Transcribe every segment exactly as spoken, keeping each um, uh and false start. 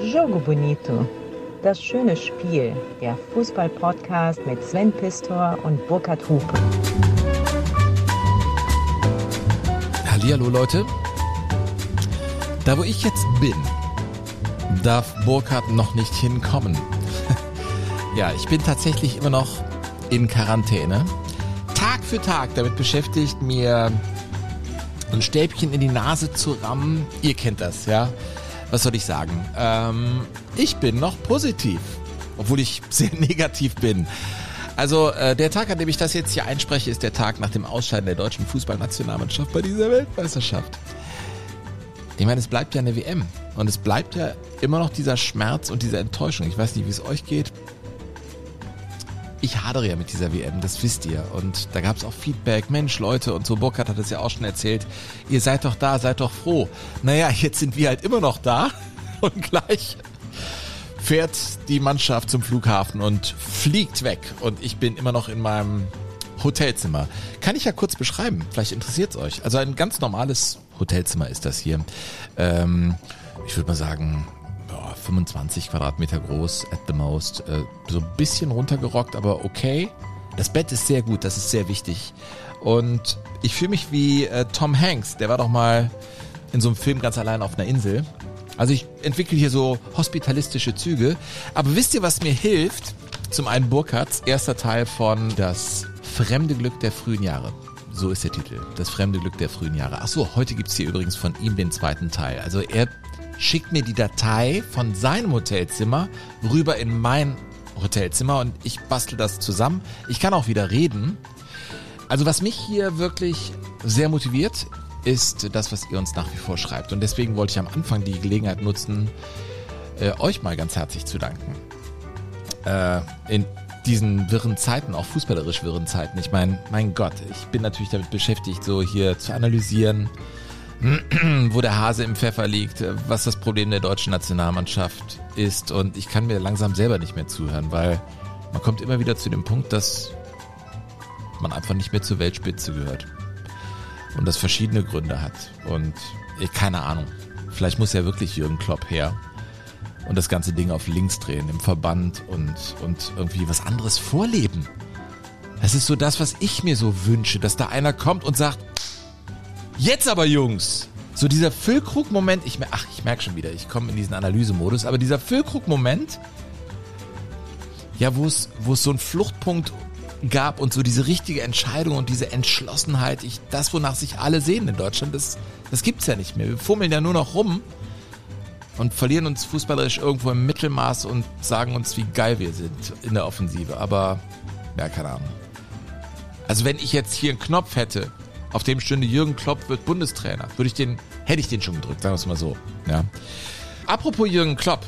Jogo Bonito, das schöne Spiel, der Fußball-Podcast mit Sven Pistor und Burkhard Hupe. Hallihallo Leute, da wo ich jetzt bin, darf Burkhard noch nicht hinkommen. Ja, ich bin tatsächlich immer noch in Quarantäne. Tag für Tag damit beschäftigt, mir ein Stäbchen in die Nase zu rammen. Ihr kennt das, ja. Was soll ich sagen? Ähm, ich bin noch positiv, obwohl ich sehr negativ bin. Also äh, der Tag, an dem ich das jetzt hier einspreche, ist der Tag nach dem Ausscheiden der deutschen Fußballnationalmannschaft bei dieser Weltmeisterschaft. Ich meine, es bleibt ja eine W M und es bleibt ja immer noch dieser Schmerz und diese Enttäuschung. Ich weiß nicht, wie es euch geht. Ich hadere ja mit dieser W M, das wisst ihr. Und da gab es auch Feedback, Mensch Leute, und so Burkhard hat es ja auch schon erzählt, ihr seid doch da, seid doch froh. Naja, jetzt sind wir halt immer noch da und gleich fährt die Mannschaft zum Flughafen und fliegt weg. Und ich bin immer noch in meinem Hotelzimmer. Kann ich ja kurz beschreiben, vielleicht interessiert es euch. Also ein ganz normales Hotelzimmer ist das hier. Ähm, ich würde mal sagen, fünfundzwanzig Quadratmeter groß, at the most. Äh, so ein bisschen runtergerockt, aber okay. Das Bett ist sehr gut, das ist sehr wichtig. Und ich fühle mich wie äh, Tom Hanks, der war doch mal in so einem Film ganz allein auf einer Insel. Also ich entwickle hier so hospitalistische Züge. Aber wisst ihr, was mir hilft? Zum einen Burkhards erster Teil von Das fremde Glück der frühen Jahre. So ist der Titel. Das fremde Glück der frühen Jahre. Ach so, heute gibt's hier übrigens von ihm den zweiten Teil. Also er schickt mir die Datei von seinem Hotelzimmer rüber in mein Hotelzimmer und ich bastel das zusammen. Ich kann auch wieder reden. Also was mich hier wirklich sehr motiviert, ist das, was ihr uns nach wie vor schreibt. Und deswegen wollte ich am Anfang die Gelegenheit nutzen, äh, euch mal ganz herzlich zu danken. Äh, in diesen wirren Zeiten, auch fußballerisch wirren Zeiten. Ich meine, mein Gott, ich bin natürlich damit beschäftigt, so hier zu analysieren, wo der Hase im Pfeffer liegt, was das Problem der deutschen Nationalmannschaft ist. Und ich kann mir langsam selber nicht mehr zuhören, weil man kommt immer wieder zu dem Punkt, dass man einfach nicht mehr zur Weltspitze gehört. Und das verschiedene Gründe hat. Und ich, keine Ahnung, vielleicht muss ja wirklich Jürgen Klopp her und das ganze Ding auf links drehen im Verband und, und irgendwie was anderes vorleben. Das ist so das, was ich mir so wünsche, dass da einer kommt und sagt, jetzt aber Jungs, so dieser Füllkrug-Moment, ich, ach, ich merke schon wieder, ich komme in diesen Analysemodus, aber dieser Füllkrug-Moment, ja, wo es, wo es so einen Fluchtpunkt gab und so diese richtige Entscheidung und diese Entschlossenheit, ich, das, wonach sich alle sehen in Deutschland, das, das gibt's ja nicht mehr. Wir fummeln ja nur noch rum und verlieren uns fußballerisch irgendwo im Mittelmaß und sagen uns, wie geil wir sind in der Offensive, aber, ja, keine Ahnung. Also wenn ich jetzt hier einen Knopf hätte, auf dem stünde Jürgen Klopp wird Bundestrainer, würde ich den, hätte ich den schon gedrückt, sagen wir es mal so. Ja. Apropos Jürgen Klopp,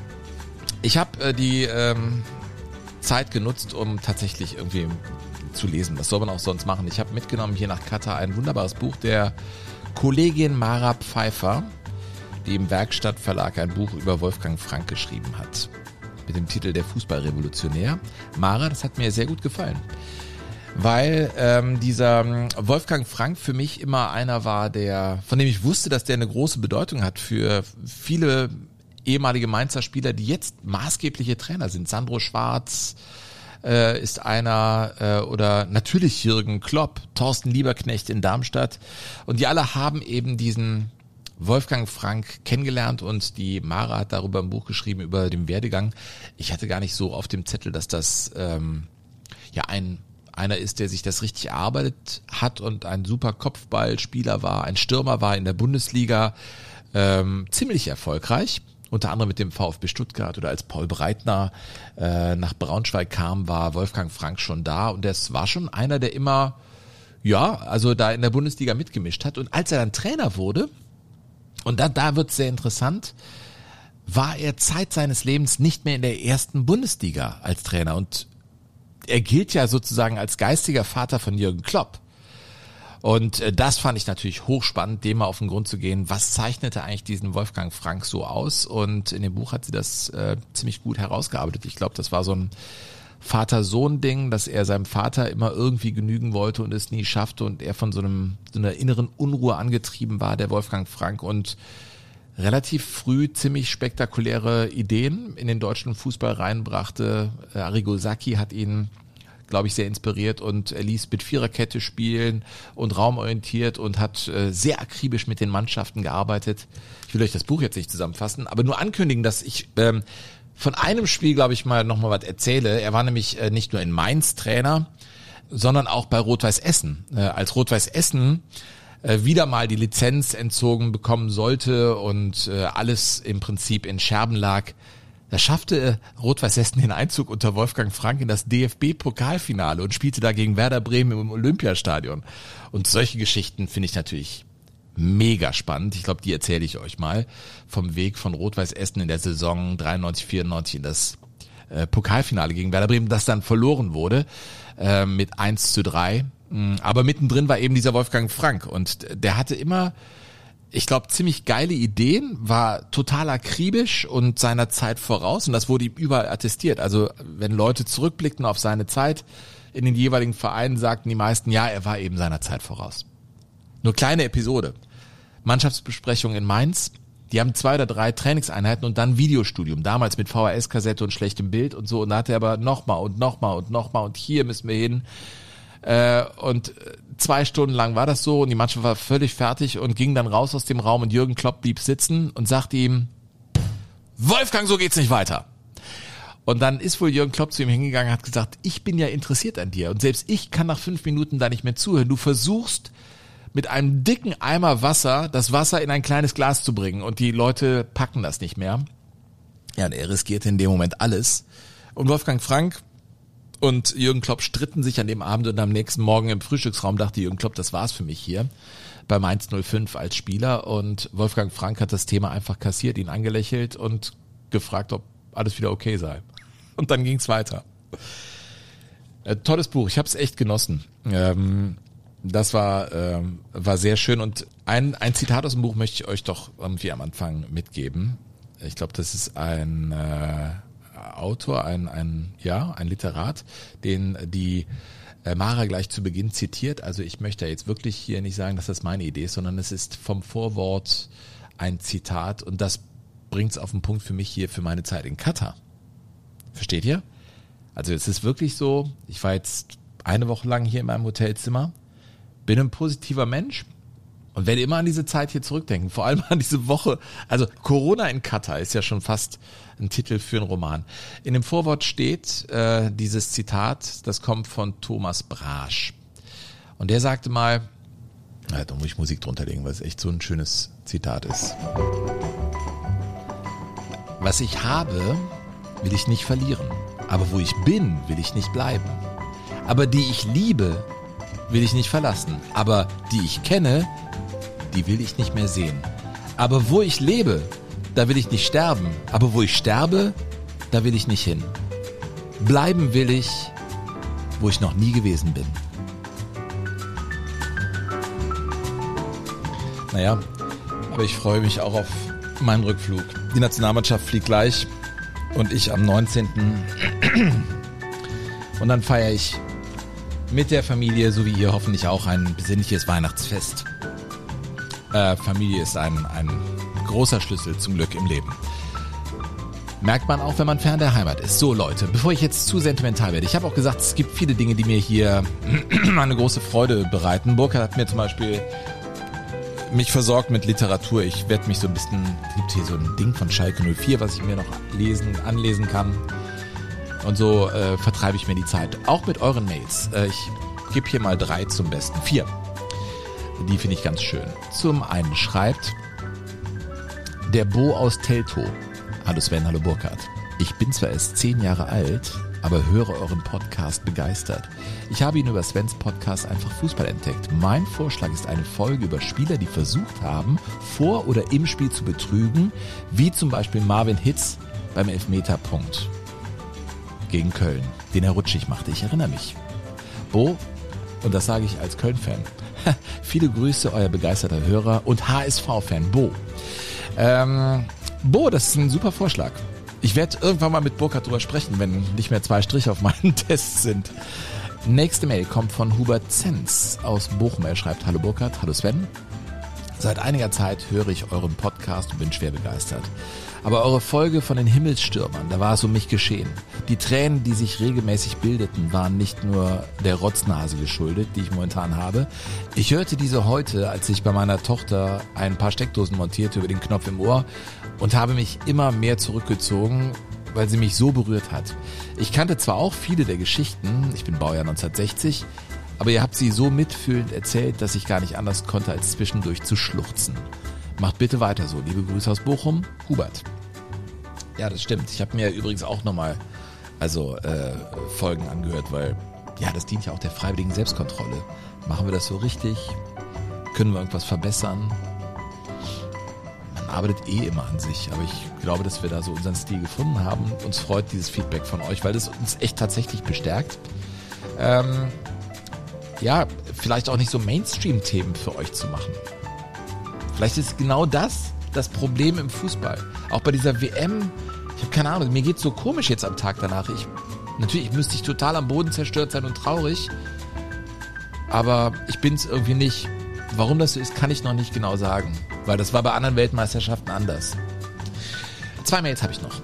ich habe äh, die ähm, Zeit genutzt, um tatsächlich irgendwie zu lesen. Was soll man auch sonst machen? Ich habe mitgenommen hier nach Katar ein wunderbares Buch der Kollegin Mara Pfeiffer, die im Werkstatt-Verlag ein Buch über Wolfgang Frank geschrieben hat. Mit dem Titel Der Fußballrevolutionär. Mara, das hat mir sehr gut gefallen. Weil ähm, dieser Wolfgang Frank für mich immer einer war, der, von dem ich wusste, dass der eine große Bedeutung hat für viele ehemalige Mainzer Spieler, die jetzt maßgebliche Trainer sind. Sandro Schwarz äh, ist einer äh, oder natürlich Jürgen Klopp, Thorsten Lieberknecht in Darmstadt. Und die alle haben eben diesen Wolfgang Frank kennengelernt und die Mara hat darüber ein Buch geschrieben, über den Werdegang. Ich hatte gar nicht so auf dem Zettel, dass das ähm, ja ein einer ist, der sich das richtig erarbeitet hat und ein super Kopfballspieler war, ein Stürmer war in der Bundesliga, ähm, ziemlich erfolgreich, unter anderem mit dem VfB Stuttgart, oder als Paul Breitner äh, nach Braunschweig kam, war Wolfgang Frank schon da und das war schon einer, der immer, ja, also da in der Bundesliga mitgemischt hat. Und als er dann Trainer wurde, und da, da wird's sehr interessant, war er Zeit seines Lebens nicht mehr in der ersten Bundesliga als Trainer und er gilt ja sozusagen als geistiger Vater von Jürgen Klopp. Und äh, das fand ich natürlich hochspannend, dem mal auf den Grund zu gehen. Was zeichnete eigentlich diesen Wolfgang Frank so aus? Und in dem Buch hat sie das äh, ziemlich gut herausgearbeitet. Ich glaube, das war so ein Vater-Sohn-Ding, dass er seinem Vater immer irgendwie genügen wollte und es nie schaffte und er von so einem so einer inneren Unruhe angetrieben war, der Wolfgang Frank. Und relativ früh ziemlich spektakuläre Ideen in den deutschen Fußball reinbrachte. Arrigo Sacchi hat ihn, glaube ich, sehr inspiriert und er ließ mit Viererkette spielen und raumorientiert und hat äh, sehr akribisch mit den Mannschaften gearbeitet. Ich will euch das Buch jetzt nicht zusammenfassen, aber nur ankündigen, dass ich ähm, von einem Spiel, glaube ich, mal nochmal was erzähle. Er war nämlich äh, nicht nur in Mainz Trainer, sondern auch bei Rot-Weiß Essen. Äh, als Rot-Weiß Essen äh, wieder mal die Lizenz entzogen bekommen sollte und äh, alles im Prinzip in Scherben lag, da schaffte Rot-Weiß Essen den Einzug unter Wolfgang Frank in das D F B-Pokalfinale und spielte da gegen Werder Bremen im Olympiastadion. Und solche Geschichten finde ich natürlich mega spannend. Ich glaube, die erzähle ich euch mal vom Weg von Rot-Weiß Essen in der Saison dreiundneunzig vierundneunzig in das äh, Pokalfinale gegen Werder Bremen, das dann verloren wurde äh, mit eins zu drei. Aber mittendrin war eben dieser Wolfgang Frank und der hatte immer, ich glaube, ziemlich geile Ideen, war total akribisch und seiner Zeit voraus und das wurde ihm überall attestiert. Also wenn Leute zurückblickten auf seine Zeit in den jeweiligen Vereinen, sagten die meisten, ja, er war eben seiner Zeit voraus. Nur kleine Episode. Mannschaftsbesprechung in Mainz. Die haben zwei oder drei Trainingseinheiten und dann Videostudium. Damals mit V H S-Kassette und schlechtem Bild und so. Und da hat er aber nochmal und nochmal und nochmal und hier müssen wir hin. Äh, und zwei Stunden lang war das so und die Mannschaft war völlig fertig und ging dann raus aus dem Raum und Jürgen Klopp blieb sitzen und sagte ihm, Wolfgang, so geht's nicht weiter. Und dann ist wohl Jürgen Klopp zu ihm hingegangen und hat gesagt, ich bin ja interessiert an dir und selbst ich kann nach fünf Minuten da nicht mehr zuhören. Du versuchst mit einem dicken Eimer Wasser das Wasser in ein kleines Glas zu bringen und die Leute packen das nicht mehr. Ja, und er riskierte in dem Moment alles. Und Wolfgang Frank und Jürgen Klopp stritten sich an dem Abend und am nächsten Morgen im Frühstücksraum dachte Jürgen Klopp, das war's für mich hier bei Mainz null fünf als Spieler und Wolfgang Frank hat das Thema einfach kassiert, ihn angelächelt und gefragt, ob alles wieder okay sei. Und dann ging's weiter. Äh, tolles Buch, ich habe es echt genossen. Ähm, das war ähm, war sehr schön und ein ein Zitat aus dem Buch möchte ich euch doch irgendwie am Anfang mitgeben. Ich glaube, das ist ein äh, Autor, ein, ein, ja, ein Literat, den die äh, Mara gleich zu Beginn zitiert. Also ich möchte jetzt wirklich hier nicht sagen, dass das meine Idee ist, sondern es ist vom Vorwort ein Zitat und das bringt es auf den Punkt für mich hier für meine Zeit in Katar. Versteht ihr? Also es ist wirklich so, ich war jetzt eine Woche lang hier in meinem Hotelzimmer, bin ein positiver Mensch und werde immer an diese Zeit hier zurückdenken, vor allem an diese Woche. Also Corona in Katar ist ja schon fast ein Titel für einen Roman. In dem Vorwort steht äh, dieses Zitat, das kommt von Thomas Brasch. Und der sagte mal, na, da muss ich Musik drunter legen, weil es echt so ein schönes Zitat ist. Was ich habe, will ich nicht verlieren. Aber wo ich bin, will ich nicht bleiben. Aber die ich liebe, will ich nicht verlassen. Aber die ich kenne, die will ich nicht mehr sehen. Aber wo ich lebe, da will ich nicht sterben. Aber wo ich sterbe, da will ich nicht hin. Bleiben will ich, wo ich noch nie gewesen bin. Naja, aber ich freue mich auch auf meinen Rückflug. Die Nationalmannschaft fliegt gleich und ich am neunzehnten Und dann feiere ich mit der Familie, so wie ihr hoffentlich auch, ein besinnliches Weihnachtsfest. Äh, Familie ist ein, ein großer Schlüssel zum Glück im Leben. Merkt man auch, wenn man fern der Heimat ist. So Leute, bevor ich jetzt zu sentimental werde, ich habe auch gesagt, es gibt viele Dinge, die mir hier eine große Freude bereiten. Burkhard hat mir zum Beispiel mich versorgt mit Literatur. Ich werde mich so ein bisschen, es gibt hier so ein Ding von Schalke null vier, was ich mir noch lesen, anlesen kann. Und so äh, vertreibe ich mir die Zeit. Auch mit euren Mails. Äh, ich gebe hier mal drei zum Besten. Vier. Die finde ich ganz schön. Zum einen schreibt der Bo aus Teltow. Hallo Sven, hallo Burkhard. Ich bin zwar erst zehn Jahre alt, aber höre euren Podcast begeistert. Ich habe ihn über Svens Podcast einfach Fußball entdeckt. Mein Vorschlag ist eine Folge über Spieler, die versucht haben, vor oder im Spiel zu betrügen, wie zum Beispiel Marvin Hitz beim Elfmeterpunkt gegen Köln, den er rutschig machte. Ich erinnere mich. Bo, und das sage ich als Köln-Fan, viele Grüße, euer begeisterter Hörer und H S V-Fan Bo. Ähm, Bo, das ist ein super Vorschlag. Ich werde irgendwann mal mit Burkhard drüber sprechen, wenn nicht mehr zwei Striche auf meinen Tests sind. Nächste Mail kommt von Hubert Zenz aus Bochum. Er schreibt, hallo Burkhard, hallo Sven. Seit einiger Zeit höre ich euren Podcast und bin schwer begeistert. Aber eure Folge von den Himmelsstürmern, da war es um mich geschehen. Die Tränen, die sich regelmäßig bildeten, waren nicht nur der Rotznase geschuldet, die ich momentan habe. Ich hörte diese heute, als ich bei meiner Tochter ein paar Steckdosen montierte über den Knopf im Ohr und habe mich immer mehr zurückgezogen, weil sie mich so berührt hat. Ich kannte zwar auch viele der Geschichten, ich bin Baujahr neunzehnhundertsechzig, aber ihr habt sie so mitfühlend erzählt, dass ich gar nicht anders konnte, als zwischendurch zu schluchzen. Macht bitte weiter so. Liebe Grüße aus Bochum, Hubert. Ja, das stimmt. Ich habe mir übrigens auch nochmal also äh, Folgen angehört, weil ja, das dient ja auch der freiwilligen Selbstkontrolle. Machen wir das so richtig? Können wir irgendwas verbessern? Man arbeitet eh immer an sich, aber ich glaube, dass wir da so unseren Stil gefunden haben. Uns freut dieses Feedback von euch, weil das uns echt tatsächlich bestärkt. Ähm, ja, vielleicht auch nicht so Mainstream-Themen für euch zu machen. Vielleicht ist genau das das Problem im Fußball. Auch bei dieser W M, ich habe keine Ahnung, mir geht's so komisch jetzt am Tag danach. Ich, natürlich müsste ich total am Boden zerstört sein und traurig, aber ich bin's irgendwie nicht. Warum das so ist, kann ich noch nicht genau sagen, weil das war bei anderen Weltmeisterschaften anders. Zwei Mails habe ich noch.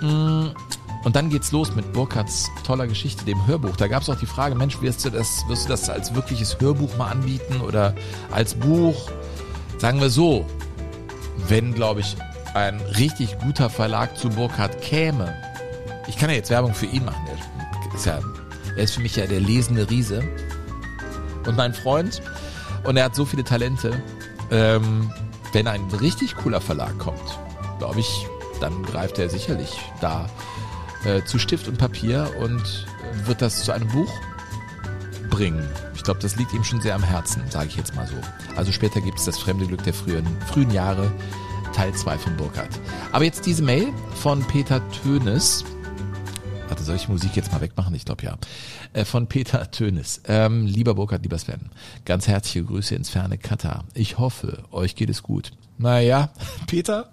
Und dann geht's los mit Burkhards toller Geschichte, dem Hörbuch. Da gab's auch die Frage, Mensch, wirst du das, wirst du das als wirkliches Hörbuch mal anbieten oder als Buch? Sagen wir so, wenn, glaube ich, ein richtig guter Verlag zu Burkhard käme, ich kann ja jetzt Werbung für ihn machen, er ist, ja, er ist für mich ja der lesende Riese und mein Freund und er hat so viele Talente, ähm, wenn ein richtig cooler Verlag kommt, glaube ich, dann greift er sicherlich da äh, zu Stift und Papier und wird das zu einem Buch bringen. Ich glaube, das liegt ihm schon sehr am Herzen, sage ich jetzt mal so. Also später gibt es das fremde Glück der frühen, frühen Jahre, Teil zwei von Burkhard. Aber jetzt diese Mail von Peter Tönes. Warte, soll ich Musik jetzt mal wegmachen? Ich glaube ja. Äh, von Peter Tönes. Ähm, lieber Burkhard, lieber Sven, ganz herzliche Grüße ins ferne Katar. Ich hoffe, euch geht es gut. Naja, Peter...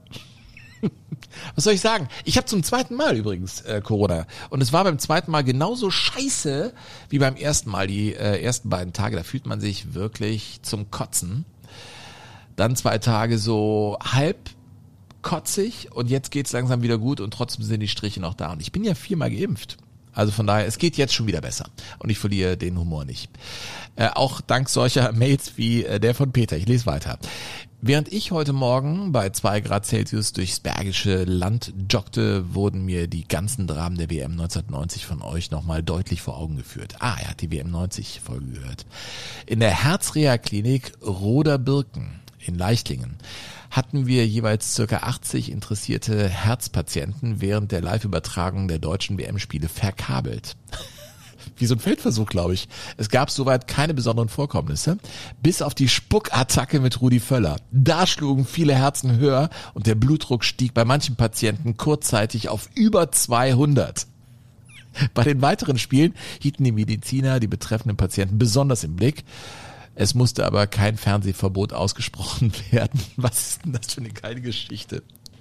Was soll ich sagen? Ich habe zum zweiten Mal übrigens äh, Corona und es war beim zweiten Mal genauso scheiße wie beim ersten Mal. Die äh, ersten beiden Tage, da fühlt man sich wirklich zum Kotzen. Dann zwei Tage so halb kotzig und jetzt geht's langsam wieder gut und trotzdem sind die Striche noch da. Und ich bin ja viermal geimpft. Also von daher, es geht jetzt schon wieder besser und ich verliere den Humor nicht. Äh, auch dank solcher Mails wie äh, der von Peter. Ich lese weiter. Während ich heute Morgen bei zwei Grad Celsius durchs Bergische Land joggte, wurden mir die ganzen Dramen der W M neunzehnhundertneunzig von euch nochmal deutlich vor Augen geführt. Ah, er hat die W M neunzig Folge gehört. In der Herzreha-Klinik Roder-Birken in Leichtlingen hatten wir jeweils circa achtzig interessierte Herzpatienten während der Live-Übertragung der deutschen W M-Spiele verkabelt. Wie so ein Feldversuch, glaube ich. Es gab soweit keine besonderen Vorkommnisse, bis auf die Spuckattacke mit Rudi Völler. Da schlugen viele Herzen höher und der Blutdruck stieg bei manchen Patienten kurzzeitig auf über zweihundert. Bei den weiteren Spielen hielten die Mediziner die betreffenden Patienten besonders im Blick. Es musste aber kein Fernsehverbot ausgesprochen werden. Was ist denn das für eine geile Geschichte?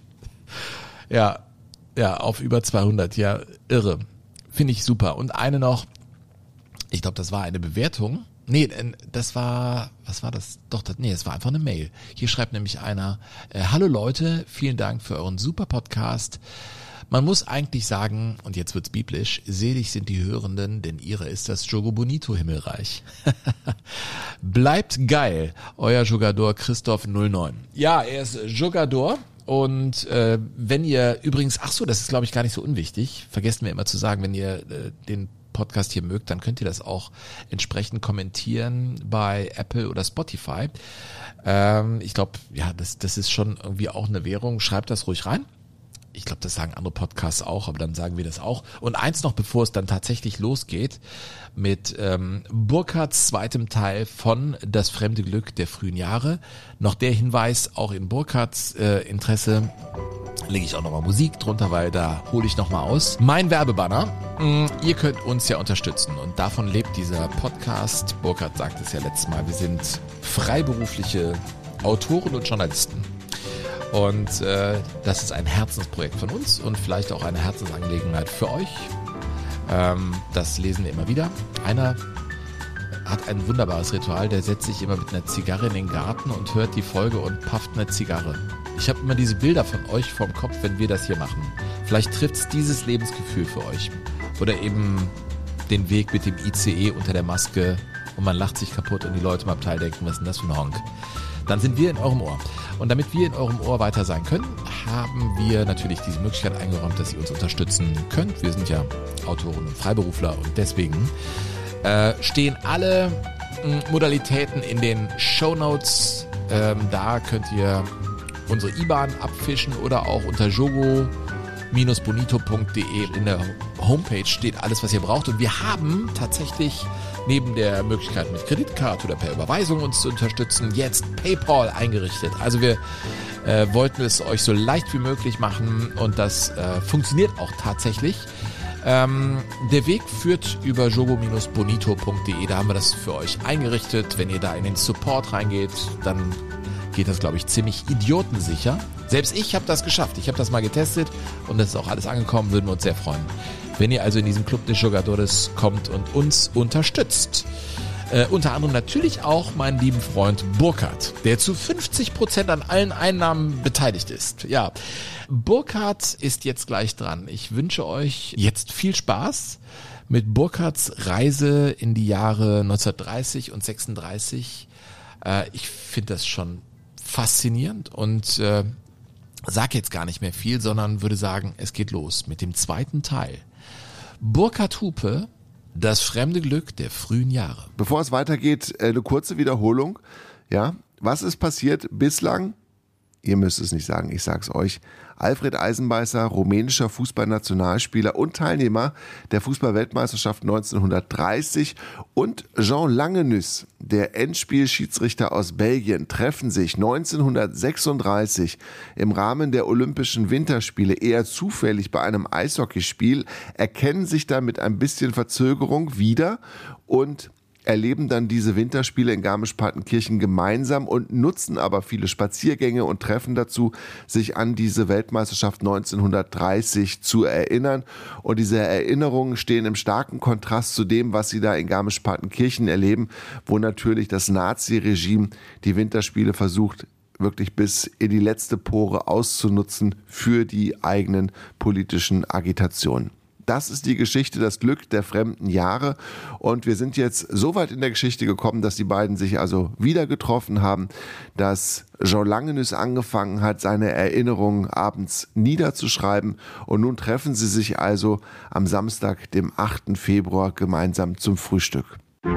Ja, ja, auf über zweihundert, ja, irre. Finde ich super. Und eine noch, ich glaube, das war eine Bewertung. Nee, das war, was war das? Doch, das, nee, es war einfach eine Mail. Hier schreibt nämlich einer, äh, hallo Leute, vielen Dank für euren super Podcast. Man muss eigentlich sagen, und jetzt wird's biblisch, selig sind die Hörenden, denn ihre ist das Jogo Bonito Himmelreich. Bleibt geil, euer Jogador Christoph null neun. Ja, er ist Jogador. Und äh, wenn ihr übrigens, ach so, das ist glaube ich gar nicht so unwichtig, vergessen wir immer zu sagen, wenn ihr äh, den Podcast hier mögt, dann könnt ihr das auch entsprechend kommentieren bei Apple oder Spotify. Ähm, ich glaube, ja, das, das ist schon irgendwie auch eine Währung. Schreibt das ruhig rein. Ich glaube, das sagen andere Podcasts auch, aber dann sagen wir das auch. Und eins noch, bevor es dann tatsächlich losgeht, mit ähm, Burkhards zweitem Teil von Das fremde Glück der frühen Jahre. Noch der Hinweis, auch in Burkhards äh, Interesse lege ich auch nochmal Musik drunter, weil da hole ich nochmal aus. Mein Werbebanner, mh, ihr könnt uns ja unterstützen und davon lebt dieser Podcast. Burkhard sagt es ja letztes Mal, wir sind freiberufliche Autoren und Journalisten. Und äh, das ist ein Herzensprojekt von uns und vielleicht auch eine Herzensangelegenheit für euch. Ähm, das lesen wir immer wieder. Einer hat ein wunderbares Ritual. Der setzt sich immer mit einer Zigarre in den Garten und hört die Folge und pafft eine Zigarre. Ich habe immer diese Bilder von euch vorm Kopf, wenn wir das hier machen. Vielleicht trifft es dieses Lebensgefühl für euch. Oder eben den Weg mit dem I C E unter der Maske und man lacht sich kaputt und die Leute im Abteil denken, was ist denn das für ein Honk? Dann sind wir in eurem Ohr. Und damit wir in eurem Ohr weiter sein können, haben wir natürlich diese Möglichkeit eingeräumt, dass ihr uns unterstützen könnt. Wir sind ja Autoren und Freiberufler und deswegen äh, stehen alle äh, Modalitäten in den Shownotes. Ähm, da könnt ihr unsere I B A N abfischen oder auch unter jogo bonito punkt de in der Homepage steht alles, was ihr braucht. Und wir haben tatsächlich neben der Möglichkeit mit Kreditkarte oder per Überweisung uns zu unterstützen, jetzt PayPal eingerichtet. Also wir äh, wollten es euch so leicht wie möglich machen und das äh, funktioniert auch tatsächlich. Ähm, der Weg führt über jogo bonito punkt de, da haben wir das für euch eingerichtet. Wenn ihr da in den Support reingeht, dann geht das, glaube ich, ziemlich idiotensicher. Selbst ich habe das geschafft. Ich habe das mal getestet und das ist auch alles angekommen. Würden wir uns sehr freuen, wenn ihr also in diesen Club de Jogadores kommt und uns unterstützt. Äh, unter anderem natürlich auch meinen lieben Freund Burkhard, der zu fünfzig Prozent an allen Einnahmen beteiligt ist. Ja, Burkhard ist jetzt gleich dran. Ich wünsche euch jetzt viel Spaß mit Burkhards Reise in die Jahre neunzehnhundertdreißig und sechsunddreißig. Äh, ich finde das schon faszinierend und äh, sag jetzt gar nicht mehr viel, sondern würde sagen, es geht los mit dem zweiten Teil. Burkhard Hupe, das fremde Glück der frühen Jahre. Bevor es weitergeht, eine kurze Wiederholung. Ja, was ist passiert bislang? Ihr müsst es nicht sagen, ich sag's euch. Alfred Eisenbeißer, rumänischer Fußballnationalspieler und Teilnehmer der Fußballweltmeisterschaft neunzehnhundertdreißig, und Jean Langenus, der Endspielschiedsrichter aus Belgien, treffen sich neunzehnhundertsechsunddreißig im Rahmen der Olympischen Winterspiele eher zufällig bei einem Eishockeyspiel, erkennen sich dann mit ein bisschen Verzögerung wieder und erleben dann diese Winterspiele in Garmisch-Partenkirchen gemeinsam und nutzen aber viele Spaziergänge und Treffen dazu, sich an diese Weltmeisterschaft neunzehnhundertdreißig zu erinnern. Und diese Erinnerungen stehen im starken Kontrast zu dem, was sie da in Garmisch-Partenkirchen erleben, wo natürlich das Nazi-Regime die Winterspiele versucht, wirklich bis in die letzte Pore auszunutzen für die eigenen politischen Agitationen. Das ist die Geschichte, das Glück der fremden Jahre, und wir sind jetzt so weit in der Geschichte gekommen, dass die beiden sich also wieder getroffen haben, dass Jean Langenus angefangen hat, seine Erinnerungen abends niederzuschreiben, und nun treffen sie sich also am Samstag, dem achten Februar, gemeinsam zum Frühstück.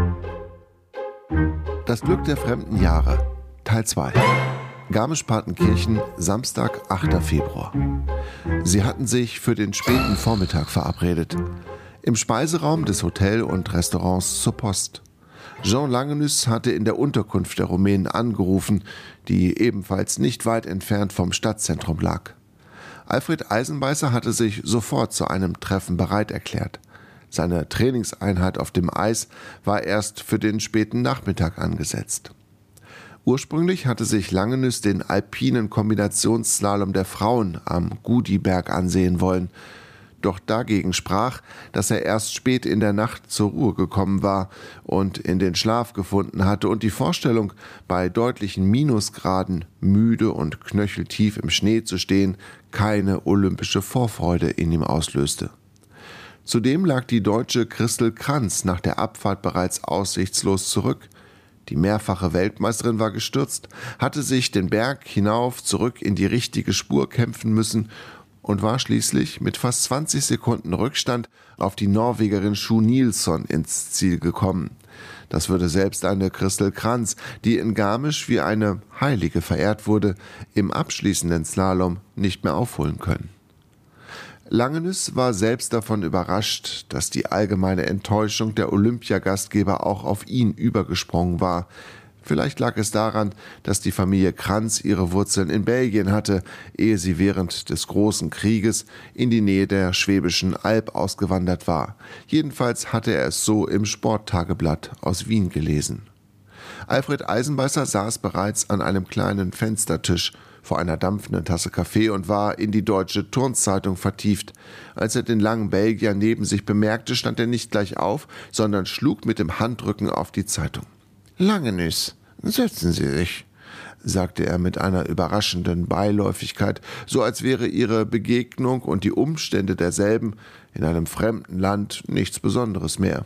Das Glück der fremden Jahre, Teil zwei. Garmisch-Partenkirchen, Samstag, achter Februar. Sie hatten sich für den späten Vormittag verabredet. Im Speiseraum des Hotel und Restaurants zur Post. Jean Langenus hatte in der Unterkunft der Rumänen angerufen, die ebenfalls nicht weit entfernt vom Stadtzentrum lag. Alfred Eisenbeißer hatte sich sofort zu einem Treffen bereit erklärt. Seine Trainingseinheit auf dem Eis war erst für den späten Nachmittag angesetzt. Ursprünglich hatte sich Langenus den alpinen Kombinationsslalom der Frauen am Gudiberg ansehen wollen. Doch dagegen sprach, dass er erst spät in der Nacht zur Ruhe gekommen war und in den Schlaf gefunden hatte und die Vorstellung, bei deutlichen Minusgraden müde und knöcheltief im Schnee zu stehen, keine olympische Vorfreude in ihm auslöste. Zudem lag die Deutsche Christel Kranz nach der Abfahrt bereits aussichtslos zurück. Die mehrfache Weltmeisterin war gestürzt, hatte sich den Berg hinauf zurück in die richtige Spur kämpfen müssen und war schließlich mit fast zwanzig Sekunden Rückstand auf die Norwegerin Sju Nilsson ins Ziel gekommen. Das würde selbst eine Christel Kranz, die in Garmisch wie eine Heilige verehrt wurde, im abschließenden Slalom nicht mehr aufholen können. Langenus war selbst davon überrascht, dass die allgemeine Enttäuschung der Olympiagastgeber auch auf ihn übergesprungen war. Vielleicht lag es daran, dass die Familie Kranz ihre Wurzeln in Belgien hatte, ehe sie während des Großen Krieges in die Nähe der Schwäbischen Alb ausgewandert war. Jedenfalls hatte er es so im Sporttageblatt aus Wien gelesen. Alfred Eisenbeißer saß bereits an einem kleinen Fenstertisch, vor einer dampfenden Tasse Kaffee und war in die Deutsche Turnzeitung vertieft. Als er den langen Belgier neben sich bemerkte, stand er nicht gleich auf, sondern schlug mit dem Handrücken auf die Zeitung. »Langenüs, setzen Sie sich«, sagte er mit einer überraschenden Beiläufigkeit, so als wäre ihre Begegnung und die Umstände derselben in einem fremden Land nichts Besonderes mehr.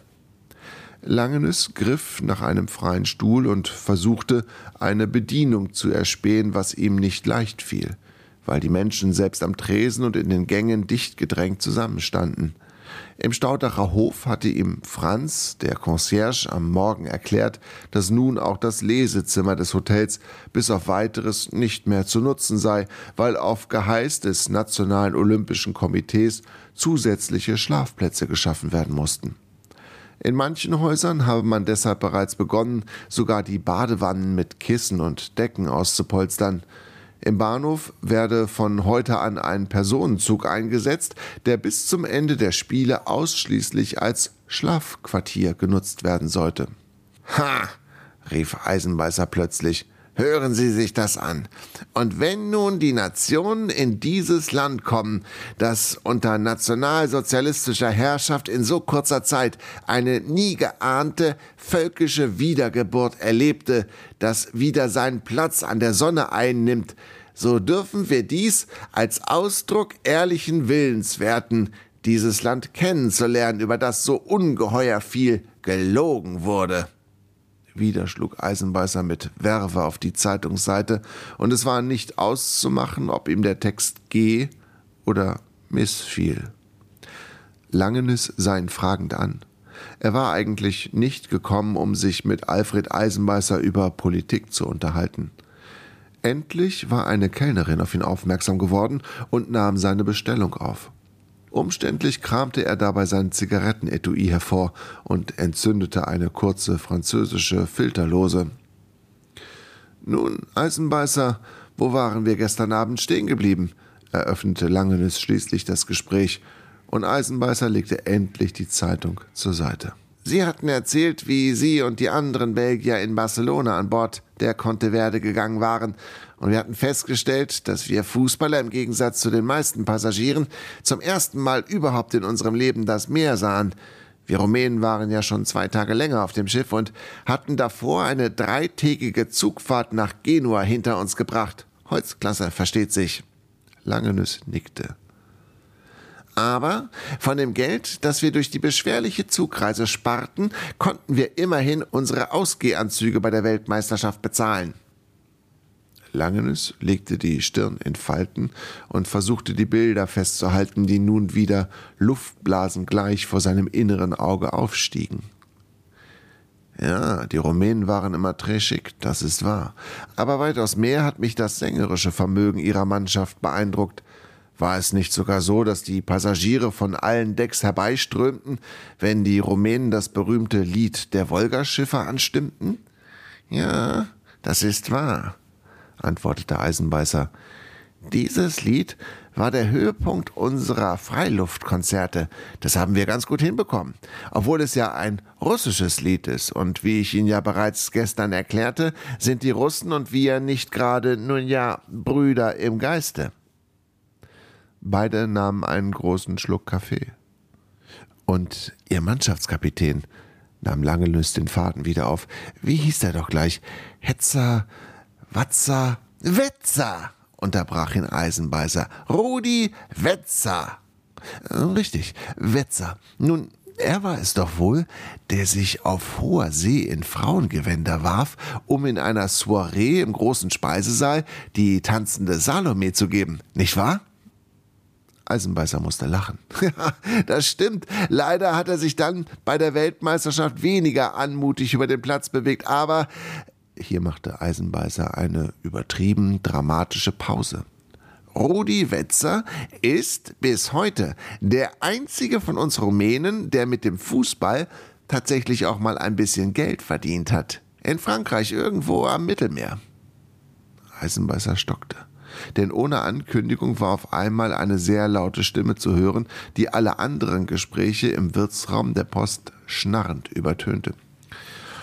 Langenüs griff nach einem freien Stuhl und versuchte, eine Bedienung zu erspähen, was ihm nicht leicht fiel, weil die Menschen selbst am Tresen und in den Gängen dicht gedrängt zusammenstanden. Im Staudacher Hof hatte ihm Franz, der Concierge, am Morgen erklärt, dass nun auch das Lesezimmer des Hotels bis auf Weiteres nicht mehr zu nutzen sei, weil auf Geheiß des Nationalen Olympischen Komitees zusätzliche Schlafplätze geschaffen werden mussten. In manchen Häusern habe man deshalb bereits begonnen, sogar die Badewannen mit Kissen und Decken auszupolstern. Im Bahnhof werde von heute an ein Personenzug eingesetzt, der bis zum Ende der Spiele ausschließlich als Schlafquartier genutzt werden sollte. »Ha«, rief Eisenbeißer plötzlich, »hören Sie sich das an. Und wenn nun die Nationen in dieses Land kommen, das unter nationalsozialistischer Herrschaft in so kurzer Zeit eine nie geahnte völkische Wiedergeburt erlebte, das wieder seinen Platz an der Sonne einnimmt, so dürfen wir dies als Ausdruck ehrlichen Willens werten, dieses Land kennenzulernen, über das so ungeheuer viel gelogen wurde.« Wieder schlug Eisenbeißer mit Werfe auf die Zeitungsseite, und es war nicht auszumachen, ob ihm der Text geh- oder missfiel. Langenüs sah ihn fragend an. Er war eigentlich nicht gekommen, um sich mit Alfred Eisenbeißer über Politik zu unterhalten. Endlich war eine Kellnerin auf ihn aufmerksam geworden und nahm seine Bestellung auf. Umständlich kramte er dabei sein Zigarettenetui hervor und entzündete eine kurze französische Filterlose. »Nun, Eisenbeißer, wo waren wir gestern Abend stehen geblieben?« eröffnete Langenüs schließlich das Gespräch, und Eisenbeißer legte endlich die Zeitung zur Seite. »Sie hatten erzählt, wie Sie und die anderen Belgier in Barcelona an Bord der Conteverde gegangen waren, und wir hatten festgestellt, dass wir Fußballer im Gegensatz zu den meisten Passagieren zum ersten Mal überhaupt in unserem Leben das Meer sahen. Wir Rumänen waren ja schon zwei Tage länger auf dem Schiff und hatten davor eine dreitägige Zugfahrt nach Genua hinter uns gebracht. Holzklasse, versteht sich.« Langenüs nickte. »Aber von dem Geld, das wir durch die beschwerliche Zugreise sparten, konnten wir immerhin unsere Ausgehanzüge bei der Weltmeisterschaft bezahlen.« Langenüs legte die Stirn in Falten und versuchte die Bilder festzuhalten, die nun wieder luftblasengleich vor seinem inneren Auge aufstiegen. »Ja, die Rumänen waren immer très chic, das ist wahr. Aber weitaus mehr hat mich das sängerische Vermögen ihrer Mannschaft beeindruckt. War es nicht sogar so, dass die Passagiere von allen Decks herbeiströmten, wenn die Rumänen das berühmte Lied der Wolgaschiffer anstimmten?« »Ja, das ist wahr«, antwortete Eisenbeißer. »Dieses Lied war der Höhepunkt unserer Freiluftkonzerte. Das haben wir ganz gut hinbekommen, obwohl es ja ein russisches Lied ist. Und wie ich Ihnen ja bereits gestern erklärte, sind die Russen und wir nicht gerade, nun ja, Brüder im Geiste.« Beide nahmen einen großen Schluck Kaffee. »Und Ihr Mannschaftskapitän«, nahm Langenüs den Faden wieder auf, »wie hieß der doch gleich? Hetzer, Watzer, Wetzer«, unterbrach ihn Eisenbeißer. »Rudi Wetzer.« »Richtig, Wetzer. Nun, er war es doch wohl, der sich auf hoher See in Frauengewänder warf, um in einer Soiree im großen Speisesaal die tanzende Salome zu geben, nicht wahr?« Eisenbeißer musste lachen. »Ja, das stimmt. Leider hat er sich dann bei der Weltmeisterschaft weniger anmutig über den Platz bewegt, aber...« Hier machte Eisenbeißer eine übertrieben dramatische Pause. »Rudi Wetzer ist bis heute der einzige von uns Rumänen, der mit dem Fußball tatsächlich auch mal ein bisschen Geld verdient hat. In Frankreich, irgendwo am Mittelmeer.« Eisenbeißer stockte. Denn ohne Ankündigung war auf einmal eine sehr laute Stimme zu hören, die alle anderen Gespräche im Wirtsraum der Post schnarrend übertönte.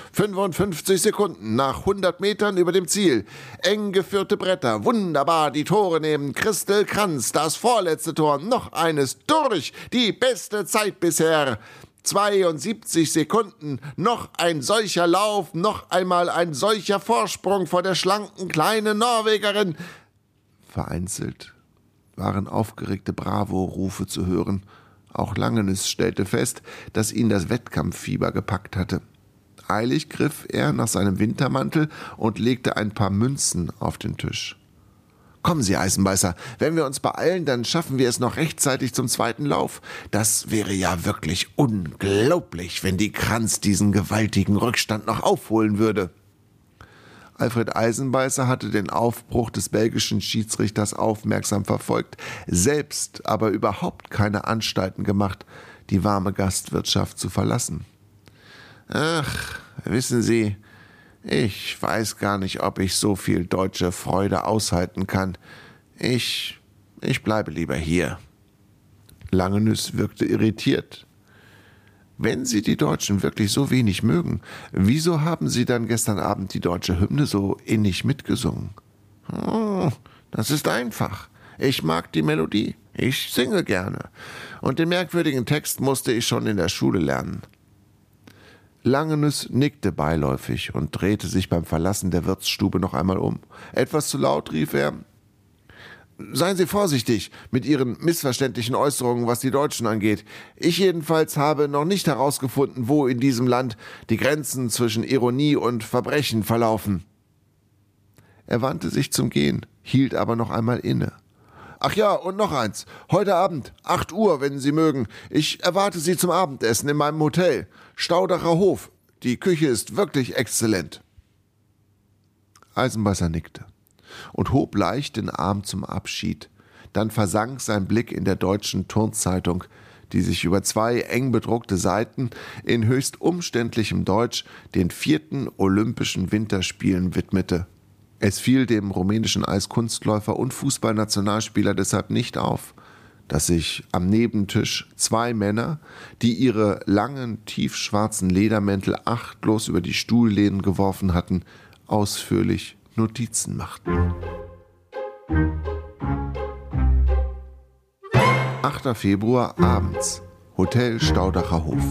fünfundfünfzig Sekunden nach hundert Metern über dem Ziel. Eng geführte Bretter, wunderbar die Tore nehmen. Christel Kranz, das vorletzte Tor, noch eines, durch, die beste Zeit bisher. zweiundsiebzig Sekunden, noch ein solcher Lauf, noch einmal ein solcher Vorsprung vor der schlanken kleinen Norwegerin. Vereinzelt waren aufgeregte Bravo-Rufe zu hören. Auch Langenes stellte fest, dass ihn das Wettkampffieber gepackt hatte. Eilig griff er nach seinem Wintermantel und legte ein paar Münzen auf den Tisch. »Kommen Sie, Eisenbeißer, wenn wir uns beeilen, dann schaffen wir es noch rechtzeitig zum zweiten Lauf. Das wäre ja wirklich unglaublich, wenn die Kranz diesen gewaltigen Rückstand noch aufholen würde.« Alfred Eisenbeißer hatte den Aufbruch des belgischen Schiedsrichters aufmerksam verfolgt, selbst aber überhaupt keine Anstalten gemacht, die warme Gastwirtschaft zu verlassen. »Ach, wissen Sie, ich weiß gar nicht, ob ich so viel deutsche Freude aushalten kann. Ich, ich bleibe lieber hier.« Langenüss wirkte irritiert. »Wenn Sie die Deutschen wirklich so wenig mögen, wieso haben Sie dann gestern Abend die deutsche Hymne so innig mitgesungen?« »Oh, das ist einfach. Ich mag die Melodie. Ich singe gerne. Und den merkwürdigen Text musste ich schon in der Schule lernen.« Langenüss nickte beiläufig und drehte sich beim Verlassen der Wirtsstube noch einmal um. Etwas zu laut rief er: »Seien Sie vorsichtig mit Ihren missverständlichen Äußerungen, was die Deutschen angeht. Ich jedenfalls habe noch nicht herausgefunden, wo in diesem Land die Grenzen zwischen Ironie und Verbrechen verlaufen.« Er wandte sich zum Gehen, hielt aber noch einmal inne. »Ach ja, und noch eins. Heute Abend, acht Uhr, wenn Sie mögen. Ich erwarte Sie zum Abendessen in meinem Hotel. Staudacher Hof. Die Küche ist wirklich exzellent.« Eisenbeißer nickte und hob leicht den Arm zum Abschied. Dann versank sein Blick in der Deutschen Turnzeitung, die sich über zwei eng bedruckte Seiten in höchst umständlichem Deutsch den vierten Olympischen Winterspielen widmete. Es fiel dem rumänischen Eiskunstläufer und Fußballnationalspieler deshalb nicht auf, dass sich am Nebentisch zwei Männer, die ihre langen, tiefschwarzen Ledermäntel achtlos über die Stuhllehnen geworfen hatten, ausführlich Notizen machten. achter Februar abends, Hotel Staudacher Hof.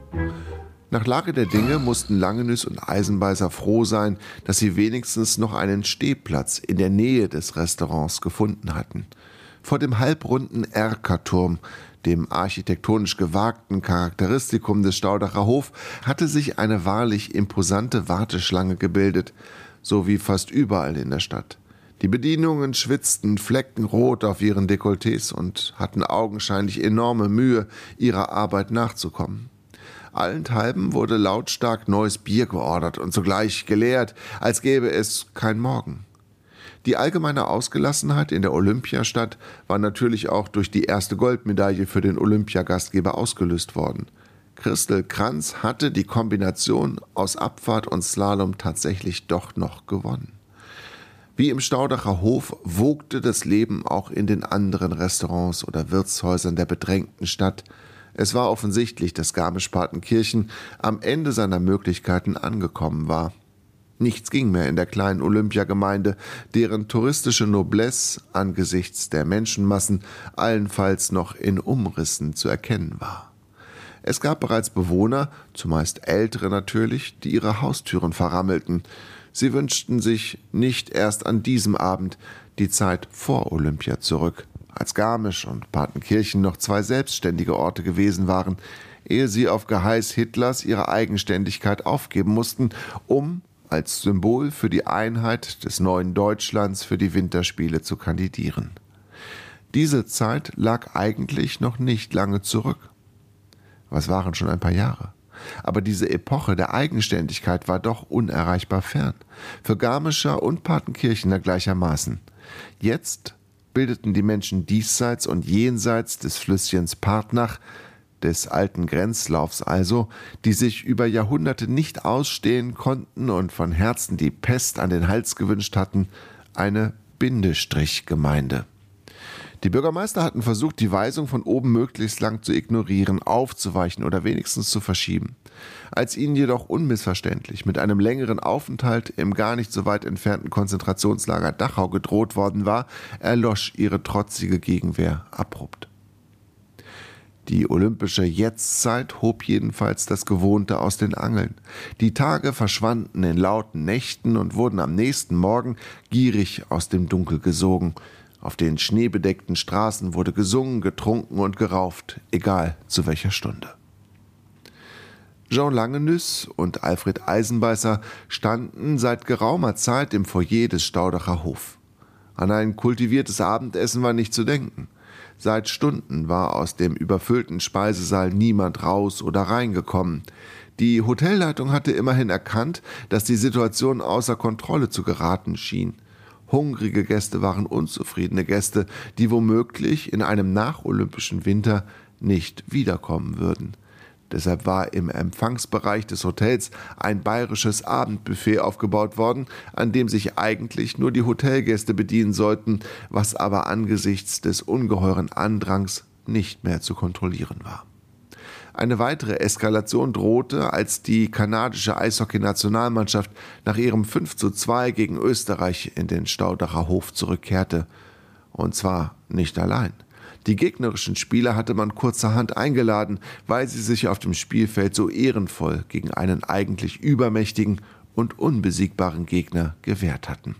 Nach Lage der Dinge mussten Langenüss und Eisenbeißer froh sein, dass sie wenigstens noch einen Stehplatz in der Nähe des Restaurants gefunden hatten. Vor dem halbrunden Erkerturm, dem architektonisch gewagten Charakteristikum des Staudacher Hof, hatte sich eine wahrlich imposante Warteschlange gebildet, so wie fast überall in der Stadt. Die Bedienungen schwitzten fleckenrot auf ihren Dekolletés und hatten augenscheinlich enorme Mühe, ihrer Arbeit nachzukommen. Allenthalben wurde lautstark neues Bier geordert und sogleich geleert, als gäbe es kein Morgen. Die allgemeine Ausgelassenheit in der Olympiastadt war natürlich auch durch die erste Goldmedaille für den Olympiagastgeber ausgelöst worden. Christel Kranz hatte die Kombination aus Abfahrt und Slalom tatsächlich doch noch gewonnen. Wie im Staudacher Hof wogte das Leben auch in den anderen Restaurants oder Wirtshäusern der bedrängten Stadt. Es war offensichtlich, dass Garmisch-Partenkirchen am Ende seiner Möglichkeiten angekommen war. Nichts ging mehr in der kleinen Olympiagemeinde, deren touristische Noblesse angesichts der Menschenmassen allenfalls noch in Umrissen zu erkennen war. Es gab bereits Bewohner, zumeist Ältere natürlich, die ihre Haustüren verrammelten. Sie wünschten sich nicht erst an diesem Abend die Zeit vor Olympia zurück, als Garmisch und Partenkirchen noch zwei selbstständige Orte gewesen waren, ehe sie auf Geheiß Hitlers ihre Eigenständigkeit aufgeben mussten, um als Symbol für die Einheit des neuen Deutschlands für die Winterspiele zu kandidieren. Diese Zeit lag eigentlich noch nicht lange zurück. Was waren schon ein paar Jahre? Aber diese Epoche der Eigenständigkeit war doch unerreichbar fern, für Garmischer und Partenkirchener gleichermaßen. Jetzt bildeten die Menschen diesseits und jenseits des Flüsschens Partnach, des alten Grenzlaufs also, die sich über Jahrhunderte nicht ausstehen konnten und von Herzen die Pest an den Hals gewünscht hatten, eine Bindestrichgemeinde. Die Bürgermeister hatten versucht, die Weisung von oben möglichst lang zu ignorieren, aufzuweichen oder wenigstens zu verschieben. Als ihnen jedoch unmissverständlich mit einem längeren Aufenthalt im gar nicht so weit entfernten Konzentrationslager Dachau gedroht worden war, erlosch ihre trotzige Gegenwehr abrupt. Die olympische Jetztzeit hob jedenfalls das Gewohnte aus den Angeln. Die Tage verschwanden in lauten Nächten und wurden am nächsten Morgen gierig aus dem Dunkel gesogen. Auf den schneebedeckten Straßen wurde gesungen, getrunken und gerauft, egal zu welcher Stunde. Jean Langenüss und Alfred Eisenbeißer standen seit geraumer Zeit im Foyer des Staudacher Hof. An ein kultiviertes Abendessen war nicht zu denken. Seit Stunden war aus dem überfüllten Speisesaal niemand raus oder reingekommen. Die Hotelleitung hatte immerhin erkannt, dass die Situation außer Kontrolle zu geraten schien. Hungrige Gäste waren unzufriedene Gäste, die womöglich in einem nacholympischen Winter nicht wiederkommen würden. Deshalb war im Empfangsbereich des Hotels ein bayerisches Abendbuffet aufgebaut worden, an dem sich eigentlich nur die Hotelgäste bedienen sollten, was aber angesichts des ungeheuren Andrangs nicht mehr zu kontrollieren war. Eine weitere Eskalation drohte, als die kanadische Eishockey-Nationalmannschaft nach ihrem fünf zu zwei gegen Österreich in den Staudacher Hof zurückkehrte. Und zwar nicht allein. Die gegnerischen Spieler hatte man kurzerhand eingeladen, weil sie sich auf dem Spielfeld so ehrenvoll gegen einen eigentlich übermächtigen und unbesiegbaren Gegner gewehrt hatten.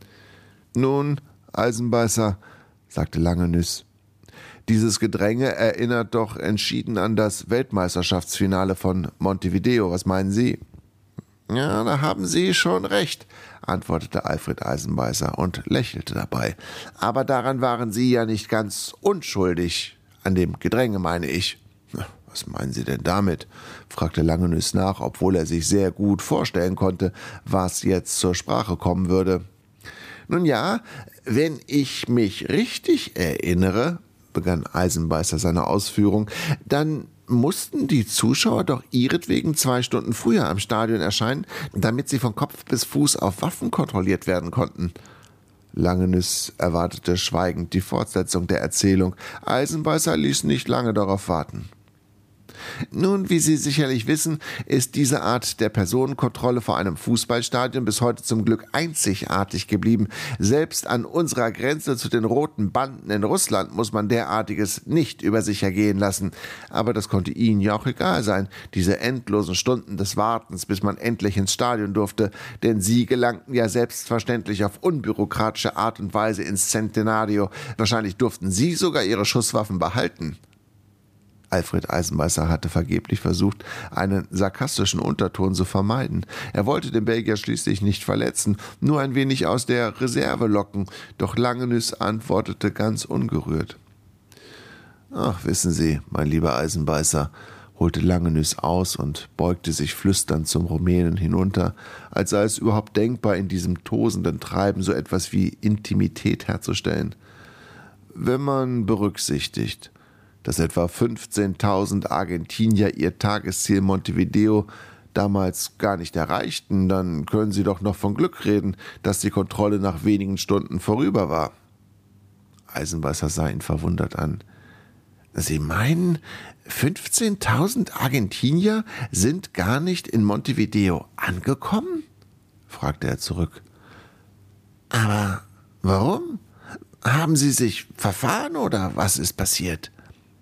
»Nun, Eisenbeißer«, sagte Langenüss, »dieses Gedränge erinnert doch entschieden an das Weltmeisterschaftsfinale von Montevideo. Was meinen Sie?« »Ja, da haben Sie schon recht«, antwortete Alfred Eisenbeißer und lächelte dabei. »Aber daran waren Sie ja nicht ganz unschuldig. An dem Gedränge, meine ich.« »Was meinen Sie denn damit?«, fragte Langenüss nach, obwohl er sich sehr gut vorstellen konnte, was jetzt zur Sprache kommen würde. »Nun ja, wenn ich mich richtig erinnere«, begann Eisenbeißer seine Ausführung, »dann mussten die Zuschauer doch ihretwegen zwei Stunden früher am Stadion erscheinen, damit sie von Kopf bis Fuß auf Waffen kontrolliert werden konnten.« Langenüss erwartete schweigend die Fortsetzung der Erzählung. Eisenbeißer ließ nicht lange darauf warten. »Nun, wie Sie sicherlich wissen, ist diese Art der Personenkontrolle vor einem Fußballstadion bis heute zum Glück einzigartig geblieben. Selbst an unserer Grenze zu den roten Banden in Russland muss man derartiges nicht über sich ergehen lassen. Aber das konnte Ihnen ja auch egal sein, diese endlosen Stunden des Wartens, bis man endlich ins Stadion durfte, denn Sie gelangten ja selbstverständlich auf unbürokratische Art und Weise ins Centenario. Wahrscheinlich durften Sie sogar Ihre Schusswaffen behalten.« Alfred Eisenbeißer hatte vergeblich versucht, einen sarkastischen Unterton zu vermeiden. Er wollte den Belgier schließlich nicht verletzen, nur ein wenig aus der Reserve locken, doch Langenüss antwortete ganz ungerührt. »Ach, wissen Sie, mein lieber Eisenbeißer«, holte Langenüss aus und beugte sich flüsternd zum Rumänen hinunter, als sei es überhaupt denkbar, in diesem tosenden Treiben so etwas wie Intimität herzustellen. »Wenn man berücksichtigt, dass etwa fünfzehntausend Argentinier ihr Tagesziel Montevideo damals gar nicht erreichten, dann können Sie doch noch von Glück reden, dass die Kontrolle nach wenigen Stunden vorüber war.« Eisenbeißer sah ihn verwundert an. »Sie meinen, fünfzehntausend Argentinier sind gar nicht in Montevideo angekommen?« fragte er zurück. »Aber warum? Haben Sie sich verfahren oder was ist passiert?«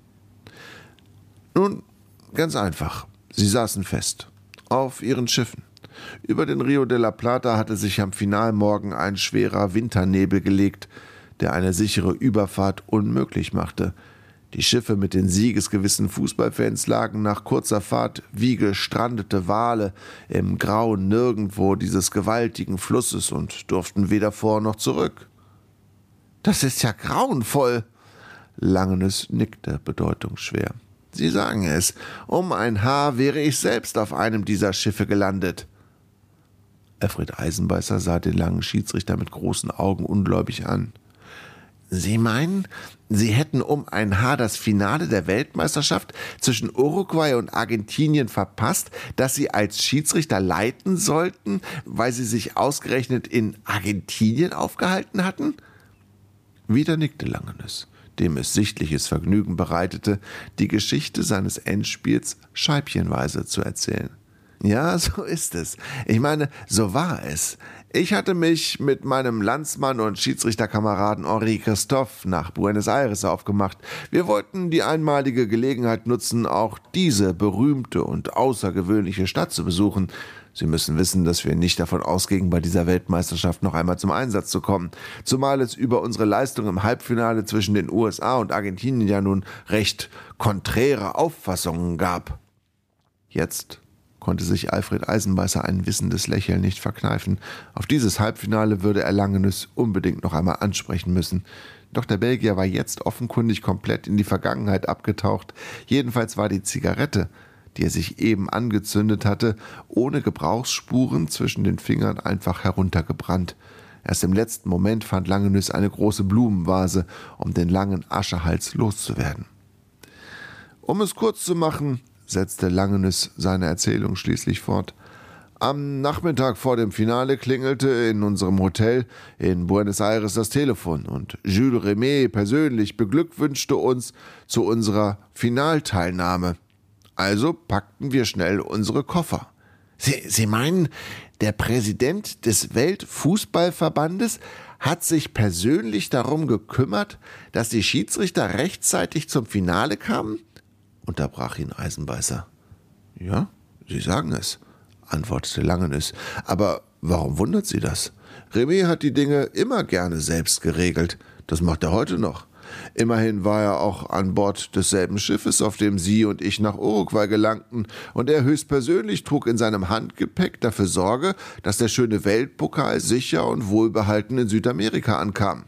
»Nun, ganz einfach. Sie saßen fest. Auf ihren Schiffen. Über den Rio de la Plata hatte sich am Finalmorgen ein schwerer Winternebel gelegt, der eine sichere Überfahrt unmöglich machte. Die Schiffe mit den siegesgewissen Fußballfans lagen nach kurzer Fahrt wie gestrandete Wale im grauen Nirgendwo dieses gewaltigen Flusses und durften weder vor noch zurück.« »Das ist ja grauenvoll!« Langenüss nickte bedeutungsschwer. »Sie sagen es. Um ein Haar wäre ich selbst auf einem dieser Schiffe gelandet.« Alfred Eisenbeißer sah den langen Schiedsrichter mit großen Augen ungläubig an. »Sie meinen, Sie hätten um ein Haar das Finale der Weltmeisterschaft zwischen Uruguay und Argentinien verpasst, das Sie als Schiedsrichter leiten sollten, weil Sie sich ausgerechnet in Argentinien aufgehalten hatten?« Wieder nickte Langenüss. dem es sichtliches Vergnügen bereitete, die Geschichte seines Endspiels scheibchenweise zu erzählen. Ja, so ist es. Ich meine, so war es. Ich hatte mich mit meinem Landsmann und Schiedsrichterkameraden Henri Christophe nach Buenos Aires aufgemacht. Wir wollten die einmalige Gelegenheit nutzen, auch diese berühmte und außergewöhnliche Stadt zu besuchen. Sie müssen wissen, dass wir nicht davon ausgingen, bei dieser Weltmeisterschaft noch einmal zum Einsatz zu kommen. Zumal es über unsere Leistung im Halbfinale zwischen den U S A und Argentinien ja nun recht konträre Auffassungen gab. Jetzt konnte sich Alfred Eisenbeißer ein wissendes Lächeln nicht verkneifen. Auf dieses Halbfinale würde er Langenüss unbedingt noch einmal ansprechen müssen. Doch der Belgier war jetzt offenkundig komplett in die Vergangenheit abgetaucht. Jedenfalls war die Zigarette, die er sich eben angezündet hatte, ohne Gebrauchsspuren zwischen den Fingern einfach heruntergebrannt. Erst im letzten Moment fand Langenüss eine große Blumenvase, um den langen Aschehals loszuwerden. Um es kurz zu machen, setzte Langenüss seine Erzählung schließlich fort. Am Nachmittag vor dem Finale klingelte in unserem Hotel in Buenos Aires das Telefon und Jules Rimet persönlich beglückwünschte uns zu unserer Finalteilnahme. Also packten wir schnell unsere Koffer. Sie, Sie meinen, der Präsident des Weltfußballverbandes hat sich persönlich darum gekümmert, dass die Schiedsrichter rechtzeitig zum Finale kamen? Unterbrach ihn Eisenbeißer. Ja, Sie sagen es, antwortete Langenüss. Aber warum wundert Sie das? Rimet hat die Dinge immer gerne selbst geregelt. Das macht er heute noch. Immerhin war er auch an Bord desselben Schiffes, auf dem Sie und ich nach Uruguay gelangten, und er höchstpersönlich trug in seinem Handgepäck dafür Sorge, dass der schöne Weltpokal sicher und wohlbehalten in Südamerika ankam.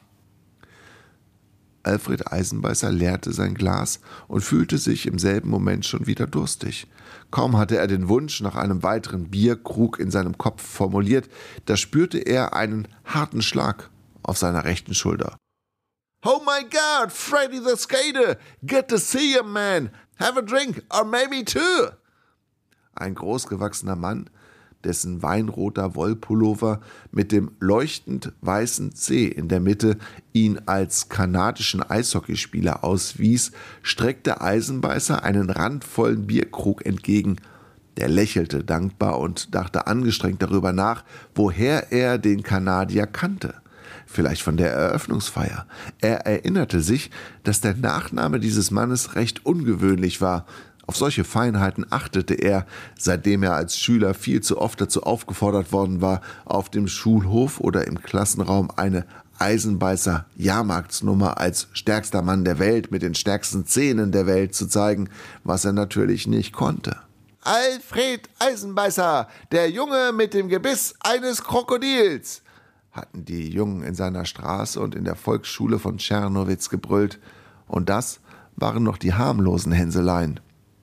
Alfred Eisenbeißer leerte sein Glas und fühlte sich im selben Moment schon wieder durstig. Kaum hatte er den Wunsch nach einem weiteren Bierkrug in seinem Kopf formuliert, da spürte er einen harten Schlag auf seiner rechten Schulter. Oh my God, Freddy the Skater! Good to see you, man! Have a drink, or maybe two! Ein großgewachsener Mann, dessen weinroter Wollpullover mit dem leuchtend weißen C in der Mitte ihn als kanadischen Eishockeyspieler auswies, streckte Eisenbeißer einen randvollen Bierkrug entgegen. Der lächelte dankbar und dachte angestrengt darüber nach, woher er den Kanadier kannte. Vielleicht von der Eröffnungsfeier. Er erinnerte sich, dass der Nachname dieses Mannes recht ungewöhnlich war. Auf solche Feinheiten achtete er, seitdem er als Schüler viel zu oft dazu aufgefordert worden war, auf dem Schulhof oder im Klassenraum eine Eisenbeißer-Jahrmarktsnummer als stärkster Mann der Welt mit den stärksten Zähnen der Welt zu zeigen, was er natürlich nicht konnte. Alfred Eisenbeißer, der Junge mit dem Gebiss eines Krokodils, hatten die Jungen in seiner Straße und in der Volksschule von Czernowitz gebrüllt. Und das waren noch die harmlosen Hänseleien.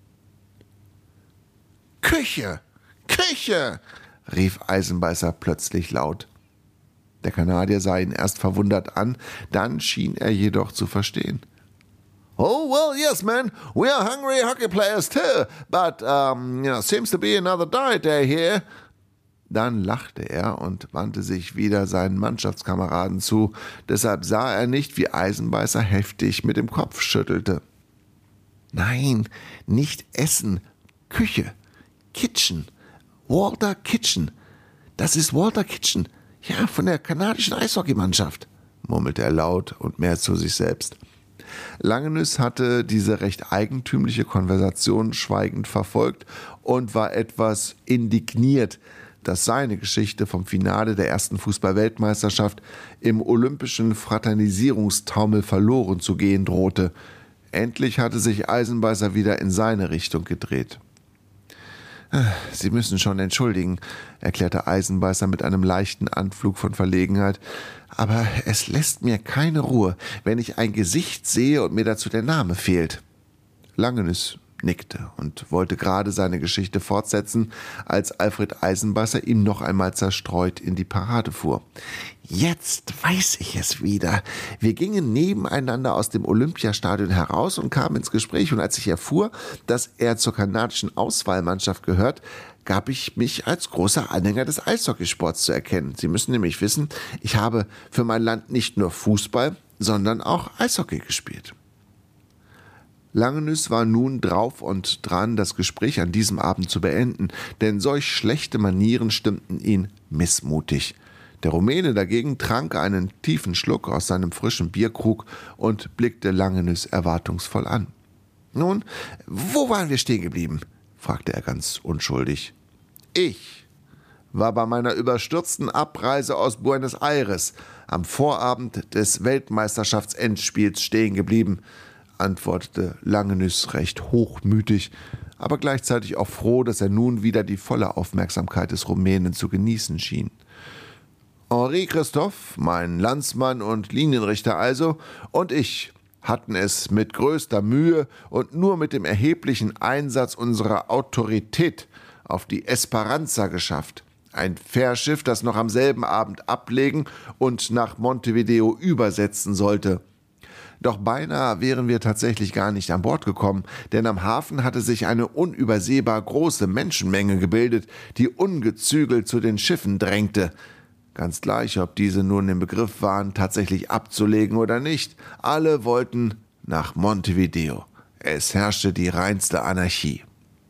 »Küche! Küche!« rief Eisenbeißer plötzlich laut. Der Kanadier sah ihn erst verwundert an, dann schien er jedoch zu verstehen. »Oh, well, yes, man, we are hungry hockey players too, but, um, you know, seems to be another diet day here.« Dann lachte er und wandte sich wieder seinen Mannschaftskameraden zu, deshalb sah er nicht, wie Eisenbeißer heftig mit dem Kopf schüttelte. »Nein, nicht Essen, Küche. Kitchen. Walter Kitchen. Das ist Walter Kitchen. Ja, von der kanadischen Eishockeymannschaft«, murmelte er laut und mehr zu sich selbst. Langenüss hatte diese recht eigentümliche Konversation schweigend verfolgt und war etwas indigniert, dass seine Geschichte vom Finale der ersten Fußball-Weltmeisterschaft im olympischen Fraternisierungstaumel verloren zu gehen drohte. Endlich hatte sich Eisenbeißer wieder in seine Richtung gedreht. »Sie müssen schon entschuldigen«, erklärte Eisenbeißer mit einem leichten Anflug von Verlegenheit, »aber es lässt mir keine Ruhe, wenn ich ein Gesicht sehe und mir dazu der Name fehlt.« Langenüss nickte und wollte gerade seine Geschichte fortsetzen, als Alfred Eisenbeißer ihm noch einmal zerstreut in die Parade fuhr. »Jetzt weiß ich es wieder. Wir gingen nebeneinander aus dem Olympiastadion heraus und kamen ins Gespräch, und als ich erfuhr, dass er zur kanadischen Auswahlmannschaft gehört, gab ich mich als großer Anhänger des Eishockeysports zu erkennen. Sie müssen nämlich wissen, ich habe für mein Land nicht nur Fußball, sondern auch Eishockey gespielt.« Langenüss war nun drauf und dran, das Gespräch an diesem Abend zu beenden, denn solch schlechte Manieren stimmten ihn missmutig. Der Rumäne dagegen trank einen tiefen Schluck aus seinem frischen Bierkrug und blickte Langenüss erwartungsvoll an. »Nun, wo waren wir stehen geblieben?« fragte er ganz unschuldig. »Ich war bei meiner überstürzten Abreise aus Buenos Aires am Vorabend des Weltmeisterschaftsendspiels stehen geblieben«, antwortete Langenüss recht hochmütig, aber gleichzeitig auch froh, dass er nun wieder die volle Aufmerksamkeit des Rumänen zu genießen schien. Henri Christoph, mein Landsmann und Linienrichter also, und ich hatten es mit größter Mühe und nur mit dem erheblichen Einsatz unserer Autorität auf die Esperanza geschafft, ein Fährschiff, das noch am selben Abend ablegen und nach Montevideo übersetzen sollte. Doch beinahe wären wir tatsächlich gar nicht an Bord gekommen, denn am Hafen hatte sich eine unübersehbar große Menschenmenge gebildet, die ungezügelt zu den Schiffen drängte. Ganz gleich, ob diese nun im Begriff waren, tatsächlich abzulegen oder nicht, alle wollten nach Montevideo. Es herrschte die reinste Anarchie.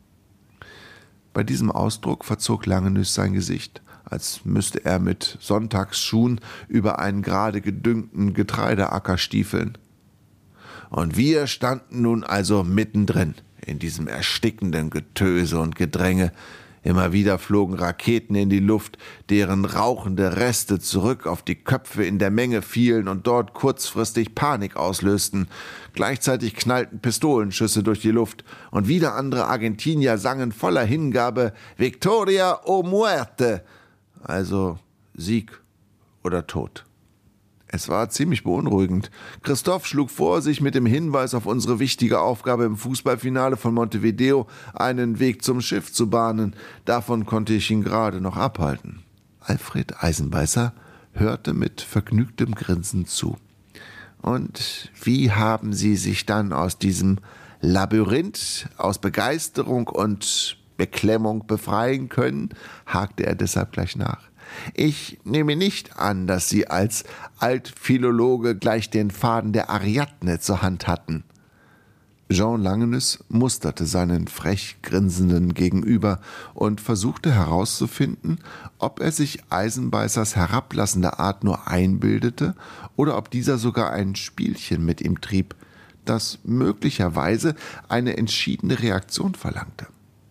Bei diesem Ausdruck verzog Langenüss sein Gesicht, als müsste er mit Sonntagsschuhen über einen gerade gedüngten Getreideacker stiefeln. Und wir standen nun also mittendrin in diesem erstickenden Getöse und Gedränge. Immer wieder flogen Raketen in die Luft, deren rauchende Reste zurück auf die Köpfe in der Menge fielen und dort kurzfristig Panik auslösten. Gleichzeitig knallten Pistolenschüsse durch die Luft und wieder andere Argentinier sangen voller Hingabe »Victoria o muerte«, also Sieg oder Tod. Es war ziemlich beunruhigend. Christoph schlug vor, sich mit dem Hinweis auf unsere wichtige Aufgabe im Fußballfinale von Montevideo einen Weg zum Schiff zu bahnen. Davon konnte ich ihn gerade noch abhalten. Alfred Eisenbeißer hörte mit vergnügtem Grinsen zu. »Und wie haben Sie sich dann aus diesem Labyrinth, aus Begeisterung und Beklemmung befreien können?« hakte er deshalb gleich nach. »Ich nehme nicht an, dass Sie als Altphilologe gleich den Faden der Ariadne zur Hand hatten.« Jean Langenüss musterte seinen frech grinsenden Gegenüber und versuchte herauszufinden, ob er sich Eisenbeißers herablassende Art nur einbildete oder ob dieser sogar ein Spielchen mit ihm trieb, das möglicherweise eine entschiedene Reaktion verlangte.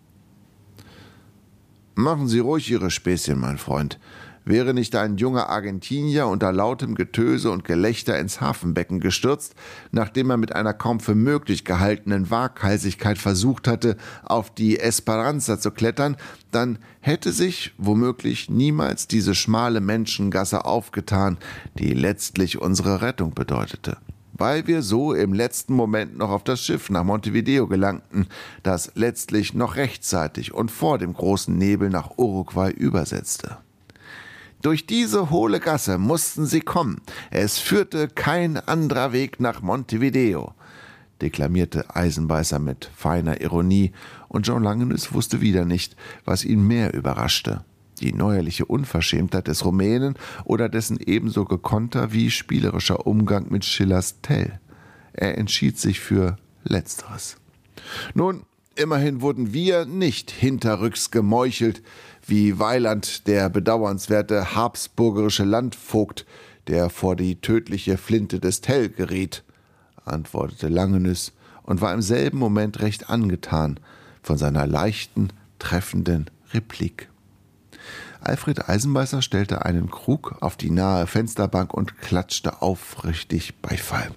»Machen Sie ruhig Ihre Späßchen, mein Freund. Wäre nicht ein junger Argentinier unter lautem Getöse und Gelächter ins Hafenbecken gestürzt, nachdem er mit einer kaum für möglich gehaltenen Waghalsigkeit versucht hatte, auf die Esperanza zu klettern, dann hätte sich womöglich niemals diese schmale Menschengasse aufgetan, die letztlich unsere Rettung bedeutete, weil wir so im letzten Moment noch auf das Schiff nach Montevideo gelangten, das letztlich noch rechtzeitig und vor dem großen Nebel nach Uruguay übersetzte. Durch diese hohle Gasse mussten sie kommen. Es führte kein anderer Weg nach Montevideo«, deklamierte Eisenbeißer mit feiner Ironie, und Jean Langenüss wusste wieder nicht, was ihn mehr überraschte: die neuerliche Unverschämtheit des Rumänen oder dessen ebenso gekonnter wie spielerischer Umgang mit Schillers Tell. Er entschied sich für Letzteres. Nun, immerhin wurden wir nicht hinterrücks gemeuchelt, wie Weiland, der bedauernswerte habsburgerische Landvogt, der vor die tödliche Flinte des Tell geriet, antwortete Langenüss und war im selben Moment recht angetan von seiner leichten, treffenden Replik. Alfred Eisenbeißer stellte einen Krug auf die nahe Fensterbank und klatschte aufrichtig Beifall.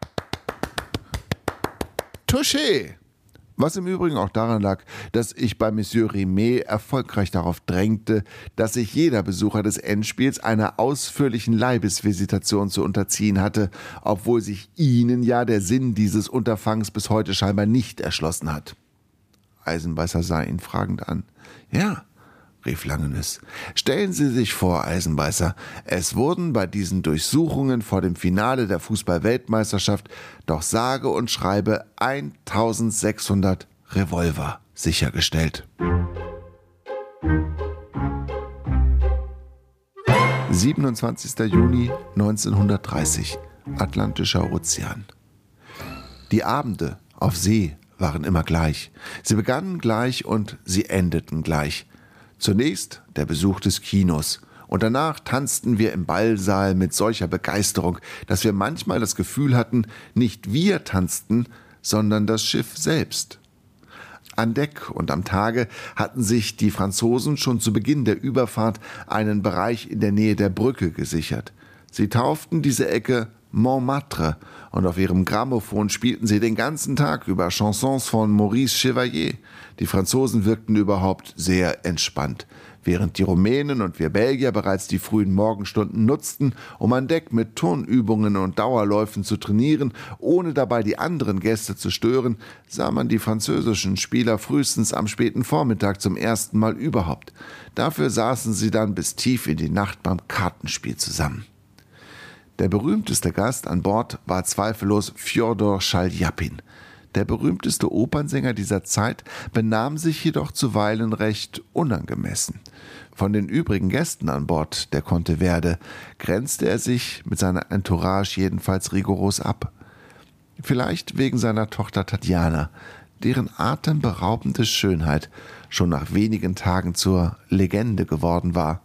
Touché! Was im Übrigen auch daran lag, dass ich bei Monsieur Rimet erfolgreich darauf drängte, dass sich jeder Besucher des Endspiels einer ausführlichen Leibesvisitation zu unterziehen hatte, obwohl sich Ihnen ja der Sinn dieses Unterfangs bis heute scheinbar nicht erschlossen hat. Eisenbeißer sah ihn fragend an. »Ja«, rief Langenüss. »Stellen Sie sich vor, Eisenbeißer, es wurden bei diesen Durchsuchungen vor dem Finale der Fußball-Weltmeisterschaft doch sage und schreibe eintausendsechshundert Revolver sichergestellt.« siebenundzwanzigster Juni neunzehnhundertdreißig, Atlantischer Ozean. Die Abende auf See waren immer gleich. Sie begannen gleich und sie endeten gleich. Zunächst der Besuch des Kinos. Und danach tanzten wir im Ballsaal mit solcher Begeisterung, dass wir manchmal das Gefühl hatten, nicht wir tanzten, sondern das Schiff selbst. An Deck und am Tage hatten sich die Franzosen schon zu Beginn der Überfahrt einen Bereich in der Nähe der Brücke gesichert. Sie tauften diese Ecke Montmartre und auf ihrem Grammophon spielten sie den ganzen Tag über Chansons von Maurice Chevalier. Die Franzosen wirkten überhaupt sehr entspannt, während die Rumänen und wir Belgier bereits die frühen Morgenstunden nutzten, um an Deck mit Turnübungen und Dauerläufen zu trainieren, ohne dabei die anderen Gäste zu stören, sah man die französischen Spieler frühestens am späten Vormittag zum ersten Mal überhaupt. Dafür saßen sie dann bis tief in die Nacht beim Kartenspiel zusammen. Der berühmteste Gast an Bord war zweifellos Fjodor Schaljapin. Der berühmteste Opernsänger dieser Zeit benahm sich jedoch zuweilen recht unangemessen. Von den übrigen Gästen an Bord der Conte Verde grenzte er sich mit seiner Entourage jedenfalls rigoros ab. Vielleicht wegen seiner Tochter Tatjana, deren atemberaubende Schönheit schon nach wenigen Tagen zur Legende geworden war.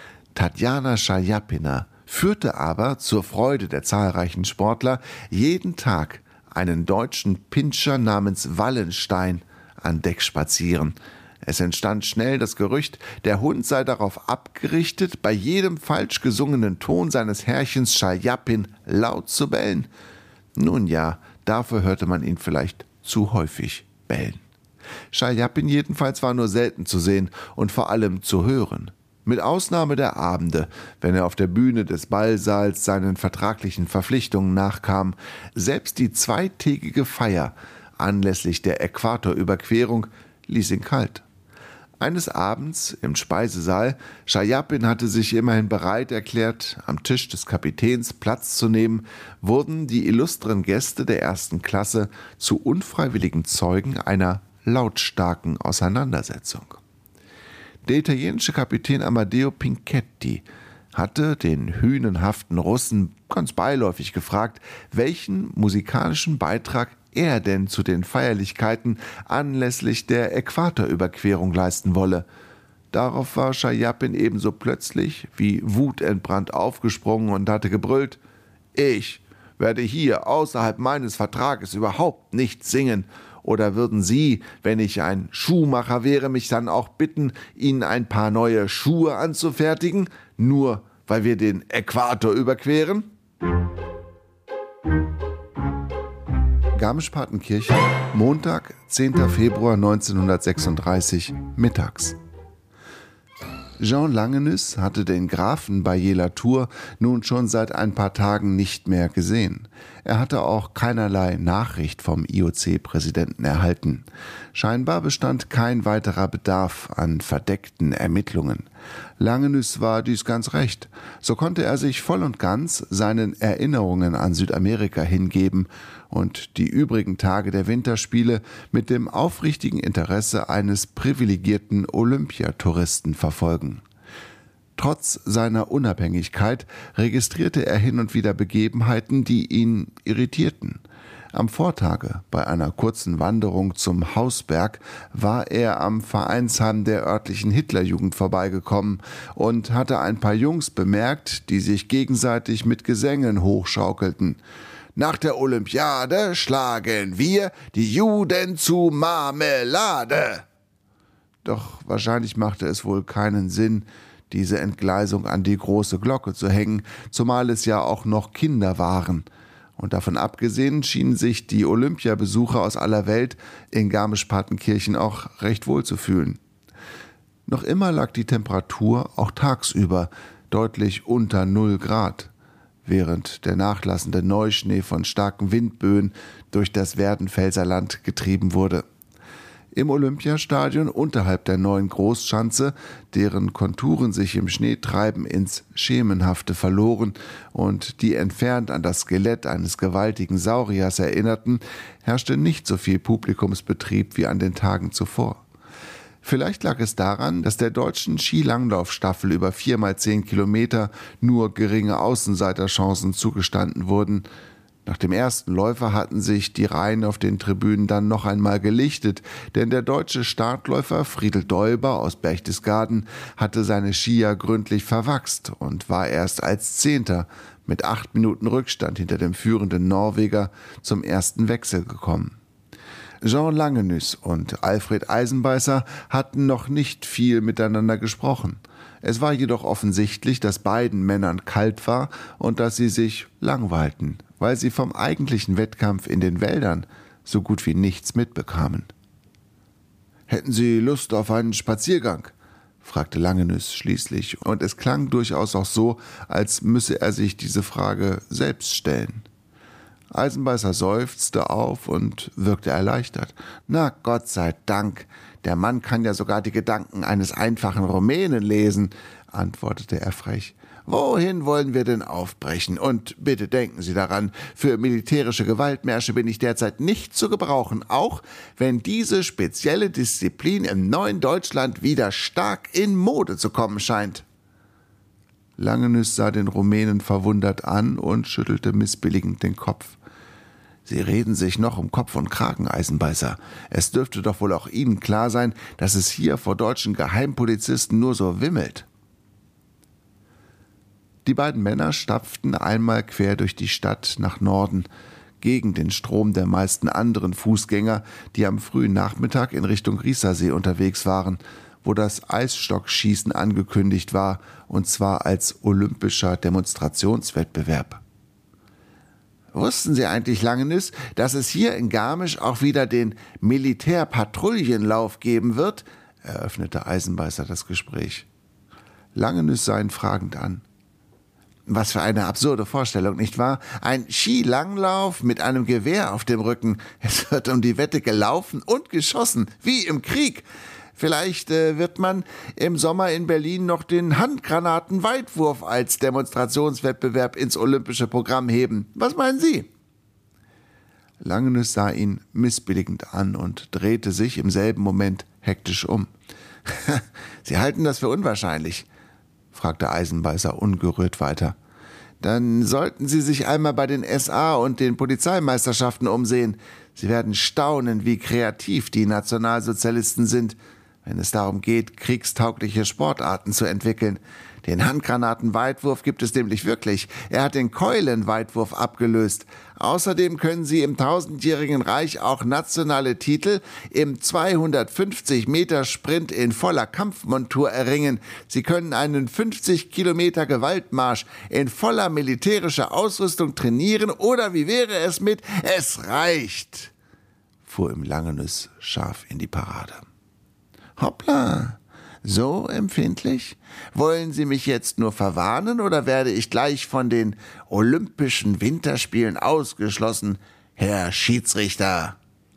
Tatjana Schaljapina führte aber zur Freude der zahlreichen Sportler jeden Tag einen deutschen Pinscher namens Wallenstein an Deck spazieren. Es entstand schnell das Gerücht, der Hund sei darauf abgerichtet, bei jedem falsch gesungenen Ton seines Herrchens Schaljapin laut zu bellen. Nun ja, dafür hörte man ihn vielleicht zu häufig bellen. Schaljapin jedenfalls war nur selten zu sehen und vor allem zu hören. Mit Ausnahme der Abende, wenn er auf der Bühne des Ballsaals seinen vertraglichen Verpflichtungen nachkam, selbst die zweitägige Feier anlässlich der Äquatorüberquerung ließ ihn kalt. Eines Abends im Speisesaal, Schaljapin hatte sich immerhin bereit erklärt, am Tisch des Kapitäns Platz zu nehmen, wurden die illustren Gäste der ersten Klasse zu unfreiwilligen Zeugen einer lautstarken Auseinandersetzung. Der italienische Kapitän Amadeo Pinchetti hatte den hünenhaften Russen ganz beiläufig gefragt, welchen musikalischen Beitrag er denn zu den Feierlichkeiten anlässlich der Äquatorüberquerung leisten wolle. Darauf war Schaljapin ebenso plötzlich wie wutentbrannt aufgesprungen und hatte gebrüllt: »Ich werde hier außerhalb meines Vertrages überhaupt nicht singen. Oder würden Sie, wenn ich ein Schuhmacher wäre, mich dann auch bitten, Ihnen ein paar neue Schuhe anzufertigen, nur weil wir den Äquator überqueren?« Garmisch-Partenkirchen, Montag, zehnter Februar neunzehnhundertsechsunddreißig, mittags. Jean Langenus hatte den Grafen Bailly-Latour nun schon seit ein paar Tagen nicht mehr gesehen. Er hatte auch keinerlei Nachricht vom I O C-Präsidenten erhalten. Scheinbar bestand kein weiterer Bedarf an verdeckten Ermittlungen. Langenus war dies ganz recht. So konnte er sich voll und ganz seinen Erinnerungen an Südamerika hingeben und die übrigen Tage der Winterspiele mit dem aufrichtigen Interesse eines privilegierten Olympiatouristen verfolgen. Trotz seiner Unabhängigkeit registrierte er hin und wieder Begebenheiten, die ihn irritierten. Am Vortage, bei einer kurzen Wanderung zum Hausberg, war er am Vereinsheim der örtlichen Hitlerjugend vorbeigekommen und hatte ein paar Jungs bemerkt, die sich gegenseitig mit Gesängen hochschaukelten. »Nach der Olympiade schlagen wir die Juden zu Marmelade!« Doch wahrscheinlich machte es wohl keinen Sinn, diese Entgleisung an die große Glocke zu hängen, zumal es ja auch noch Kinder waren. Und davon abgesehen schienen sich die Olympiabesucher aus aller Welt in Garmisch-Partenkirchen auch recht wohl zu fühlen. Noch immer lag die Temperatur auch tagsüber deutlich unter null Grad, während der nachlassende Neuschnee von starken Windböen durch das Werdenfelser Land getrieben wurde. Im Olympiastadion unterhalb der neuen Großschanze, deren Konturen sich im Schneetreiben ins Schemenhafte verloren und die entfernt an das Skelett eines gewaltigen Sauriers erinnerten, herrschte nicht so viel Publikumsbetrieb wie an den Tagen zuvor. Vielleicht lag es daran, dass der deutschen Skilanglaufstaffel über vier mal zehn Kilometer nur geringe Außenseiterchancen zugestanden wurden. Nach dem ersten Läufer hatten sich die Reihen auf den Tribünen dann noch einmal gelichtet, denn der deutsche Startläufer Friedel Däuber aus Berchtesgaden hatte seine Skier gründlich verwachst und war erst als Zehnter mit acht Minuten Rückstand hinter dem führenden Norweger zum ersten Wechsel gekommen. Jean Langenüs und Alfred Eisenbeißer hatten noch nicht viel miteinander gesprochen. Es war jedoch offensichtlich, dass beiden Männern kalt war und dass sie sich langweilten, weil sie vom eigentlichen Wettkampf in den Wäldern so gut wie nichts mitbekamen. »Hätten Sie Lust auf einen Spaziergang?« fragte Langenüs schließlich, und es klang durchaus auch so, als müsse er sich diese Frage selbst stellen. Eisenbeißer seufzte auf und wirkte erleichtert. »Na, Gott sei Dank, der Mann kann ja sogar die Gedanken eines einfachen Rumänen lesen«, antwortete er frech. »Wohin wollen wir denn aufbrechen? Und bitte denken Sie daran, für militärische Gewaltmärsche bin ich derzeit nicht zu gebrauchen, auch wenn diese spezielle Disziplin im neuen Deutschland wieder stark in Mode zu kommen scheint.« Langenüs sah den Rumänen verwundert an und schüttelte missbilligend den Kopf. »Sie reden sich noch um Kopf und Kragen, Eisenbeißer. Es dürfte doch wohl auch Ihnen klar sein, dass es hier vor deutschen Geheimpolizisten nur so wimmelt.« Die beiden Männer stapften einmal quer durch die Stadt nach Norden, gegen den Strom der meisten anderen Fußgänger, die am frühen Nachmittag in Richtung Riesersee unterwegs waren, wo das Eisstockschießen angekündigt war, und zwar als olympischer Demonstrationswettbewerb. »Wussten Sie eigentlich, Langenüs, dass es hier in Garmisch auch wieder den Militärpatrouillenlauf geben wird?« eröffnete Eisenbeißer das Gespräch. Langenüs sah ihn fragend an. »Was für eine absurde Vorstellung, nicht wahr? Ein Skilanglauf mit einem Gewehr auf dem Rücken. Es wird um die Wette gelaufen und geschossen, wie im Krieg. Vielleicht äh, wird man im Sommer in Berlin noch den Handgranatenweitwurf als Demonstrationswettbewerb ins olympische Programm heben. Was meinen Sie?« Langenüs sah ihn missbilligend an und drehte sich im selben Moment hektisch um. »Sie halten das für unwahrscheinlich?« fragte Eisenbeißer ungerührt weiter. »Dann sollten Sie sich einmal bei den S A und den Polizeimeisterschaften umsehen. Sie werden staunen, wie kreativ die Nationalsozialisten sind, wenn es darum geht, kriegstaugliche Sportarten zu entwickeln. Den Handgranatenweitwurf gibt es nämlich wirklich. Er hat den Keulenweitwurf abgelöst. Außerdem können Sie im tausendjährigen Reich auch nationale Titel im zweihundertfünfzig Meter Sprint in voller Kampfmontur erringen. Sie können einen fünfzig Kilometer Gewaltmarsch in voller militärischer Ausrüstung trainieren. Oder wie wäre es mit »Es reicht«, fuhr ihm Langenüs scharf in die Parade. »Hoppla, so empfindlich? Wollen Sie mich jetzt nur verwarnen oder werde ich gleich von den Olympischen Winterspielen ausgeschlossen, Herr Schiedsrichter?«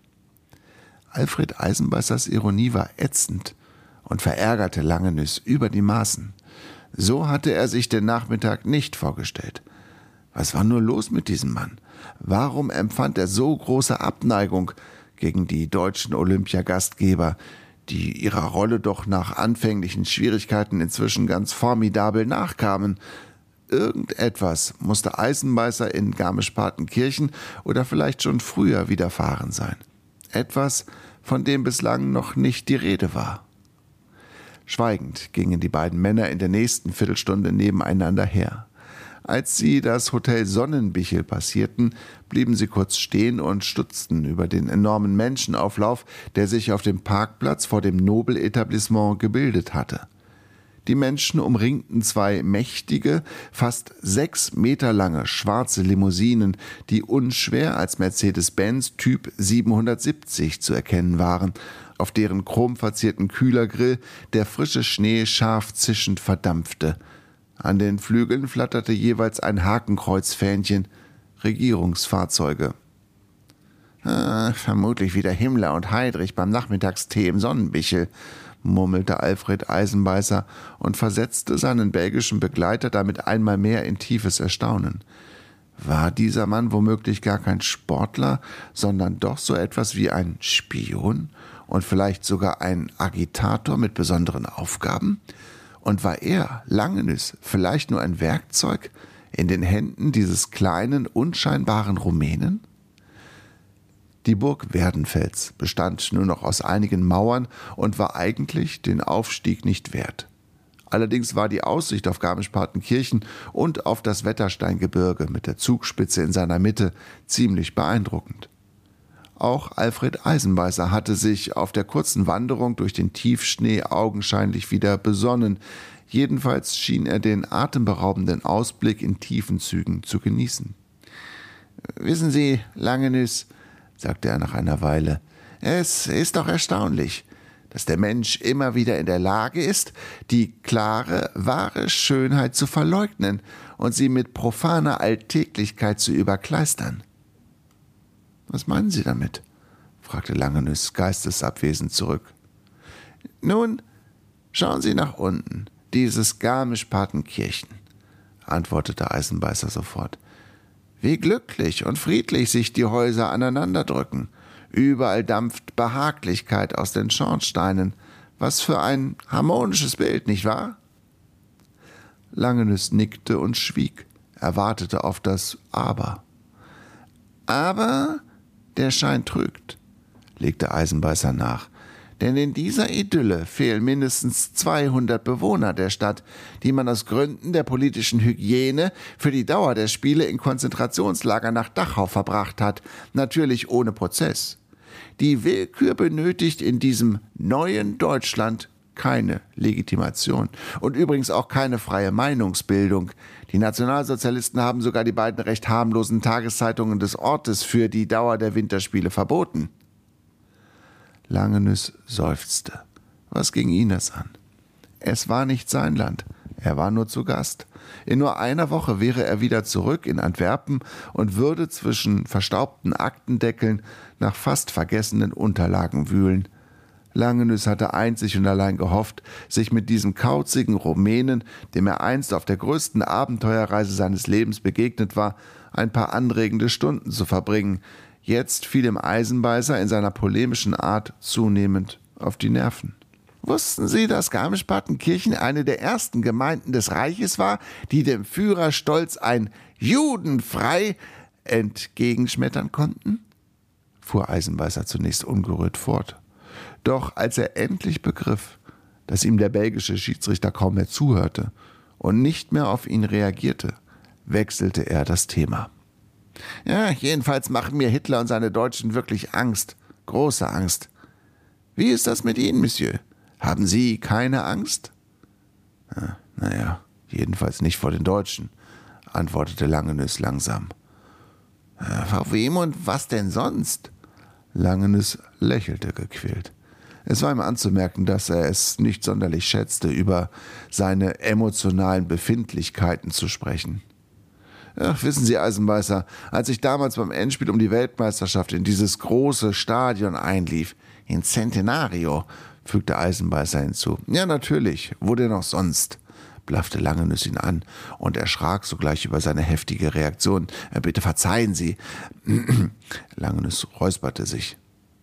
Alfred Eisenbeißers Ironie war ätzend und verärgerte Langenüs über die Maßen. So hatte er sich den Nachmittag nicht vorgestellt. Was war nur los mit diesem Mann? Warum empfand er so große Abneigung gegen die deutschen Olympiagastgeber, die ihrer Rolle doch nach anfänglichen Schwierigkeiten inzwischen ganz formidabel nachkamen? Irgendetwas musste Eisenbeißer in Garmisch-Partenkirchen oder vielleicht schon früher widerfahren sein. Etwas, von dem bislang noch nicht die Rede war. Schweigend gingen die beiden Männer in der nächsten Viertelstunde nebeneinander her. Als sie das Hotel Sonnenbichel passierten, blieben sie kurz stehen und stutzten über den enormen Menschenauflauf, der sich auf dem Parkplatz vor dem Nobel-Etablissement gebildet hatte. Die Menschen umringten zwei mächtige, fast sechs Meter lange schwarze Limousinen, die unschwer als Mercedes-Benz Typ siebenhundertsiebzig zu erkennen waren, auf deren chromverzierten Kühlergrill der frische Schnee scharf zischend verdampfte. An den Flügeln flatterte jeweils ein Hakenkreuzfähnchen, Regierungsfahrzeuge. Ah, vermutlich wieder Himmler und Heydrich beim Nachmittagstee im Sonnenbichel, murmelte Alfred Eisenbeißer und versetzte seinen belgischen Begleiter damit einmal mehr in tiefes Erstaunen. War dieser Mann womöglich gar kein Sportler, sondern doch so etwas wie ein Spion und vielleicht sogar ein Agitator mit besonderen Aufgaben? Und war er, Langenüs, vielleicht nur ein Werkzeug in den Händen dieses kleinen, unscheinbaren Rumänen? Die Burg Werdenfels bestand nur noch aus einigen Mauern und war eigentlich den Aufstieg nicht wert. Allerdings war die Aussicht auf Garmisch-Partenkirchen und auf das Wettersteingebirge mit der Zugspitze in seiner Mitte ziemlich beeindruckend. Auch Alfred Eisenbeißer hatte sich auf der kurzen Wanderung durch den Tiefschnee augenscheinlich wieder besonnen. Jedenfalls schien er den atemberaubenden Ausblick in tiefen Zügen zu genießen. »Wissen Sie, Langenüs«, sagte er nach einer Weile, »es ist doch erstaunlich, dass der Mensch immer wieder in der Lage ist, die klare, wahre Schönheit zu verleugnen und sie mit profaner Alltäglichkeit zu überkleistern.« »Was meinen Sie damit?« fragte Langenüs geistesabwesend zurück. »Nun, schauen Sie nach unten, dieses Garmisch-Partenkirchen«, antwortete Eisenbeißer sofort. »Wie glücklich und friedlich sich die Häuser aneinanderdrücken. Überall dampft Behaglichkeit aus den Schornsteinen. Was für ein harmonisches Bild, nicht wahr?« Langenüs nickte und schwieg. Er wartete auf das Aber. »Aber der Schein trügt«, legte Eisenbeißer nach. »Denn in dieser Idylle fehlen mindestens zweihundert Bewohner der Stadt, die man aus Gründen der politischen Hygiene für die Dauer der Spiele in Konzentrationslager nach Dachau verbracht hat, natürlich ohne Prozess. Die Willkür benötigt in diesem neuen Deutschland keine Legitimation und übrigens auch keine freie Meinungsbildung. Die Nationalsozialisten haben sogar die beiden recht harmlosen Tageszeitungen des Ortes für die Dauer der Winterspiele verboten.« Langenüs seufzte. Was ging ihn das an? Es war nicht sein Land, er war nur zu Gast. In nur einer Woche wäre er wieder zurück in Antwerpen und würde zwischen verstaubten Aktendeckeln nach fast vergessenen Unterlagen wühlen. Langenüs hatte einzig und allein gehofft, sich mit diesem kauzigen Rumänen, dem er einst auf der größten Abenteuerreise seines Lebens begegnet war, ein paar anregende Stunden zu verbringen. Jetzt fiel dem Eisenbeißer in seiner polemischen Art zunehmend auf die Nerven. »Wussten Sie, dass Garmisch-Partenkirchen eine der ersten Gemeinden des Reiches war, die dem Führerstolz ein »Judenfrei« entgegenschmettern konnten?« fuhr Eisenbeißer zunächst ungerührt fort. Doch als er endlich begriff, dass ihm der belgische Schiedsrichter kaum mehr zuhörte und nicht mehr auf ihn reagierte, wechselte er das Thema. »Ja, jedenfalls machen mir Hitler und seine Deutschen wirklich Angst, große Angst. Wie ist das mit Ihnen, Monsieur? Haben Sie keine Angst?« Ja, »Naja, jedenfalls nicht vor den Deutschen«, antwortete Langenüs langsam. »Vor wem und was denn sonst?« Langenüs lächelte gequält. Es war ihm anzumerken, dass er es nicht sonderlich schätzte, über seine emotionalen Befindlichkeiten zu sprechen. »Ach, wissen Sie, Eisenbeißer, als ich damals beim Endspiel um die Weltmeisterschaft in dieses große Stadion einlief, in Centenario«, fügte Eisenbeißer hinzu. »Ja, natürlich, wo denn auch sonst?« blaffte Langenüs ihn an und erschrak sogleich über seine heftige Reaktion. »Bitte verzeihen Sie.« Langenüs räusperte sich.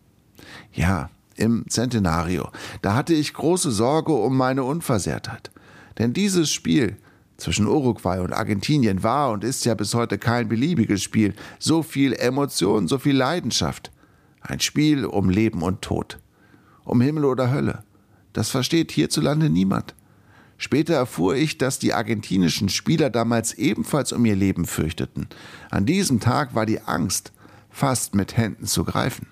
»Ja, im Centenario. Da hatte ich große Sorge um meine Unversehrtheit. Denn dieses Spiel zwischen Uruguay und Argentinien war und ist ja bis heute kein beliebiges Spiel. So viel Emotion, so viel Leidenschaft. Ein Spiel um Leben und Tod. Um Himmel oder Hölle. Das versteht hierzulande niemand. Später erfuhr ich, dass die argentinischen Spieler damals ebenfalls um ihr Leben fürchteten. An diesem Tag war die Angst fast mit Händen zu greifen.«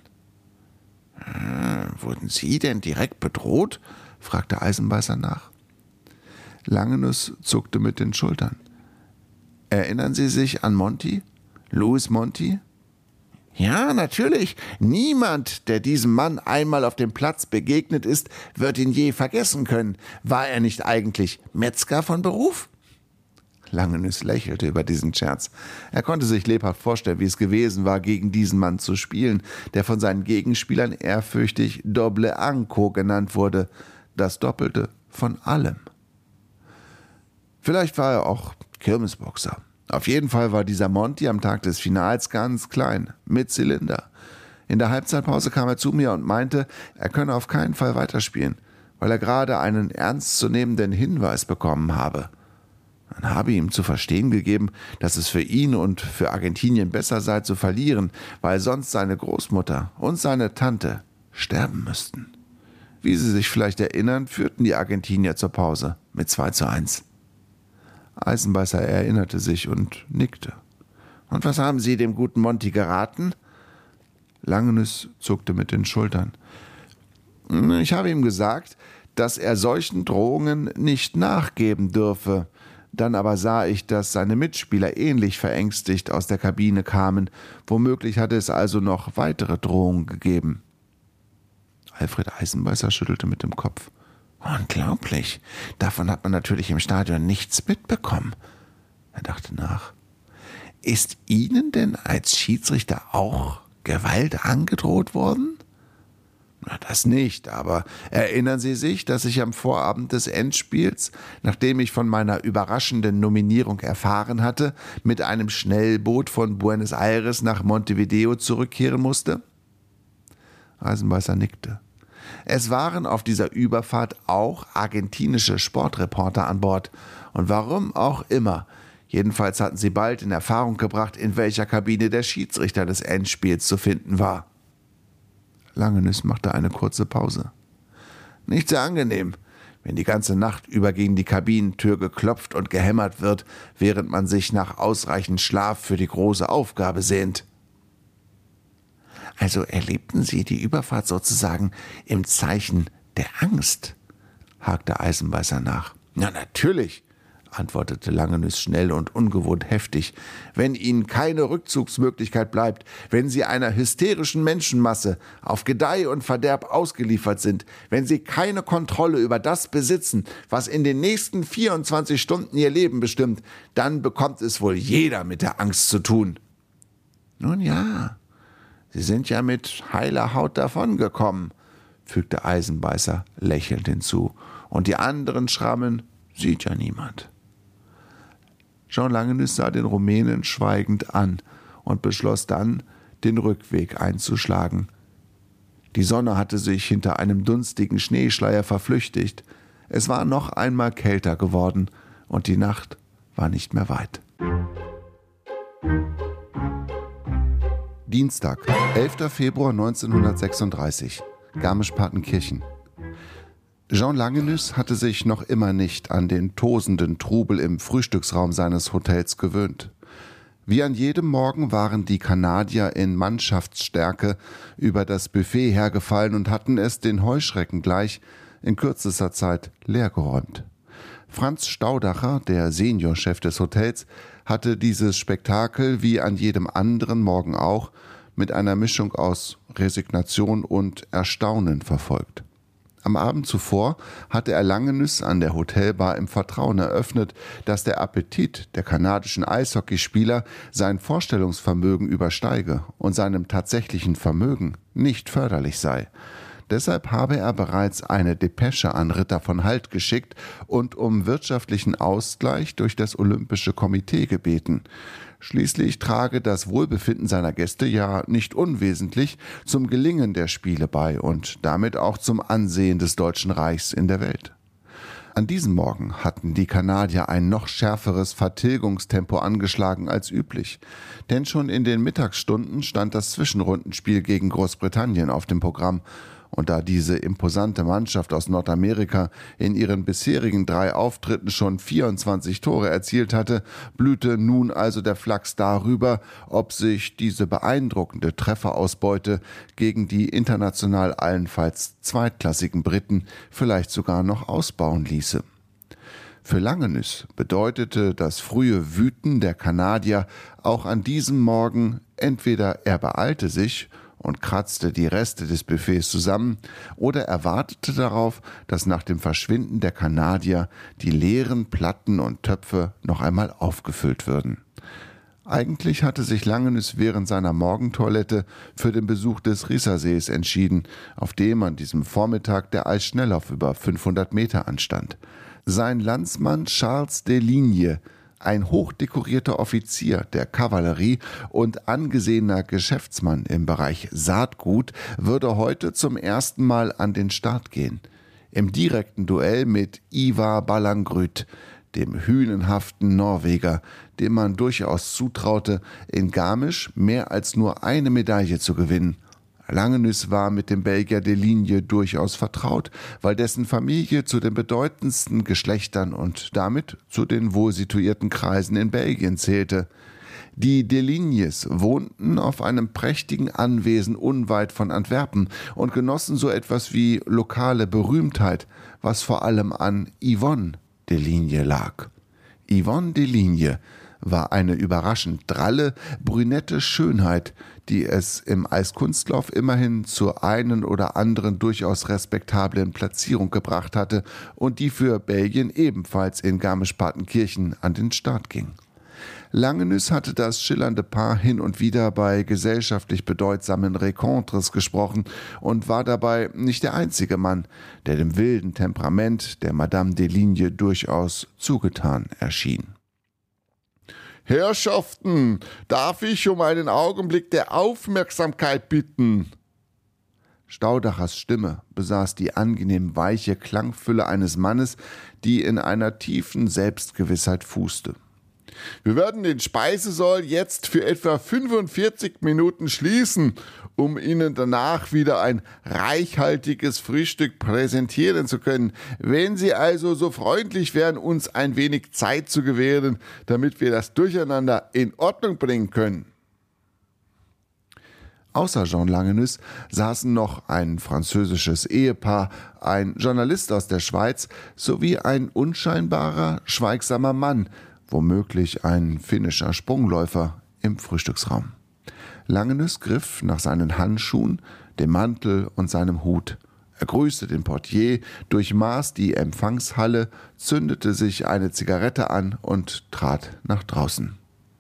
»Äh, wurden Sie denn direkt bedroht?« fragte Eisenbeißer nach. Langenüs zuckte mit den Schultern. »Erinnern Sie sich an Monti? Louis Monti?« »Ja, natürlich. Niemand, der diesem Mann einmal auf dem Platz begegnet ist, wird ihn je vergessen können. War er nicht eigentlich Metzger von Beruf?« Langenüs lächelte über diesen Scherz. Er konnte sich lebhaft vorstellen, wie es gewesen war, gegen diesen Mann zu spielen, der von seinen Gegenspielern ehrfürchtig Doble Anco genannt wurde, das Doppelte von allem. Vielleicht war er auch Kirmesboxer. Auf jeden Fall war dieser Monti am Tag des Finals ganz klein, mit Zylinder. In der Halbzeitpause kam er zu mir und meinte, er könne auf keinen Fall weiterspielen, weil er gerade einen ernstzunehmenden Hinweis bekommen habe. Man habe ihm zu verstehen gegeben, dass es für ihn und für Argentinien besser sei zu verlieren, weil sonst seine Großmutter und seine Tante sterben müssten. Wie Sie sich vielleicht erinnern, führten die Argentinier zur Pause mit zwei zu eins. Eisenbeißer erinnerte sich und nickte. »Und was haben Sie dem guten Monty geraten?« Langenüss zuckte mit den Schultern. »Ich habe ihm gesagt, dass er solchen Drohungen nicht nachgeben dürfe. Dann aber sah ich, dass seine Mitspieler ähnlich verängstigt aus der Kabine kamen. Womöglich hatte es also noch weitere Drohungen gegeben.« Alfred Eisenbeißer schüttelte mit dem Kopf. »Unglaublich. Davon hat man natürlich im Stadion nichts mitbekommen.« Er dachte nach. »Ist Ihnen denn als Schiedsrichter auch Gewalt angedroht worden?« »Na, das nicht, aber erinnern Sie sich, dass ich am Vorabend des Endspiels, nachdem ich von meiner überraschenden Nominierung erfahren hatte, mit einem Schnellboot von Buenos Aires nach Montevideo zurückkehren musste?« Eisenbeißer nickte. Es waren auf dieser Überfahrt auch argentinische Sportreporter an Bord. Und warum auch immer. Jedenfalls hatten sie bald in Erfahrung gebracht, in welcher Kabine der Schiedsrichter des Endspiels zu finden war. Langenüss machte eine kurze Pause. »Nicht sehr angenehm, wenn die ganze Nacht über gegen die Kabinentür geklopft und gehämmert wird, während man sich nach ausreichend Schlaf für die große Aufgabe sehnt.« »Also erlebten Sie die Überfahrt sozusagen im Zeichen der Angst?« hakte Eisenbeißer nach. »Na, natürlich«, antwortete Langenüss schnell und ungewohnt heftig. »Wenn Ihnen keine Rückzugsmöglichkeit bleibt, wenn Sie einer hysterischen Menschenmasse auf Gedeih und Verderb ausgeliefert sind, wenn Sie keine Kontrolle über das besitzen, was in den nächsten vierundzwanzig Stunden Ihr Leben bestimmt, dann bekommt es wohl jeder mit der Angst zu tun.« »Nun ja, Sie sind ja mit heiler Haut davongekommen«, fügte Eisenbeißer lächelnd hinzu. »Und die anderen Schrammen sieht ja niemand.« Jean Langenüss sah den Rumänen schweigend an und beschloss dann, den Rückweg einzuschlagen. Die Sonne hatte sich hinter einem dunstigen Schneeschleier verflüchtigt. Es war noch einmal kälter geworden und die Nacht war nicht mehr weit. Dienstag, elfter Februar neunzehnhundertsechsunddreißig, Garmisch-Partenkirchen. Jean Langenüss hatte sich noch immer nicht an den tosenden Trubel im Frühstücksraum seines Hotels gewöhnt. Wie an jedem Morgen waren die Kanadier in Mannschaftsstärke über das Buffet hergefallen und hatten es den Heuschrecken gleich in kürzester Zeit leergeräumt. Franz Staudacher, der Seniorchef des Hotels, hatte dieses Spektakel wie an jedem anderen Morgen auch mit einer Mischung aus Resignation und Erstaunen verfolgt. Am Abend zuvor hatte er Langenüss an der Hotelbar im Vertrauen eröffnet, dass der Appetit der kanadischen Eishockeyspieler sein Vorstellungsvermögen übersteige und seinem tatsächlichen Vermögen nicht förderlich sei. Deshalb habe er bereits eine Depesche an Ritter von Hald geschickt und um wirtschaftlichen Ausgleich durch das Olympische Komitee gebeten. Schließlich trage das Wohlbefinden seiner Gäste ja nicht unwesentlich zum Gelingen der Spiele bei und damit auch zum Ansehen des Deutschen Reichs in der Welt. An diesem Morgen hatten die Kanadier ein noch schärferes Vertilgungstempo angeschlagen als üblich, denn schon in den Mittagsstunden stand das Zwischenrundenspiel gegen Großbritannien auf dem Programm. Und da diese imposante Mannschaft aus Nordamerika in ihren bisherigen drei Auftritten schon vierundzwanzig Tore erzielt hatte, blühte nun also der Flachs darüber, ob sich diese beeindruckende Trefferausbeute gegen die international allenfalls zweitklassigen Briten vielleicht sogar noch ausbauen ließe. Für Langenüss bedeutete das frühe Wüten der Kanadier auch an diesem Morgen entweder er beeilte sich und kratzte die Reste des Buffets zusammen, oder er wartete darauf, dass nach dem Verschwinden der Kanadier die leeren Platten und Töpfe noch einmal aufgefüllt würden. Eigentlich hatte sich Langenüss während seiner Morgentoilette für den Besuch des Rissersees entschieden, auf dem an diesem Vormittag der Eisschnelllauf über fünfhundert Meter anstand. Sein Landsmann Charles Deslignes, ein hochdekorierter Offizier der Kavallerie und angesehener Geschäftsmann im Bereich Saatgut, würde heute zum ersten Mal an den Start gehen. Im direkten Duell mit Ivar Ballangrüt, dem hünenhaften Norweger, dem man durchaus zutraute, in Garmisch mehr als nur eine Medaille zu gewinnen. Langenüs war mit dem Belgier Deligne durchaus vertraut, weil dessen Familie zu den bedeutendsten Geschlechtern und damit zu den wohlsituierten Kreisen in Belgien zählte. Die Delignes wohnten auf einem prächtigen Anwesen unweit von Antwerpen und genossen so etwas wie lokale Berühmtheit, was vor allem an Yvonne Deligne lag. Yvonne Deligne war eine überraschend dralle, brünette Schönheit, die es im Eiskunstlauf immerhin zur einen oder anderen durchaus respektablen Platzierung gebracht hatte und die für Belgien ebenfalls in Garmisch-Partenkirchen an den Start ging. Langenüs hatte das schillernde Paar hin und wieder bei gesellschaftlich bedeutsamen Rencontres gesprochen und war dabei nicht der einzige Mann, der dem wilden Temperament der Madame Deligne durchaus zugetan erschien. »Herrschaften, darf ich um einen Augenblick der Aufmerksamkeit bitten?« Staudachers Stimme besaß die angenehm weiche Klangfülle eines Mannes, die in einer tiefen Selbstgewissheit fußte. »Wir werden den Speisesaal jetzt für etwa fünfundvierzig Minuten schließen, um Ihnen danach wieder ein reichhaltiges Frühstück präsentieren zu können. Wenn Sie also so freundlich wären, uns ein wenig Zeit zu gewähren, damit wir das Durcheinander in Ordnung bringen können.« Außer Jean Langenüs saßen noch ein französisches Ehepaar, ein Journalist aus der Schweiz sowie ein unscheinbarer, schweigsamer Mann, womöglich ein finnischer Sprungläufer, im Frühstücksraum. Langenüs griff nach seinen Handschuhen, dem Mantel und seinem Hut. Er grüßte den Portier, durchmaß die Empfangshalle, zündete sich eine Zigarette an und trat nach draußen.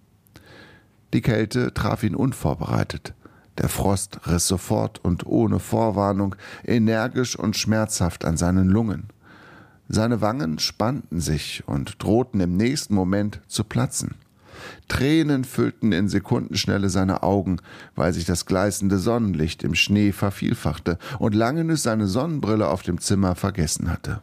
Die Kälte traf ihn unvorbereitet. Der Frost riss sofort und ohne Vorwarnung energisch und schmerzhaft an seinen Lungen. Seine Wangen spannten sich und drohten im nächsten Moment zu platzen. Tränen füllten in Sekundenschnelle seine Augen, weil sich das gleißende Sonnenlicht im Schnee vervielfachte und Langenüs seine Sonnenbrille auf dem Zimmer vergessen hatte.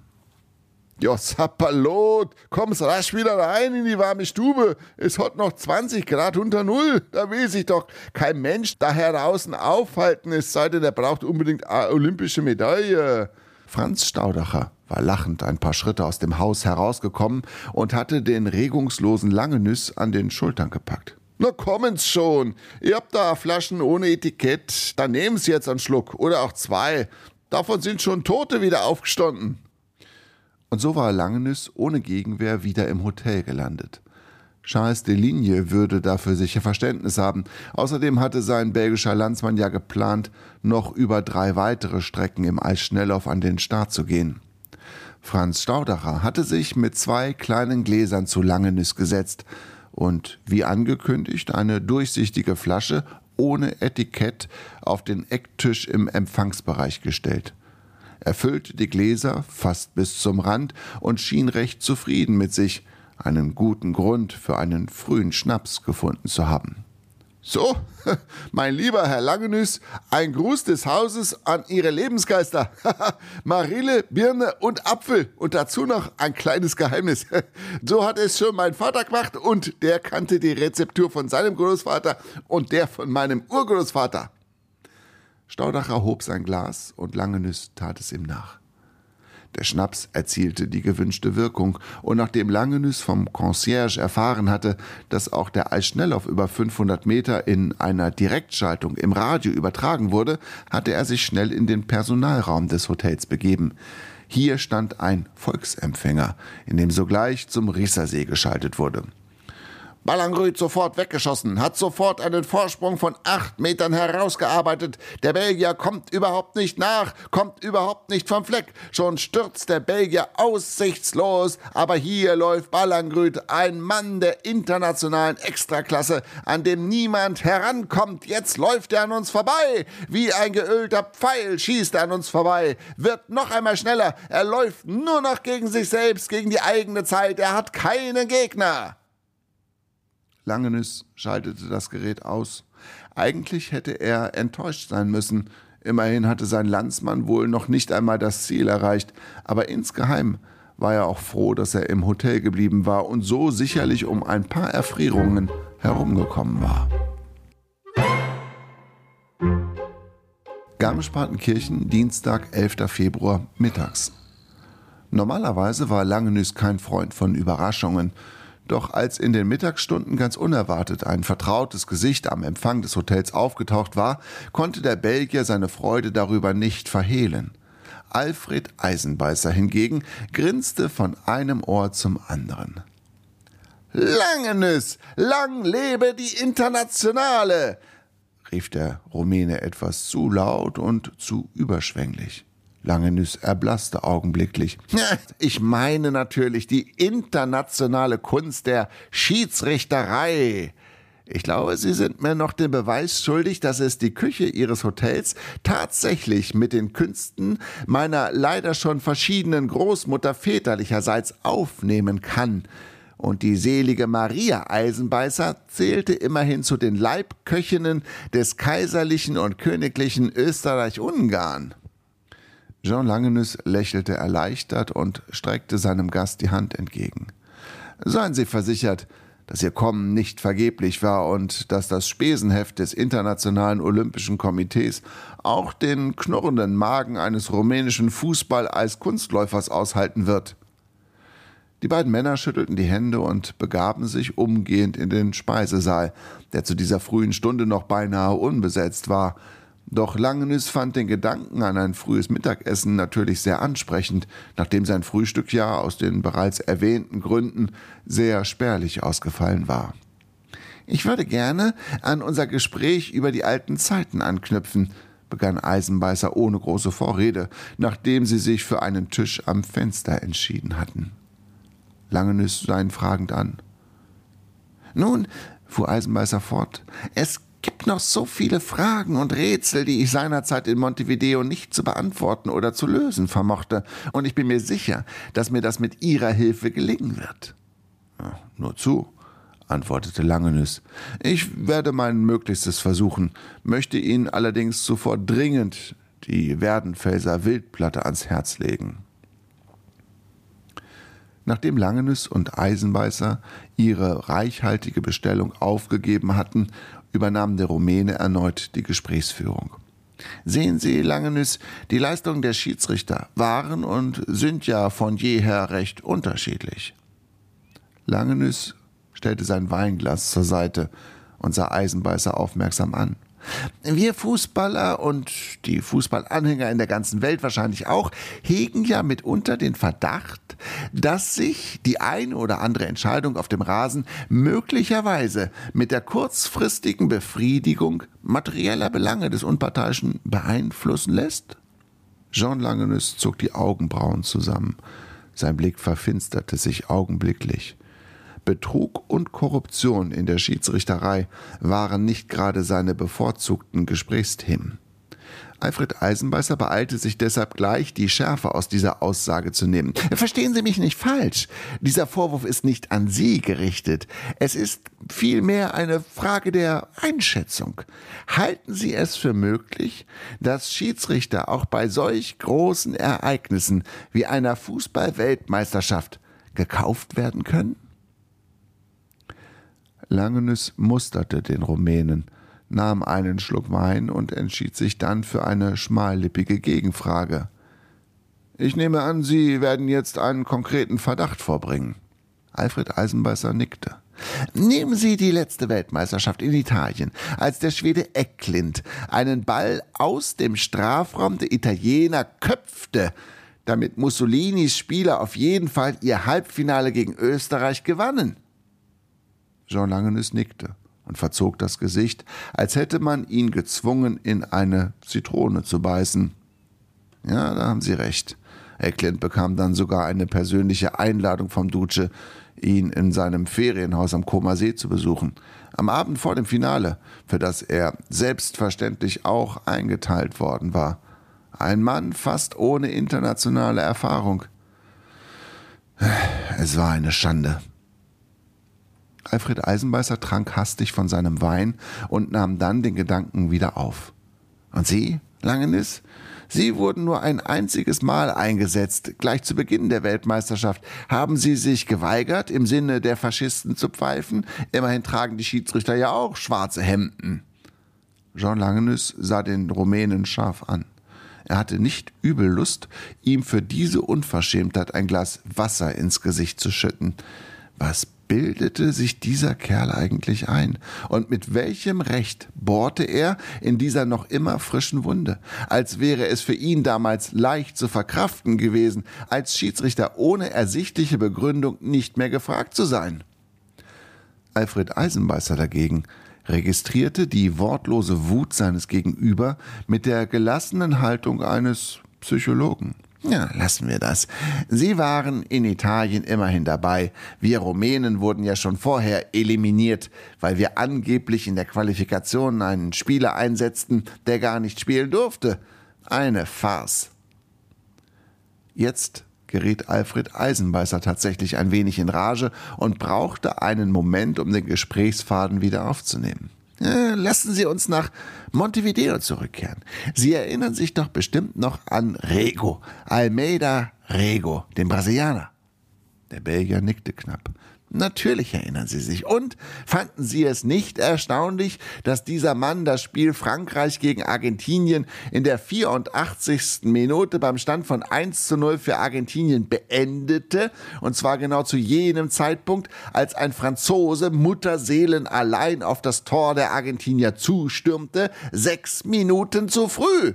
»Ja, Sapperlot, komm's rasch wieder rein in die warme Stube. Es hat noch zwanzig Grad unter Null. Da will sich doch kein Mensch da draußen aufhalten, es sei denn, er braucht unbedingt eine olympische Medaille.« Franz Staudacher war lachend ein paar Schritte aus dem Haus herausgekommen und hatte den regungslosen Langenüs an den Schultern gepackt. »Na kommen's schon, ihr habt da Flaschen ohne Etikett, dann nehmen Sie jetzt einen Schluck oder auch zwei. Davon sind schon Tote wieder aufgestanden.« Und so war Langenüs ohne Gegenwehr wieder im Hotel gelandet. Charles Deligne würde dafür sicher Verständnis haben. Außerdem hatte sein belgischer Landsmann ja geplant, noch über drei weitere Strecken im Eisschnelllauf an den Start zu gehen. Franz Staudacher hatte sich mit zwei kleinen Gläsern zu Langenüs gesetzt und, wie angekündigt, eine durchsichtige Flasche ohne Etikett auf den Ecktisch im Empfangsbereich gestellt. Er füllte die Gläser fast bis zum Rand und schien recht zufrieden mit sich, einen guten Grund für einen frühen Schnaps gefunden zu haben. »So, mein lieber Herr Langenüs, ein Gruß des Hauses an Ihre Lebensgeister. Marille, Birne und Apfel und dazu noch ein kleines Geheimnis. So hat es schon mein Vater gemacht und der kannte die Rezeptur von seinem Großvater und der von meinem Urgroßvater.« Staudacher hob sein Glas und Langenüs tat es ihm nach. Der Schnaps erzielte die gewünschte Wirkung und nachdem Langenüs vom Concierge erfahren hatte, dass auch der Eisschnelllauf über fünfhundert Meter in einer Direktschaltung im Radio übertragen wurde, hatte er sich schnell in den Personalraum des Hotels begeben. Hier stand ein Volksempfänger, in dem sogleich zum Riesersee geschaltet wurde. Ballangrüt sofort weggeschossen, hat sofort einen Vorsprung von acht Metern herausgearbeitet. Der Belgier kommt überhaupt nicht nach, kommt überhaupt nicht vom Fleck. Schon stürzt der Belgier aussichtslos, aber hier läuft Ballangrüt, ein Mann der internationalen Extraklasse, an dem niemand herankommt. Jetzt läuft er an uns vorbei. Wie ein geölter Pfeil schießt er an uns vorbei. Wird noch einmal schneller. Er läuft nur noch gegen sich selbst, gegen die eigene Zeit. Er hat keinen Gegner. Langenüs schaltete das Gerät aus. Eigentlich hätte er enttäuscht sein müssen. Immerhin hatte sein Landsmann wohl noch nicht einmal das Ziel erreicht. Aber insgeheim war er auch froh, dass er im Hotel geblieben war und so sicherlich um ein paar Erfrierungen herumgekommen war. Garmisch-Partenkirchen, Dienstag, elfter Februar, mittags. Normalerweise war Langenüs kein Freund von Überraschungen. Doch als in den Mittagsstunden ganz unerwartet ein vertrautes Gesicht am Empfang des Hotels aufgetaucht war, konnte der Belgier seine Freude darüber nicht verhehlen. Alfred Eisenbeißer hingegen grinste von einem Ohr zum anderen. »Langenüs, lang lebe die Internationale!« rief der Rumäne etwas zu laut und zu überschwänglich. Langenüs erblasste augenblicklich. »Ich meine natürlich die internationale Kunst der Schiedsrichterei. Ich glaube, Sie sind mir noch den Beweis schuldig, dass es die Küche Ihres Hotels tatsächlich mit den Künsten meiner leider schon verschiedenen Großmutter väterlicherseits aufnehmen kann. Und die selige Maria Eisenbeißer zählte immerhin zu den Leibköchinnen des kaiserlichen und königlichen Österreich-Ungarn.« Jean Langenüs lächelte erleichtert und streckte seinem Gast die Hand entgegen. »Seien Sie versichert, dass Ihr Kommen nicht vergeblich war und dass das Spesenheft des Internationalen Olympischen Komitees auch den knurrenden Magen eines rumänischen Fußball-Eiskunstläufers aushalten wird.« Die beiden Männer schüttelten die Hände und begaben sich umgehend in den Speisesaal, der zu dieser frühen Stunde noch beinahe unbesetzt war. Doch Langenüs fand den Gedanken an ein frühes Mittagessen natürlich sehr ansprechend, nachdem sein Frühstück ja aus den bereits erwähnten Gründen sehr spärlich ausgefallen war. »Ich würde gerne an unser Gespräch über die alten Zeiten anknüpfen«, begann Eisenbeißer ohne große Vorrede, nachdem sie sich für einen Tisch am Fenster entschieden hatten. Langenüs sah ihn fragend an. »Nun«, fuhr Eisenbeißer fort, »es gibt noch so viele Fragen und Rätsel, die ich seinerzeit in Montevideo nicht zu beantworten oder zu lösen vermochte, und ich bin mir sicher, dass mir das mit Ihrer Hilfe gelingen wird.« Ja, »nur zu«, antwortete Langenüs. »Ich werde mein Möglichstes versuchen, möchte Ihnen allerdings zuvor dringend die Werdenfelser Wildplatte ans Herz legen.« Nachdem Langenüs und Eisenbeißer ihre reichhaltige Bestellung aufgegeben hatten, übernahm der Rumäne erneut die Gesprächsführung. »Sehen Sie, Langenüs, die Leistungen der Schiedsrichter waren und sind ja von jeher recht unterschiedlich.« Langenüs stellte sein Weinglas zur Seite und sah Eisenbeißer aufmerksam an. »Wir Fußballer und die Fußballanhänger in der ganzen Welt wahrscheinlich auch hegen ja mitunter den Verdacht, dass sich die eine oder andere Entscheidung auf dem Rasen möglicherweise mit der kurzfristigen Befriedigung materieller Belange des Unparteiischen beeinflussen lässt?« Jean Langenüs zog die Augenbrauen zusammen. Sein Blick verfinsterte sich augenblicklich. Betrug und Korruption in der Schiedsrichterei waren nicht gerade seine bevorzugten Gesprächsthemen. Alfred Eisenbeißer beeilte sich deshalb gleich, die Schärfe aus dieser Aussage zu nehmen. »Verstehen Sie mich nicht falsch. Dieser Vorwurf ist nicht an Sie gerichtet. Es ist vielmehr eine Frage der Einschätzung. Halten Sie es für möglich, dass Schiedsrichter auch bei solch großen Ereignissen wie einer Fußball-Weltmeisterschaft gekauft werden können?« Langenüs musterte den Rumänen, nahm einen Schluck Wein und entschied sich dann für eine schmallippige Gegenfrage. »Ich nehme an, Sie werden jetzt einen konkreten Verdacht vorbringen.« Alfred Eisenbeißer nickte. »Nehmen Sie die letzte Weltmeisterschaft in Italien, als der Schwede Eklund einen Ball aus dem Strafraum der Italiener köpfte, damit Mussolinis Spieler auf jeden Fall ihr Halbfinale gegen Österreich gewannen.« Jean Langenüs nickte und verzog das Gesicht, als hätte man ihn gezwungen, in eine Zitrone zu beißen. »Ja, da haben Sie recht. Eklund bekam dann sogar eine persönliche Einladung vom Duce, ihn in seinem Ferienhaus am Comer See zu besuchen, am Abend vor dem Finale, für das er selbstverständlich auch eingeteilt worden war. Ein Mann fast ohne internationale Erfahrung. Es war eine Schande.« Alfred Eisenbeißer trank hastig von seinem Wein und nahm dann den Gedanken wieder auf. »Und Sie, Langenüs? Sie wurden nur ein einziges Mal eingesetzt. Gleich zu Beginn der Weltmeisterschaft haben Sie sich geweigert, im Sinne der Faschisten zu pfeifen. Immerhin tragen die Schiedsrichter ja auch schwarze Hemden. Jean Langenus sah den Rumänen scharf an. Er hatte nicht übel Lust, ihm für diese Unverschämtheit ein Glas Wasser ins Gesicht zu schütten. Was bildete sich dieser Kerl eigentlich ein? Und mit welchem Recht bohrte er in dieser noch immer frischen Wunde? Als wäre es für ihn damals leicht zu verkraften gewesen, als Schiedsrichter ohne ersichtliche Begründung nicht mehr gefragt zu sein. Alfred Eisenbeißer dagegen registrierte die wortlose Wut seines Gegenüber mit der gelassenen Haltung eines Psychologen. Ja, lassen wir das. Sie waren in Italien immerhin dabei. Wir Rumänen wurden ja schon vorher eliminiert, weil wir angeblich in der Qualifikation einen Spieler einsetzten, der gar nicht spielen durfte. Eine Farce. Jetzt geriet Alfred Eisenbeißer tatsächlich ein wenig in Rage und brauchte einen Moment, um den Gesprächsfaden wieder aufzunehmen. Äh, lassen Sie uns nach Montevideo zurückkehren. Sie erinnern sich doch bestimmt noch an Rego, Almeida Rego, den Brasilianer. Der Belgier nickte knapp. Natürlich erinnern Sie sich. Und fanden Sie es nicht erstaunlich, dass dieser Mann das Spiel Frankreich gegen Argentinien in der vierundachtzigsten Minute beim Stand von eins zu null für Argentinien beendete? Und zwar genau zu jenem Zeitpunkt, als ein Franzose mutterseelenallein auf das Tor der Argentinier zustürmte, sechs Minuten zu früh.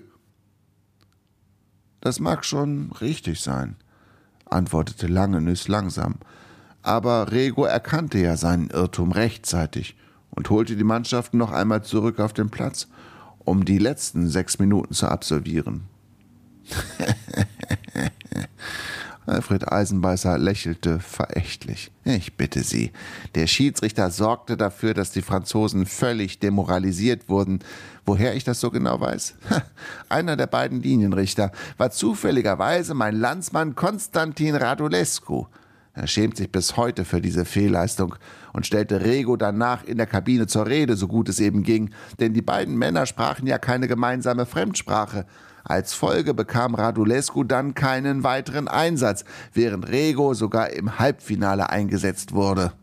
Das mag schon richtig sein, antwortete Langenus langsam. Aber Rego erkannte ja seinen Irrtum rechtzeitig und holte die Mannschaften noch einmal zurück auf den Platz, um die letzten sechs Minuten zu absolvieren. Alfred Eisenbeißer lächelte verächtlich. Ich bitte Sie, der Schiedsrichter sorgte dafür, dass die Franzosen völlig demoralisiert wurden. Woher ich das so genau weiß? Einer der beiden Linienrichter war zufälligerweise mein Landsmann Constantin Radulescu. Er schämt sich bis heute für diese Fehlleistung und stellte Rego danach in der Kabine zur Rede, so gut es eben ging, denn die beiden Männer sprachen ja keine gemeinsame Fremdsprache. Als Folge bekam Radulescu dann keinen weiteren Einsatz, während Rego sogar im Halbfinale eingesetzt wurde.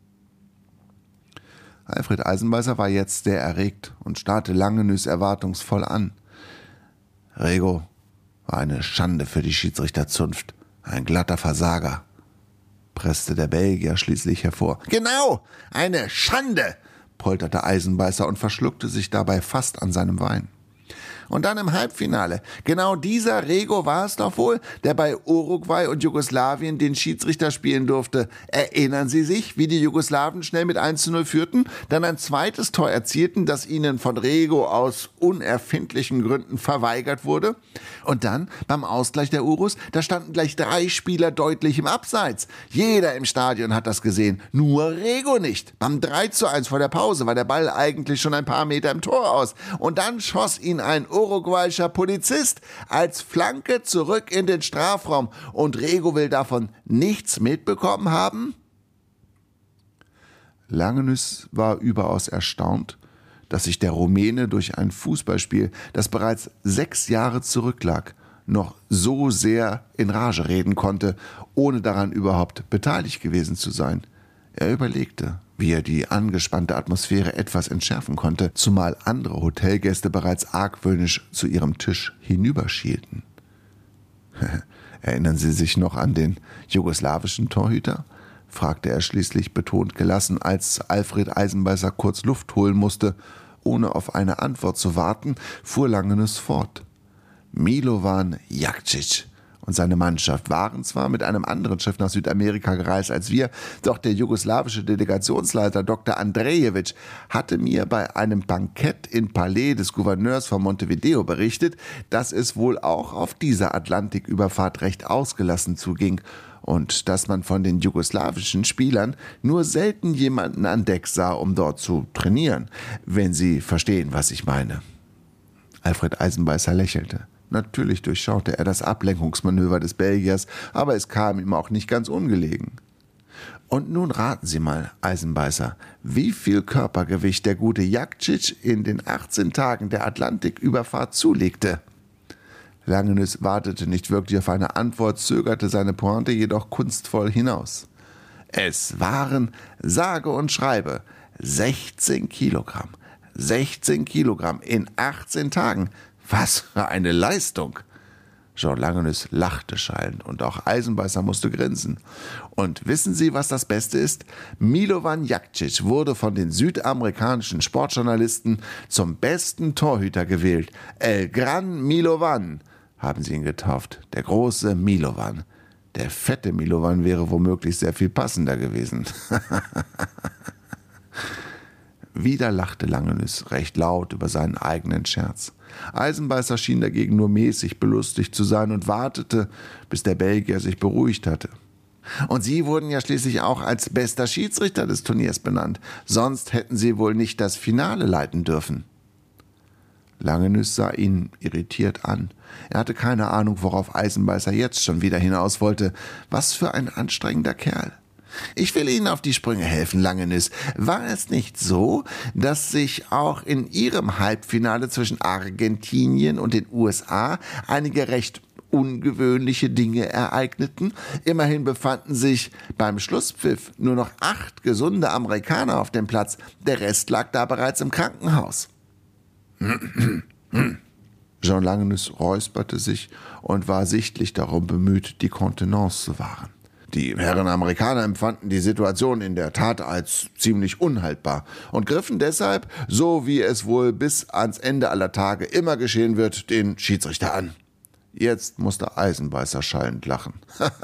Alfred Eisenbeißer war jetzt sehr erregt und starrte Langenus erwartungsvoll an. Rego war eine Schande für die Schiedsrichterzunft, ein glatter Versager, presste der Belgier schließlich hervor. Genau, eine Schande, polterte Eisenbeißer und verschluckte sich dabei fast an seinem Wein. Und dann im Halbfinale. Genau dieser Rego war es doch wohl, der bei Uruguay und Jugoslawien den Schiedsrichter spielen durfte. Erinnern Sie sich, wie die Jugoslawen schnell mit eins zu null führten, dann ein zweites Tor erzielten, das ihnen von Rego aus unerfindlichen Gründen verweigert wurde? Und dann, beim Ausgleich der Urus, da standen gleich drei Spieler deutlich im Abseits. Jeder im Stadion hat das gesehen, nur Rego nicht. Beim drei zu eins vor der Pause war der Ball eigentlich schon ein paar Meter im Tor aus. Und dann schoss ihn ein uruguayischer Polizist als Flanke zurück in den Strafraum. Und Rego will davon nichts mitbekommen haben? Langenus war überaus erstaunt, dass sich der Rumäne durch ein Fußballspiel, das bereits sechs Jahre zurücklag, noch so sehr in Rage reden konnte, ohne daran überhaupt beteiligt gewesen zu sein. Er überlegte, wie er die angespannte Atmosphäre etwas entschärfen konnte, zumal andere Hotelgäste bereits argwöhnisch zu ihrem Tisch hinüberschielten. Erinnern Sie sich noch an den jugoslawischen Torhüter? Fragte er schließlich betont gelassen, als Alfred Eisenbeißer kurz Luft holen musste. Ohne auf eine Antwort zu warten, fuhr Langenus fort. Milovan Jakčić und seine Mannschaft waren zwar mit einem anderen Schiff nach Südamerika gereist als wir, doch der jugoslawische Delegationsleiter Doktor Andrejevic hatte mir bei einem Bankett im Palais des Gouverneurs von Montevideo berichtet, dass es wohl auch auf dieser Atlantiküberfahrt recht ausgelassen zuging und dass man von den jugoslawischen Spielern nur selten jemanden an Deck sah, um dort zu trainieren, wenn Sie verstehen, was ich meine. Alfred Eisenbeißer lächelte. Natürlich durchschaute er das Ablenkungsmanöver des Belgiers, aber es kam ihm auch nicht ganz ungelegen. Und nun raten Sie mal, Eisenbeißer, wie viel Körpergewicht der gute Jakčić in den achtzehn Tagen der Atlantiküberfahrt zulegte. Langenüss wartete nicht wirklich auf eine Antwort, zögerte seine Pointe jedoch kunstvoll hinaus. Es waren, sage und schreibe, sechzehn Kilogramm. sechzehn Kilogramm in achtzehn Tagen. Was für eine Leistung! Jean Langenüss lachte schallend und auch Eisenbeißer musste grinsen. Und wissen Sie, was das Beste ist? Milovan Jakčić wurde von den südamerikanischen Sportjournalisten zum besten Torhüter gewählt. El Gran Milovan haben sie ihn getauft, der große Milovan. Der fette Milovan wäre womöglich sehr viel passender gewesen. Wieder lachte Langenüss recht laut über seinen eigenen Scherz. Eisenbeißer schien dagegen nur mäßig belustigt zu sein und wartete, bis der Belgier sich beruhigt hatte. Und Sie wurden ja schließlich auch als bester Schiedsrichter des Turniers benannt. Sonst hätten Sie wohl nicht das Finale leiten dürfen. Langenüss sah ihn irritiert an. Er hatte keine Ahnung, worauf Eisenbeißer jetzt schon wieder hinaus wollte. Was für ein anstrengender Kerl. Ich will Ihnen auf die Sprünge helfen, Langenüss. War es nicht so, dass sich auch in Ihrem Halbfinale zwischen Argentinien und den U S A einige recht ungewöhnliche Dinge ereigneten? Immerhin befanden sich beim Schlusspfiff nur noch acht gesunde Amerikaner auf dem Platz. Der Rest lag da bereits im Krankenhaus. Jean Langenüss räusperte sich und war sichtlich darum bemüht, die Kontenance zu wahren. Die Herren Amerikaner empfanden die Situation in der Tat als ziemlich unhaltbar und griffen deshalb, so wie es wohl bis ans Ende aller Tage immer geschehen wird, den Schiedsrichter an. Jetzt musste Eisenbeißer schallend lachen.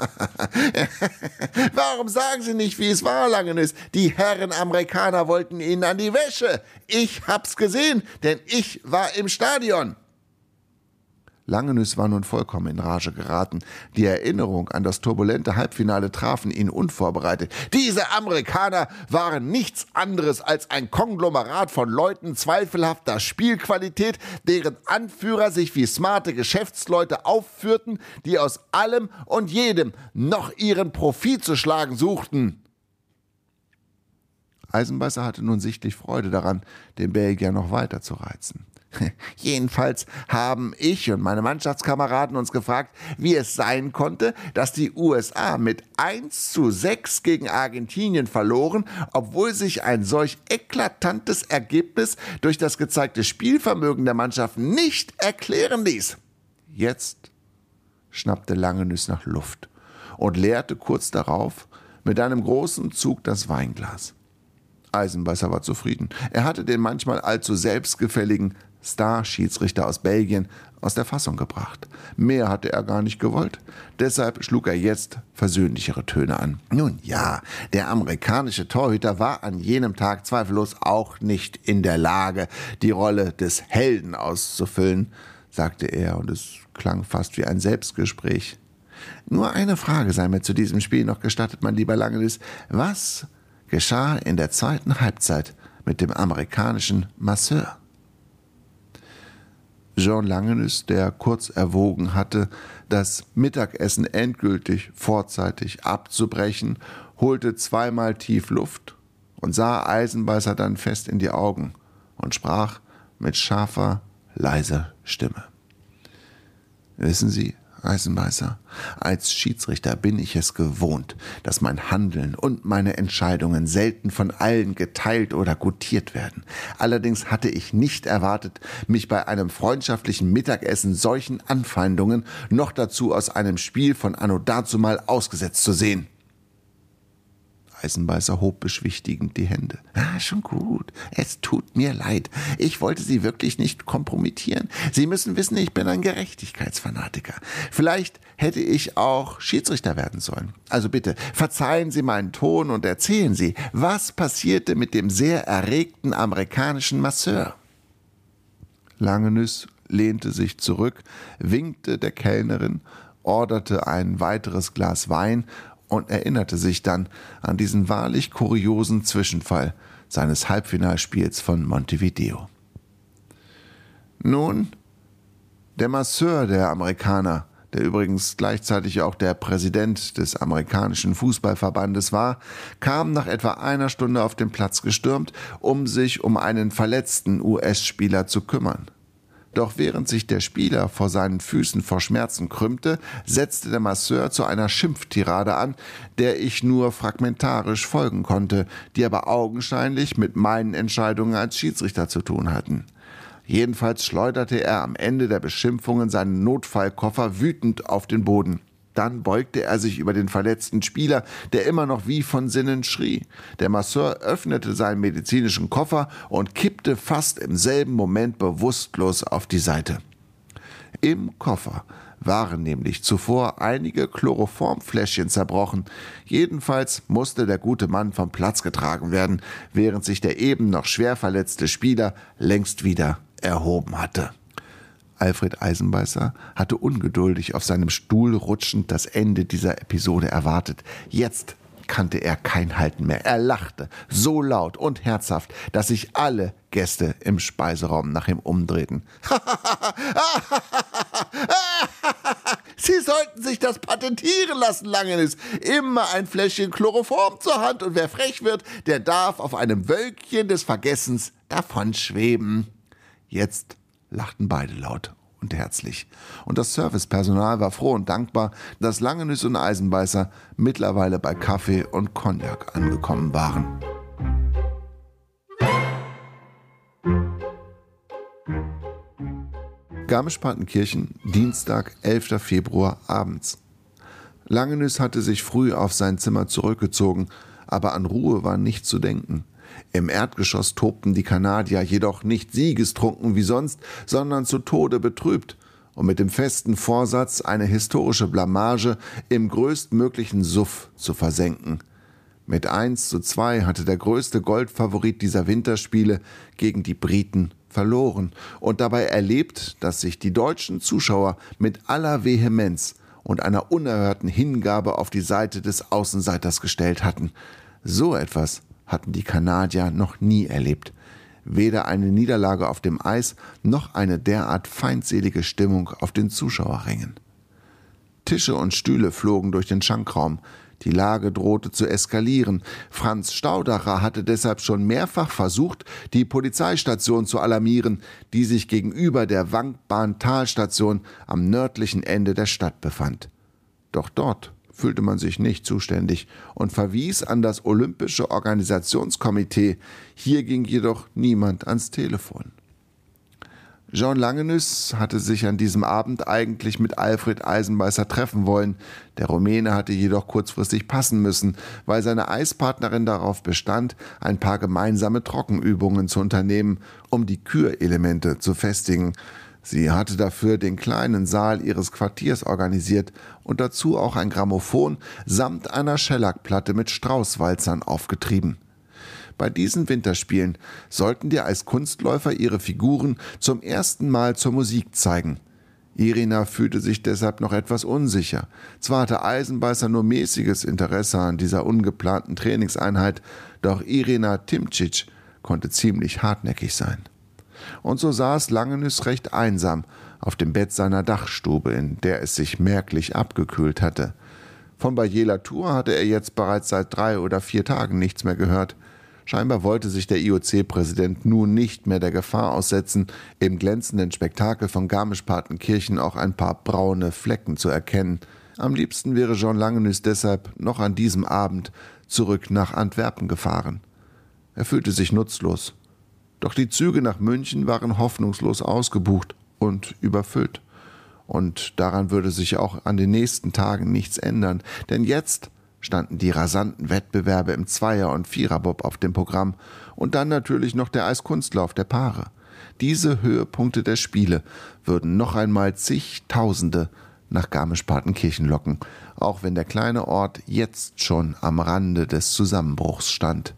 Warum sagen Sie nicht, wie es war, Langenüss? Die Herren Amerikaner wollten Ihnen an die Wäsche. Ich hab's gesehen, denn ich war im Stadion. Langenüss war nun vollkommen in Rage geraten. Die Erinnerung an das turbulente Halbfinale trafen ihn unvorbereitet. Diese Amerikaner waren nichts anderes als ein Konglomerat von Leuten zweifelhafter Spielqualität, deren Anführer sich wie smarte Geschäftsleute aufführten, die aus allem und jedem noch ihren Profit zu schlagen suchten. Eisenbeißer hatte nun sichtlich Freude daran, den Belgier noch weiter zu reizen. Jedenfalls haben ich und meine Mannschaftskameraden uns gefragt, wie es sein konnte, dass die U S A mit eins zu sechs gegen Argentinien verloren, obwohl sich ein solch eklatantes Ergebnis durch das gezeigte Spielvermögen der Mannschaften nicht erklären ließ. Jetzt schnappte Langenüss nach Luft und leerte kurz darauf mit einem großen Zug das Weinglas. Eisenbeißer war zufrieden. Er hatte den manchmal allzu selbstgefälligen Star-Schiedsrichter aus Belgien aus der Fassung gebracht. Mehr hatte er gar nicht gewollt. Deshalb schlug er jetzt versöhnlichere Töne an. Nun ja, der amerikanische Torhüter war an jenem Tag zweifellos auch nicht in der Lage, die Rolle des Helden auszufüllen, sagte er, und es klang fast wie ein Selbstgespräch. Nur eine Frage sei mir zu diesem Spiel noch gestattet, mein lieber Langenüss. Was geschah in der zweiten Halbzeit mit dem amerikanischen Masseur? Jean Langenüss, der kurz erwogen hatte, das Mittagessen endgültig vorzeitig abzubrechen, holte zweimal tief Luft und sah Eisenbeißer dann fest in die Augen und sprach mit scharfer, leiser Stimme. Wissen Sie, Eisenbeißer, als Schiedsrichter bin ich es gewohnt, dass mein Handeln und meine Entscheidungen selten von allen geteilt oder gutiert werden. Allerdings hatte ich nicht erwartet, mich bei einem freundschaftlichen Mittagessen solchen Anfeindungen noch dazu aus einem Spiel von anno dazumal ausgesetzt zu sehen. Eisenbeißer hob beschwichtigend die Hände. Ah, schon gut. Es tut mir leid. Ich wollte Sie wirklich nicht kompromittieren. Sie müssen wissen, ich bin ein Gerechtigkeitsfanatiker. Vielleicht hätte ich auch Schiedsrichter werden sollen. Also bitte, verzeihen Sie meinen Ton und erzählen Sie, was passierte mit dem sehr erregten amerikanischen Masseur? Langenüss lehnte sich zurück, winkte der Kellnerin, orderte ein weiteres Glas Wein und erinnerte sich dann an diesen wahrlich kuriosen Zwischenfall seines Halbfinalspiels von Montevideo. Nun, der Masseur der Amerikaner, der übrigens gleichzeitig auch der Präsident des amerikanischen Fußballverbandes war, kam nach etwa einer Stunde auf den Platz gestürmt, um sich um einen verletzten U S-Spieler zu kümmern. Doch während sich der Spieler vor seinen Füßen vor Schmerzen krümmte, setzte der Masseur zu einer Schimpftirade an, der ich nur fragmentarisch folgen konnte, die aber augenscheinlich mit meinen Entscheidungen als Schiedsrichter zu tun hatten. Jedenfalls schleuderte er am Ende der Beschimpfungen seinen Notfallkoffer wütend auf den Boden. Dann beugte er sich über den verletzten Spieler, der immer noch wie von Sinnen schrie. Der Masseur öffnete seinen medizinischen Koffer und kippte fast im selben Moment bewusstlos auf die Seite. Im Koffer waren nämlich zuvor einige Chloroformfläschchen zerbrochen. Jedenfalls musste der gute Mann vom Platz getragen werden, während sich der eben noch schwer verletzte Spieler längst wieder erhoben hatte. Alfred Eisenbeißer hatte ungeduldig auf seinem Stuhl rutschend das Ende dieser Episode erwartet. Jetzt kannte er kein Halten mehr. Er lachte so laut und herzhaft, dass sich alle Gäste im Speiseraum nach ihm umdrehten. Sie sollten sich das patentieren lassen, Langenes. Immer ein Fläschchen Chloroform zur Hand und wer frech wird, der darf auf einem Wölkchen des Vergessens davonschweben. Jetzt lachten beide laut und herzlich. Und das Servicepersonal war froh und dankbar, dass Langenüs und Eisenbeißer mittlerweile bei Kaffee und Cognac angekommen waren. Garmisch-Partenkirchen, Dienstag, elfter Februar abends. Langenüs hatte sich früh auf sein Zimmer zurückgezogen, aber an Ruhe war nicht zu denken. Im Erdgeschoss tobten die Kanadier jedoch nicht siegestrunken wie sonst, sondern zu Tode betrübt und mit dem festen Vorsatz, eine historische Blamage im größtmöglichen Suff zu versenken. Mit eins zu zwei hatte der größte Goldfavorit dieser Winterspiele gegen die Briten verloren und dabei erlebt, dass sich die deutschen Zuschauer mit aller Vehemenz und einer unerhörten Hingabe auf die Seite des Außenseiters gestellt hatten. So etwas hatten die Kanadier noch nie erlebt. Weder eine Niederlage auf dem Eis, noch eine derart feindselige Stimmung auf den Zuschauerrängen. Tische und Stühle flogen durch den Schankraum. Die Lage drohte zu eskalieren. Franz Staudacher hatte deshalb schon mehrfach versucht, die Polizeistation zu alarmieren, die sich gegenüber der Wangbahn-Talstation am nördlichen Ende der Stadt befand. Doch dort fühlte man sich nicht zuständig und verwies an das Olympische Organisationskomitee. Hier ging jedoch niemand ans Telefon. Jean Langenüs hatte sich an diesem Abend eigentlich mit Alfred Eisenbeißer treffen wollen. Der Rumäne hatte jedoch kurzfristig passen müssen, weil seine Eispartnerin darauf bestand, ein paar gemeinsame Trockenübungen zu unternehmen, um die Kürelemente zu festigen. Sie hatte dafür den kleinen Saal ihres Quartiers organisiert und dazu auch ein Grammophon samt einer Schellackplatte mit Straußwalzern aufgetrieben. Bei diesen Winterspielen sollten die Eiskunstläufer ihre Figuren zum ersten Mal zur Musik zeigen. Irina fühlte sich deshalb noch etwas unsicher. Zwar hatte Eisenbeißer nur mäßiges Interesse an dieser ungeplanten Trainingseinheit, doch Irina Timčić konnte ziemlich hartnäckig sein. Und so saß Langenüs recht einsam auf dem Bett seiner Dachstube, in der es sich merklich abgekühlt hatte. Von Bajela Tour hatte er jetzt bereits seit drei oder vier Tagen nichts mehr gehört. Scheinbar wollte sich der I O C-Präsident nun nicht mehr der Gefahr aussetzen, im glänzenden Spektakel von Garmisch-Partenkirchen auch ein paar braune Flecken zu erkennen. Am liebsten wäre Jean Langenüs deshalb noch an diesem Abend zurück nach Antwerpen gefahren. Er fühlte sich nutzlos. Doch die Züge nach München waren hoffnungslos ausgebucht und überfüllt. Und daran würde sich auch an den nächsten Tagen nichts ändern, denn jetzt standen die rasanten Wettbewerbe im Zweier- und Viererbob auf dem Programm und dann natürlich noch der Eiskunstlauf der Paare. Diese Höhepunkte der Spiele würden noch einmal zigtausende nach Garmisch-Partenkirchen locken, auch wenn der kleine Ort jetzt schon am Rande des Zusammenbruchs stand.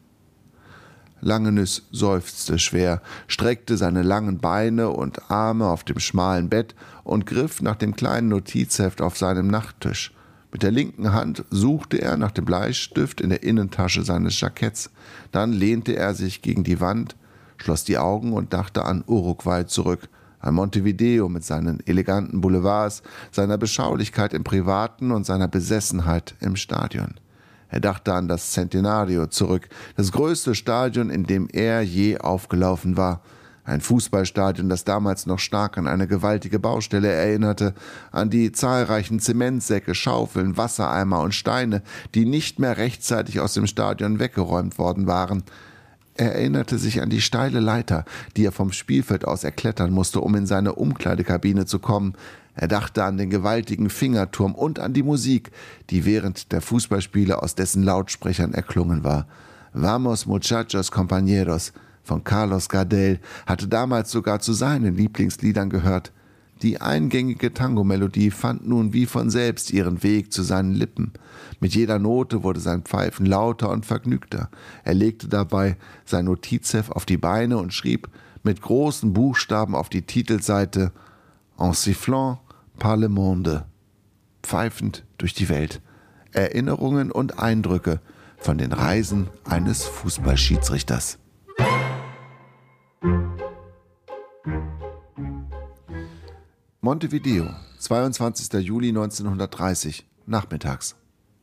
Langenüs seufzte schwer, streckte seine langen Beine und Arme auf dem schmalen Bett und griff nach dem kleinen Notizheft auf seinem Nachttisch. Mit der linken Hand suchte er nach dem Bleistift in der Innentasche seines Jacketts. Dann lehnte er sich gegen die Wand, schloss die Augen und dachte an Uruguay zurück, an Montevideo mit seinen eleganten Boulevards, seiner Beschaulichkeit im Privaten und seiner Besessenheit im Stadion. Er dachte an das Centenario zurück, das größte Stadion, in dem er je aufgelaufen war. Ein Fußballstadion, das damals noch stark an eine gewaltige Baustelle erinnerte, an die zahlreichen Zementsäcke, Schaufeln, Wassereimer und Steine, die nicht mehr rechtzeitig aus dem Stadion weggeräumt worden waren. Er erinnerte sich an die steile Leiter, die er vom Spielfeld aus erklettern musste, um in seine Umkleidekabine zu kommen. Er dachte an den gewaltigen Fingerturm und an die Musik, die während der Fußballspiele aus dessen Lautsprechern erklungen war. Vamos muchachos compañeros von Carlos Gardel hatte damals sogar zu seinen Lieblingsliedern gehört. Die eingängige Tango-Melodie fand nun wie von selbst ihren Weg zu seinen Lippen. Mit jeder Note wurde sein Pfeifen lauter und vergnügter. Er legte dabei sein Notizheft auf die Beine und schrieb mit großen Buchstaben auf die Titelseite En sifflant par le monde, pfeifend durch die Welt. Erinnerungen und Eindrücke von den Reisen eines Fußballschiedsrichters. Montevideo, zweiundzwanzigster Juli neunzehnhundertdreißig, nachmittags.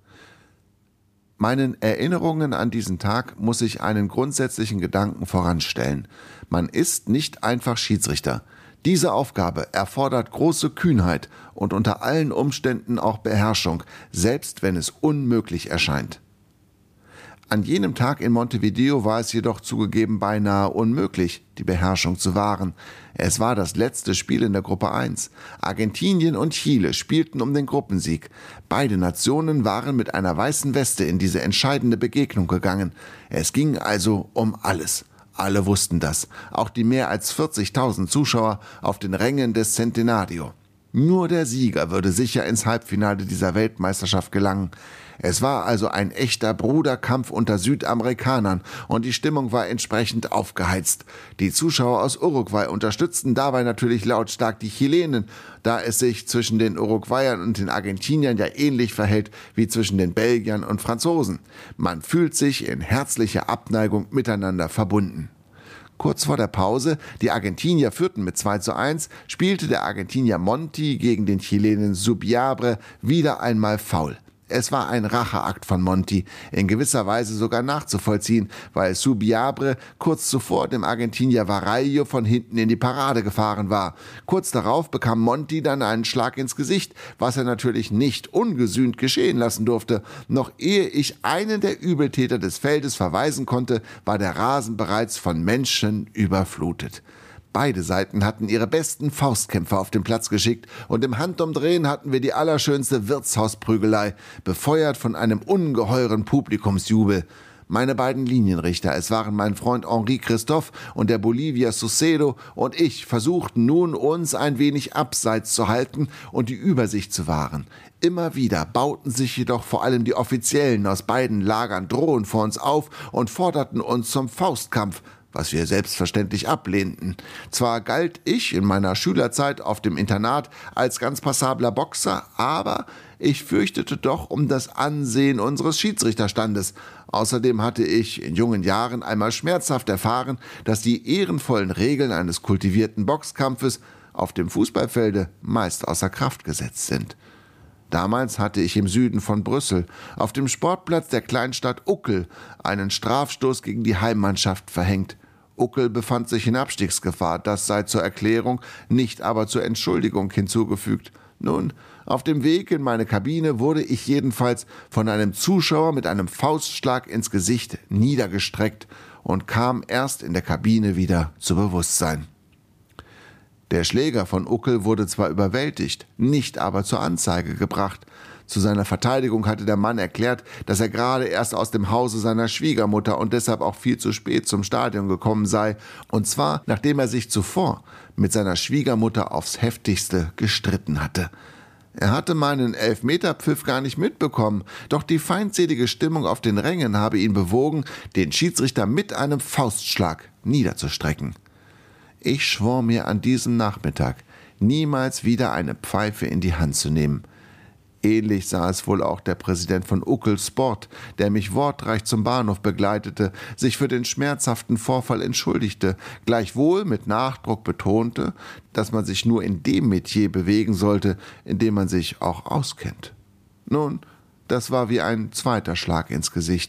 Meinen Erinnerungen an diesen Tag muss ich einen grundsätzlichen Gedanken voranstellen. Man ist nicht einfach Schiedsrichter. Diese Aufgabe erfordert große Kühnheit und unter allen Umständen auch Beherrschung, selbst wenn es unmöglich erscheint. An jenem Tag in Montevideo war es jedoch zugegeben beinahe unmöglich, die Beherrschung zu wahren. Es war das letzte Spiel in der Gruppe eins. Argentinien und Chile spielten um den Gruppensieg. Beide Nationen waren mit einer weißen Weste in diese entscheidende Begegnung gegangen. Es ging also um alles. Alle wussten das, auch die mehr als vierzigtausend Zuschauer auf den Rängen des Centenario. Nur der Sieger würde sicher ins Halbfinale dieser Weltmeisterschaft gelangen. Es war also ein echter Bruderkampf unter Südamerikanern und die Stimmung war entsprechend aufgeheizt. Die Zuschauer aus Uruguay unterstützten dabei natürlich lautstark die Chilenen, da es sich zwischen den Uruguayern und den Argentiniern ja ähnlich verhält wie zwischen den Belgiern und Franzosen. Man fühlt sich in herzlicher Abneigung miteinander verbunden. Kurz vor der Pause, die Argentinier führten mit zwei zu eins, spielte der Argentinier Monti gegen den Chilenen Subiabre wieder einmal faul. Es war ein Racheakt von Monti, in gewisser Weise sogar nachzuvollziehen, weil Subiabre kurz zuvor dem Argentinier Varallo von hinten in die Parade gefahren war. Kurz darauf bekam Monti dann einen Schlag ins Gesicht, was er natürlich nicht ungesühnt geschehen lassen durfte. Noch ehe ich einen der Übeltäter des Feldes verweisen konnte, war der Rasen bereits von Menschen überflutet. Beide Seiten hatten ihre besten Faustkämpfer auf den Platz geschickt und im Handumdrehen hatten wir die allerschönste Wirtshausprügelei, befeuert von einem ungeheuren Publikumsjubel. Meine beiden Linienrichter, es waren mein Freund Henri Christophe und der Bolivier Sucedo und ich, versuchten nun, uns ein wenig abseits zu halten und die Übersicht zu wahren. Immer wieder bauten sich jedoch vor allem die Offiziellen aus beiden Lagern drohend vor uns auf und forderten uns zum Faustkampf, was wir selbstverständlich ablehnten. Zwar galt ich in meiner Schülerzeit auf dem Internat als ganz passabler Boxer, aber ich fürchtete doch um das Ansehen unseres Schiedsrichterstandes. Außerdem hatte ich in jungen Jahren einmal schmerzhaft erfahren, dass die ehrenvollen Regeln eines kultivierten Boxkampfes auf dem Fußballfelde meist außer Kraft gesetzt sind. Damals hatte ich im Süden von Brüssel auf dem Sportplatz der Kleinstadt Uckel einen Strafstoß gegen die Heimmannschaft verhängt. Uckel befand sich in Abstiegsgefahr, das sei zur Erklärung, nicht aber zur Entschuldigung hinzugefügt. Nun, auf dem Weg in meine Kabine wurde ich jedenfalls von einem Zuschauer mit einem Faustschlag ins Gesicht niedergestreckt und kam erst in der Kabine wieder zu Bewusstsein. Der Schläger von Uckel wurde zwar überwältigt, nicht aber zur Anzeige gebracht. Zu seiner Verteidigung hatte der Mann erklärt, dass er gerade erst aus dem Hause seiner Schwiegermutter und deshalb auch viel zu spät zum Stadion gekommen sei, und zwar nachdem er sich zuvor mit seiner Schwiegermutter aufs Heftigste gestritten hatte. Er hatte meinen Elfmeterpfiff gar nicht mitbekommen, doch die feindselige Stimmung auf den Rängen habe ihn bewogen, den Schiedsrichter mit einem Faustschlag niederzustrecken. Ich schwor mir an diesem Nachmittag, niemals wieder eine Pfeife in die Hand zu nehmen. Ähnlich sah es wohl auch der Präsident von Uckel Sport, der mich wortreich zum Bahnhof begleitete, sich für den schmerzhaften Vorfall entschuldigte, gleichwohl mit Nachdruck betonte, dass man sich nur in dem Metier bewegen sollte, in dem man sich auch auskennt. Nun, das war wie ein zweiter Schlag ins Gesicht,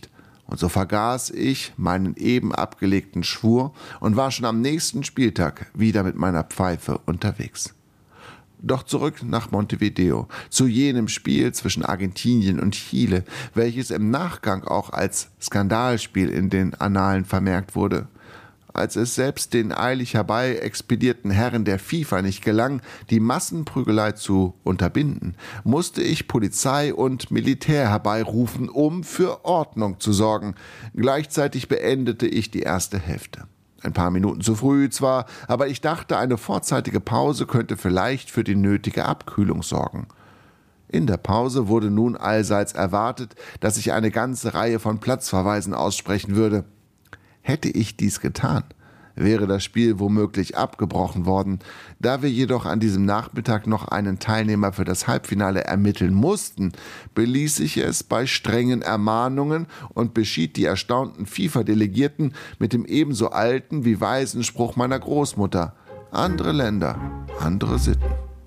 Und so vergaß ich meinen eben abgelegten Schwur und war schon am nächsten Spieltag wieder mit meiner Pfeife unterwegs. Doch zurück nach Montevideo, zu jenem Spiel zwischen Argentinien und Chile, welches im Nachgang auch als Skandalspiel in den Annalen vermerkt wurde. Als es selbst den eilig herbei expedierten Herren der FIFA nicht gelang, die Massenprügelei zu unterbinden, musste ich Polizei und Militär herbeirufen, um für Ordnung zu sorgen. Gleichzeitig beendete ich die erste Hälfte. Ein paar Minuten zu früh zwar, aber ich dachte, eine vorzeitige Pause könnte vielleicht für die nötige Abkühlung sorgen. In der Pause wurde nun allseits erwartet, dass ich eine ganze Reihe von Platzverweisen aussprechen würde. Hätte ich dies getan, wäre das Spiel womöglich abgebrochen worden. Da wir jedoch an diesem Nachmittag noch einen Teilnehmer für das Halbfinale ermitteln mussten, beließ ich es bei strengen Ermahnungen und beschied die erstaunten FIFA-Delegierten mit dem ebenso alten wie weisen Spruch meiner Großmutter: Andere Länder, andere Sitten.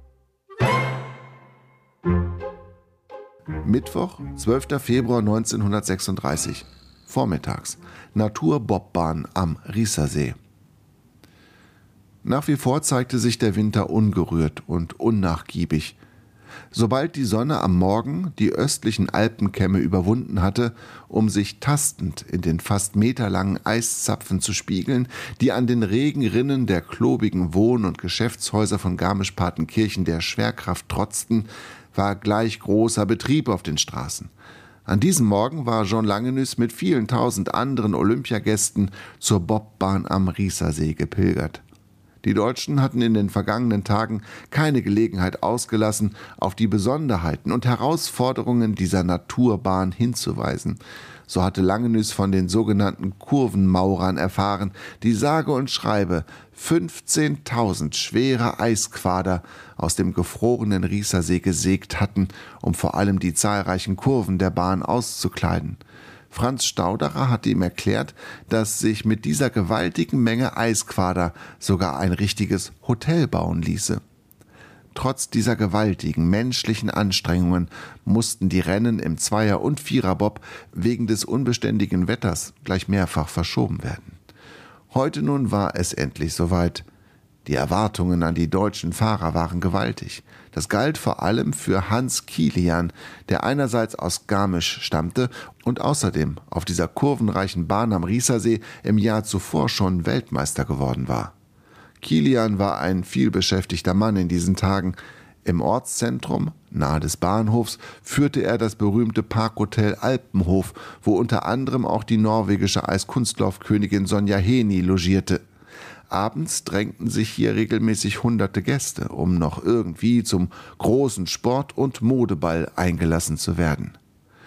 Mittwoch, zwölfter Februar neunzehnhundertsechsunddreißig. Vormittags. Naturbobbahn am Riesersee. Nach wie vor zeigte sich der Winter ungerührt und unnachgiebig. Sobald die Sonne am Morgen die östlichen Alpenkämme überwunden hatte, um sich tastend in den fast meterlangen Eiszapfen zu spiegeln, die an den regen Rinnen der klobigen Wohn- und Geschäftshäuser von Garmisch-Partenkirchen der Schwerkraft trotzten, war gleich großer Betrieb auf den Straßen. An diesem Morgen war Jean Langenus mit vielen tausend anderen Olympiagästen zur Bobbahn am Riesersee gepilgert. Die Deutschen hatten in den vergangenen Tagen keine Gelegenheit ausgelassen, auf die Besonderheiten und Herausforderungen dieser Naturbahn hinzuweisen. So hatte Langenus von den sogenannten Kurvenmaurern erfahren, die sage und schreibe fünfzehntausend schwere Eisquader aus dem gefrorenen Riesersee gesägt hatten, um vor allem die zahlreichen Kurven der Bahn auszukleiden. Franz Stauderer hatte ihm erklärt, dass sich mit dieser gewaltigen Menge Eisquader sogar ein richtiges Hotel bauen ließe. Trotz dieser gewaltigen menschlichen Anstrengungen mussten die Rennen im Zweier- und Viererbob wegen des unbeständigen Wetters gleich mehrfach verschoben werden. Heute nun war es endlich soweit. Die Erwartungen an die deutschen Fahrer waren gewaltig. Das galt vor allem für Hans Kilian, der einerseits aus Garmisch stammte und außerdem auf dieser kurvenreichen Bahn am Riesersee im Jahr zuvor schon Weltmeister geworden war. Kilian war ein vielbeschäftigter Mann in diesen Tagen. Im Ortszentrum, nahe des Bahnhofs, führte er das berühmte Parkhotel Alpenhof, wo unter anderem auch die norwegische Eiskunstlaufkönigin Sonja Henie logierte. Abends drängten sich hier regelmäßig hunderte Gäste, um noch irgendwie zum großen Sport- und Modeball eingelassen zu werden.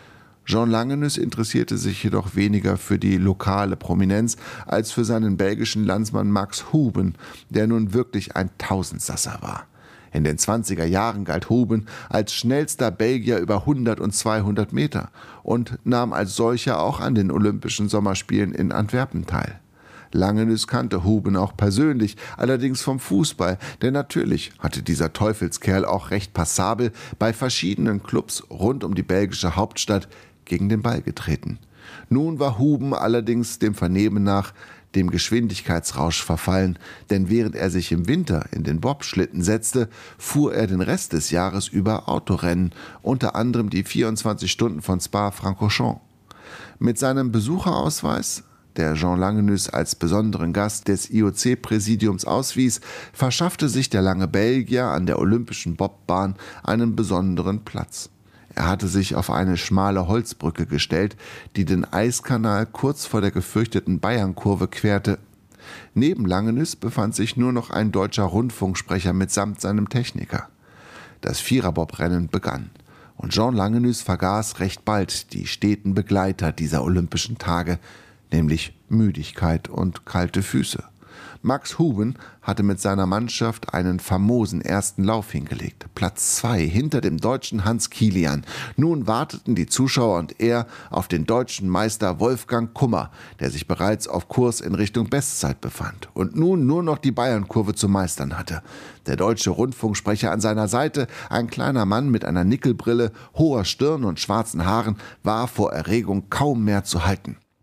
Jean Langenus interessierte sich jedoch weniger für die lokale Prominenz als für seinen belgischen Landsmann Max Huben, der nun wirklich ein Tausendsasser war. In den zwanziger Jahren galt Huben als schnellster Belgier über hundert und zweihundert Meter und nahm als solcher auch an den Olympischen Sommerspielen in Antwerpen teil. Langenus kannte Huben auch persönlich, allerdings vom Fußball, denn natürlich hatte dieser Teufelskerl auch recht passabel bei verschiedenen Clubs rund um die belgische Hauptstadt gegen den Ball getreten. Nun war Huben allerdings dem Vernehmen nach dem Geschwindigkeitsrausch verfallen, denn während er sich im Winter in den Bobschlitten setzte, fuhr er den Rest des Jahres über Autorennen, unter anderem die vierundzwanzig Stunden von Spa-Francorchamps. Mit seinem Besucherausweis, der Jean Langenus als besonderen Gast des I O C-Präsidiums auswies, verschaffte sich der lange Belgier an der olympischen Bobbahn einen besonderen Platz. Er hatte sich auf eine schmale Holzbrücke gestellt, die den Eiskanal kurz vor der gefürchteten Bayernkurve querte. Neben Langenus befand sich nur noch ein deutscher Rundfunksprecher mitsamt seinem Techniker. Das Viererbob-Rennen begann und Jean Langenus vergaß recht bald die steten Begleiter dieser olympischen Tage, nämlich Müdigkeit und kalte Füße. Max Huben hatte mit seiner Mannschaft einen famosen ersten Lauf hingelegt. Platz zwei hinter dem deutschen Hans Kilian. Nun warteten die Zuschauer und er auf den deutschen Meister Wolfgang Kummer, der sich bereits auf Kurs in Richtung Bestzeit befand und nun nur noch die Bayernkurve zu meistern hatte. Der deutsche Rundfunksprecher an seiner Seite, ein kleiner Mann mit einer Nickelbrille, hoher Stirn und schwarzen Haaren, war vor Erregung kaum mehr zu halten.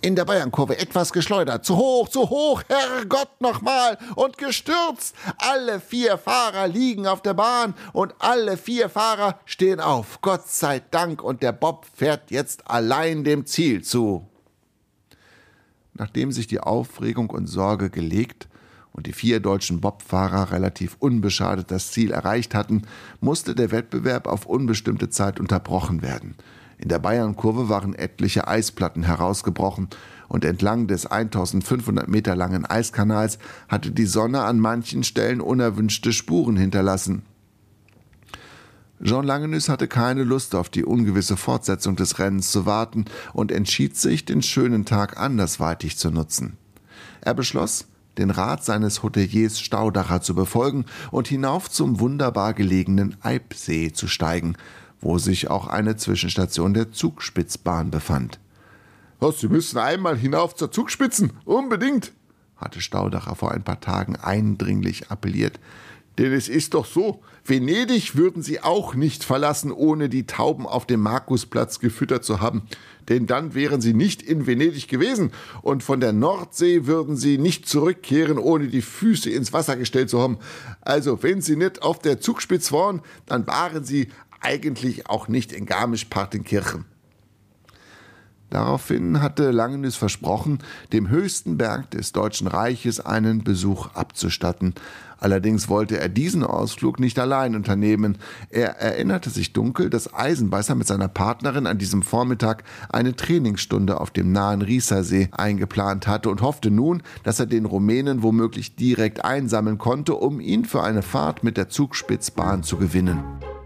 in der Bayernkurve etwas geschleudert. Zu hoch, zu hoch, Herrgott nochmal und gestürzt. Alle vier Fahrer liegen auf der Bahn und alle vier Fahrer stehen auf. Gott sei Dank, und der Bob fährt jetzt allein dem Ziel zu. Nachdem sich die Aufregung und Sorge gelegt und die vier deutschen Bobfahrer relativ unbeschadet das Ziel erreicht hatten, musste der Wettbewerb auf unbestimmte Zeit unterbrochen werden. In der Bayernkurve waren etliche Eisplatten herausgebrochen und entlang des eintausendfünfhundert Meter langen Eiskanals hatte die Sonne an manchen Stellen unerwünschte Spuren hinterlassen. Jean Langenus hatte keine Lust auf die ungewisse Fortsetzung des Rennens zu warten und entschied sich, den schönen Tag andersweitig zu nutzen. Er beschloss, den Rat seines Hoteliers Staudacher zu befolgen und hinauf zum wunderbar gelegenen Eibsee zu steigen, wo sich auch eine Zwischenstation der Zugspitzbahn befand. »Was, Sie müssen einmal hinauf zur Zugspitzen, unbedingt«, hatte Staudacher vor ein paar Tagen eindringlich appelliert. »Denn es ist doch so, Venedig würden Sie auch nicht verlassen, ohne die Tauben auf dem Markusplatz gefüttert zu haben. Denn dann wären Sie nicht in Venedig gewesen. Und von der Nordsee würden Sie nicht zurückkehren, ohne die Füße ins Wasser gestellt zu haben. Also, wenn Sie nicht auf der Zugspitze waren, dann waren Sie eigentlich auch nicht in Garmisch-Partenkirchen.« Daraufhin hatte Langenus versprochen, dem höchsten Berg des Deutschen Reiches einen Besuch abzustatten. Allerdings wollte er diesen Ausflug nicht allein unternehmen. Er erinnerte sich dunkel, dass Eisenbeißer mit seiner Partnerin an diesem Vormittag eine Trainingsstunde auf dem nahen Riesersee eingeplant hatte und hoffte nun, dass er den Rumänen womöglich direkt einsammeln konnte, um ihn für eine Fahrt mit der Zugspitzbahn zu gewinnen.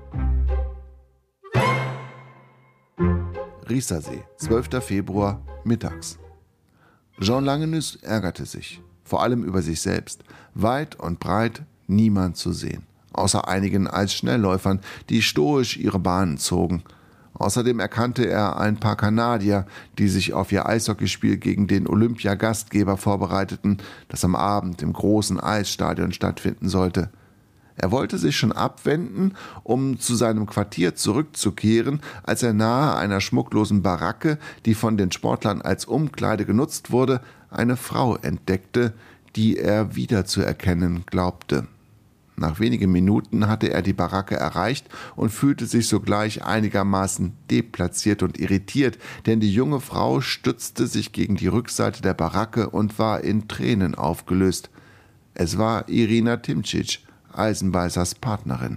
Riesersee, zwölfter Februar, mittags. Jean Langenus ärgerte sich, vor allem über sich selbst. Weit und breit niemand zu sehen, außer einigen Eisschnellläufern, die stoisch ihre Bahnen zogen. Außerdem erkannte er ein paar Kanadier, die sich auf ihr Eishockeyspiel gegen den Olympia-Gastgeber vorbereiteten, das am Abend im großen Eisstadion stattfinden sollte. Er wollte sich schon abwenden, um zu seinem Quartier zurückzukehren, als er nahe einer schmucklosen Baracke, die von den Sportlern als Umkleide genutzt wurde, eine Frau entdeckte, die er wiederzuerkennen glaubte. Nach wenigen Minuten hatte er die Baracke erreicht und fühlte sich sogleich einigermaßen deplatziert und irritiert, denn die junge Frau stützte sich gegen die Rückseite der Baracke und war in Tränen aufgelöst. Es war Irina Timčić, Eisenbeißers Partnerin.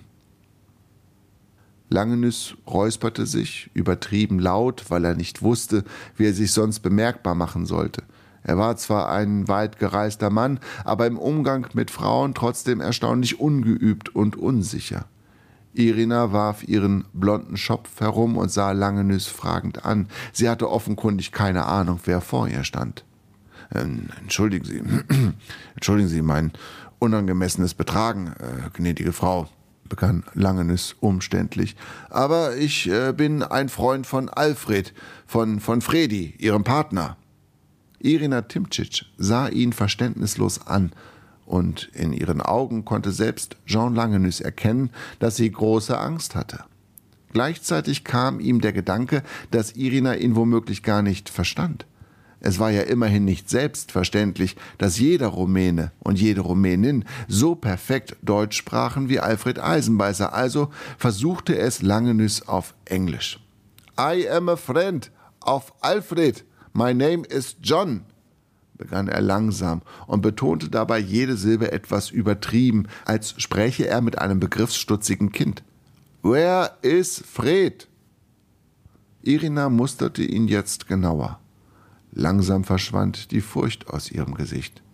Langenus räusperte sich, übertrieben laut, weil er nicht wusste, wie er sich sonst bemerkbar machen sollte. Er war zwar ein weit gereister Mann, aber im Umgang mit Frauen trotzdem erstaunlich ungeübt und unsicher. Irina warf ihren blonden Schopf herum und sah Langenus fragend an. Sie hatte offenkundig keine Ahnung, wer vor ihr stand. Ähm, entschuldigen Sie, entschuldigen Sie mein unangemessenes Betragen, äh, gnädige Frau, begann Langenus umständlich. Aber ich äh, bin ein Freund von Alfred, von, von Fredi, Ihrem Partner. Irina Timčić sah ihn verständnislos an, und in ihren Augen konnte selbst Jean Langenus erkennen, dass sie große Angst hatte. Gleichzeitig kam ihm der Gedanke, dass Irina ihn womöglich gar nicht verstand. Es war ja immerhin nicht selbstverständlich, dass jeder Rumäne und jede Rumänin so perfekt Deutsch sprachen wie Alfred Eisenbeißer, also versuchte es Langenus auf Englisch. »I am a friend of Alfred. My name is John«, begann er langsam und betonte dabei jede Silbe etwas übertrieben, als spräche er mit einem begriffsstutzigen Kind. »Where is Fred?« Irina musterte ihn jetzt genauer. Langsam verschwand die Furcht aus ihrem Gesicht.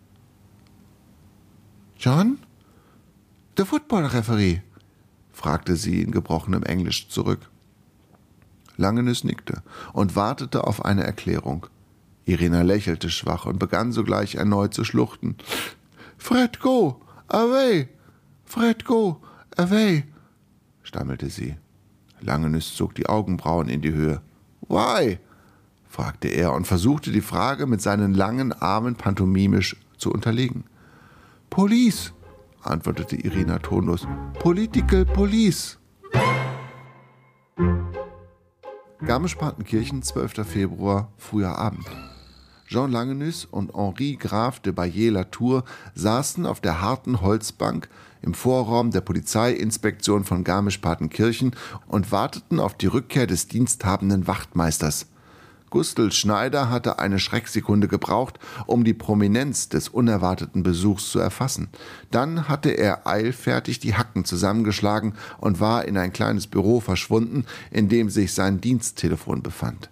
»John? Der Football-Referee?« fragte sie in gebrochenem Englisch zurück. Langenus nickte und wartete auf eine Erklärung. Irina lächelte schwach und begann sogleich erneut zu schluchzen. »Fred, go! Away! Fred, go! Away!« stammelte sie. Langenus zog die Augenbrauen in die Höhe. »Why?« fragte er und versuchte die Frage mit seinen langen Armen pantomimisch zu unterlegen. »Police«, antwortete Irina tonlos. »Political Police.« Garmisch-Partenkirchen, zwölfter Februar, früher Abend. Jean Langenus und Henri Graf de Baillet-Latour saßen auf der harten Holzbank im Vorraum der Polizeiinspektion von Garmisch-Partenkirchen und warteten auf die Rückkehr des diensthabenden Wachtmeisters. Gustl Schneider hatte eine Schrecksekunde gebraucht, um die Prominenz des unerwarteten Besuchs zu erfassen. Dann hatte er eilfertig die Hacken zusammengeschlagen und war in ein kleines Büro verschwunden, in dem sich sein Diensttelefon befand.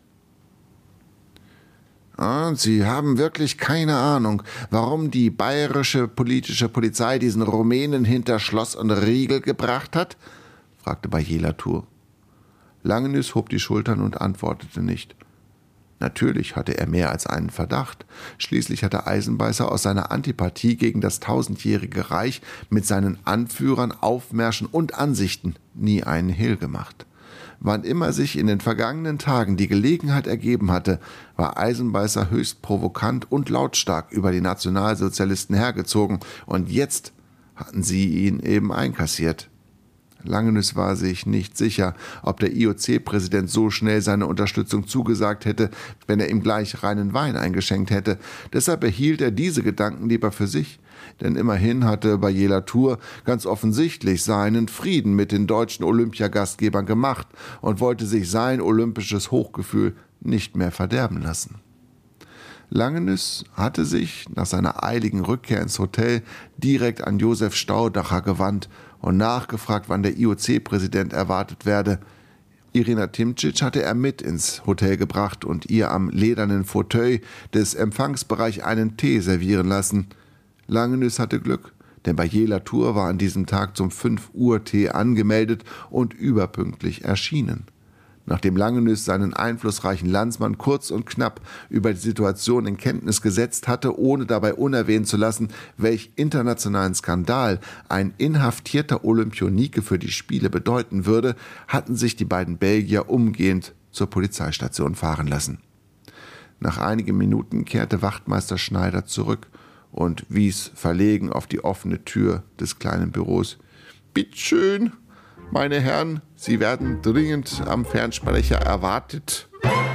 Sie haben wirklich keine Ahnung, warum die bayerische politische Polizei diesen Rumänen hinter Schloss und Riegel gebracht hat?, fragte Baillet-Latour. Langenus hob die Schultern und antwortete nicht. Natürlich hatte er mehr als einen Verdacht. Schließlich hatte Eisenbeißer aus seiner Antipathie gegen das tausendjährige Reich mit seinen Anführern, Aufmärschen und Ansichten nie einen Hehl gemacht. Wann immer sich in den vergangenen Tagen die Gelegenheit ergeben hatte, war Eisenbeißer höchst provokant und lautstark über die Nationalsozialisten hergezogen, und jetzt hatten sie ihn eben einkassiert. Langenus war sich nicht sicher, ob der I O C-Präsident so schnell seine Unterstützung zugesagt hätte, wenn er ihm gleich reinen Wein eingeschenkt hätte. Deshalb behielt er diese Gedanken lieber für sich, denn immerhin hatte Baillet-Latour ganz offensichtlich seinen Frieden mit den deutschen Olympiagastgebern gemacht und wollte sich sein olympisches Hochgefühl nicht mehr verderben lassen. Langenus hatte sich nach seiner eiligen Rückkehr ins Hotel direkt an Josef Staudacher gewandt und nachgefragt, wann der I O C-Präsident erwartet werde. Irina Timcic hatte er mit ins Hotel gebracht und ihr am ledernen Fauteuil des Empfangsbereichs einen Tee servieren lassen. Langenus hatte Glück, denn Baillet-Latour war an diesem Tag zum fünf Uhr Tee angemeldet und überpünktlich erschienen. Nachdem Langenus seinen einflussreichen Landsmann kurz und knapp über die Situation in Kenntnis gesetzt hatte, ohne dabei unerwähnt zu lassen, welch internationalen Skandal ein inhaftierter Olympionike für die Spiele bedeuten würde, hatten sich die beiden Belgier umgehend zur Polizeistation fahren lassen. Nach einigen Minuten kehrte Wachtmeister Schneider zurück und wies verlegen auf die offene Tür des kleinen Büros. »Bittschön, meine Herren, Sie werden dringend am Fernsprecher erwartet.«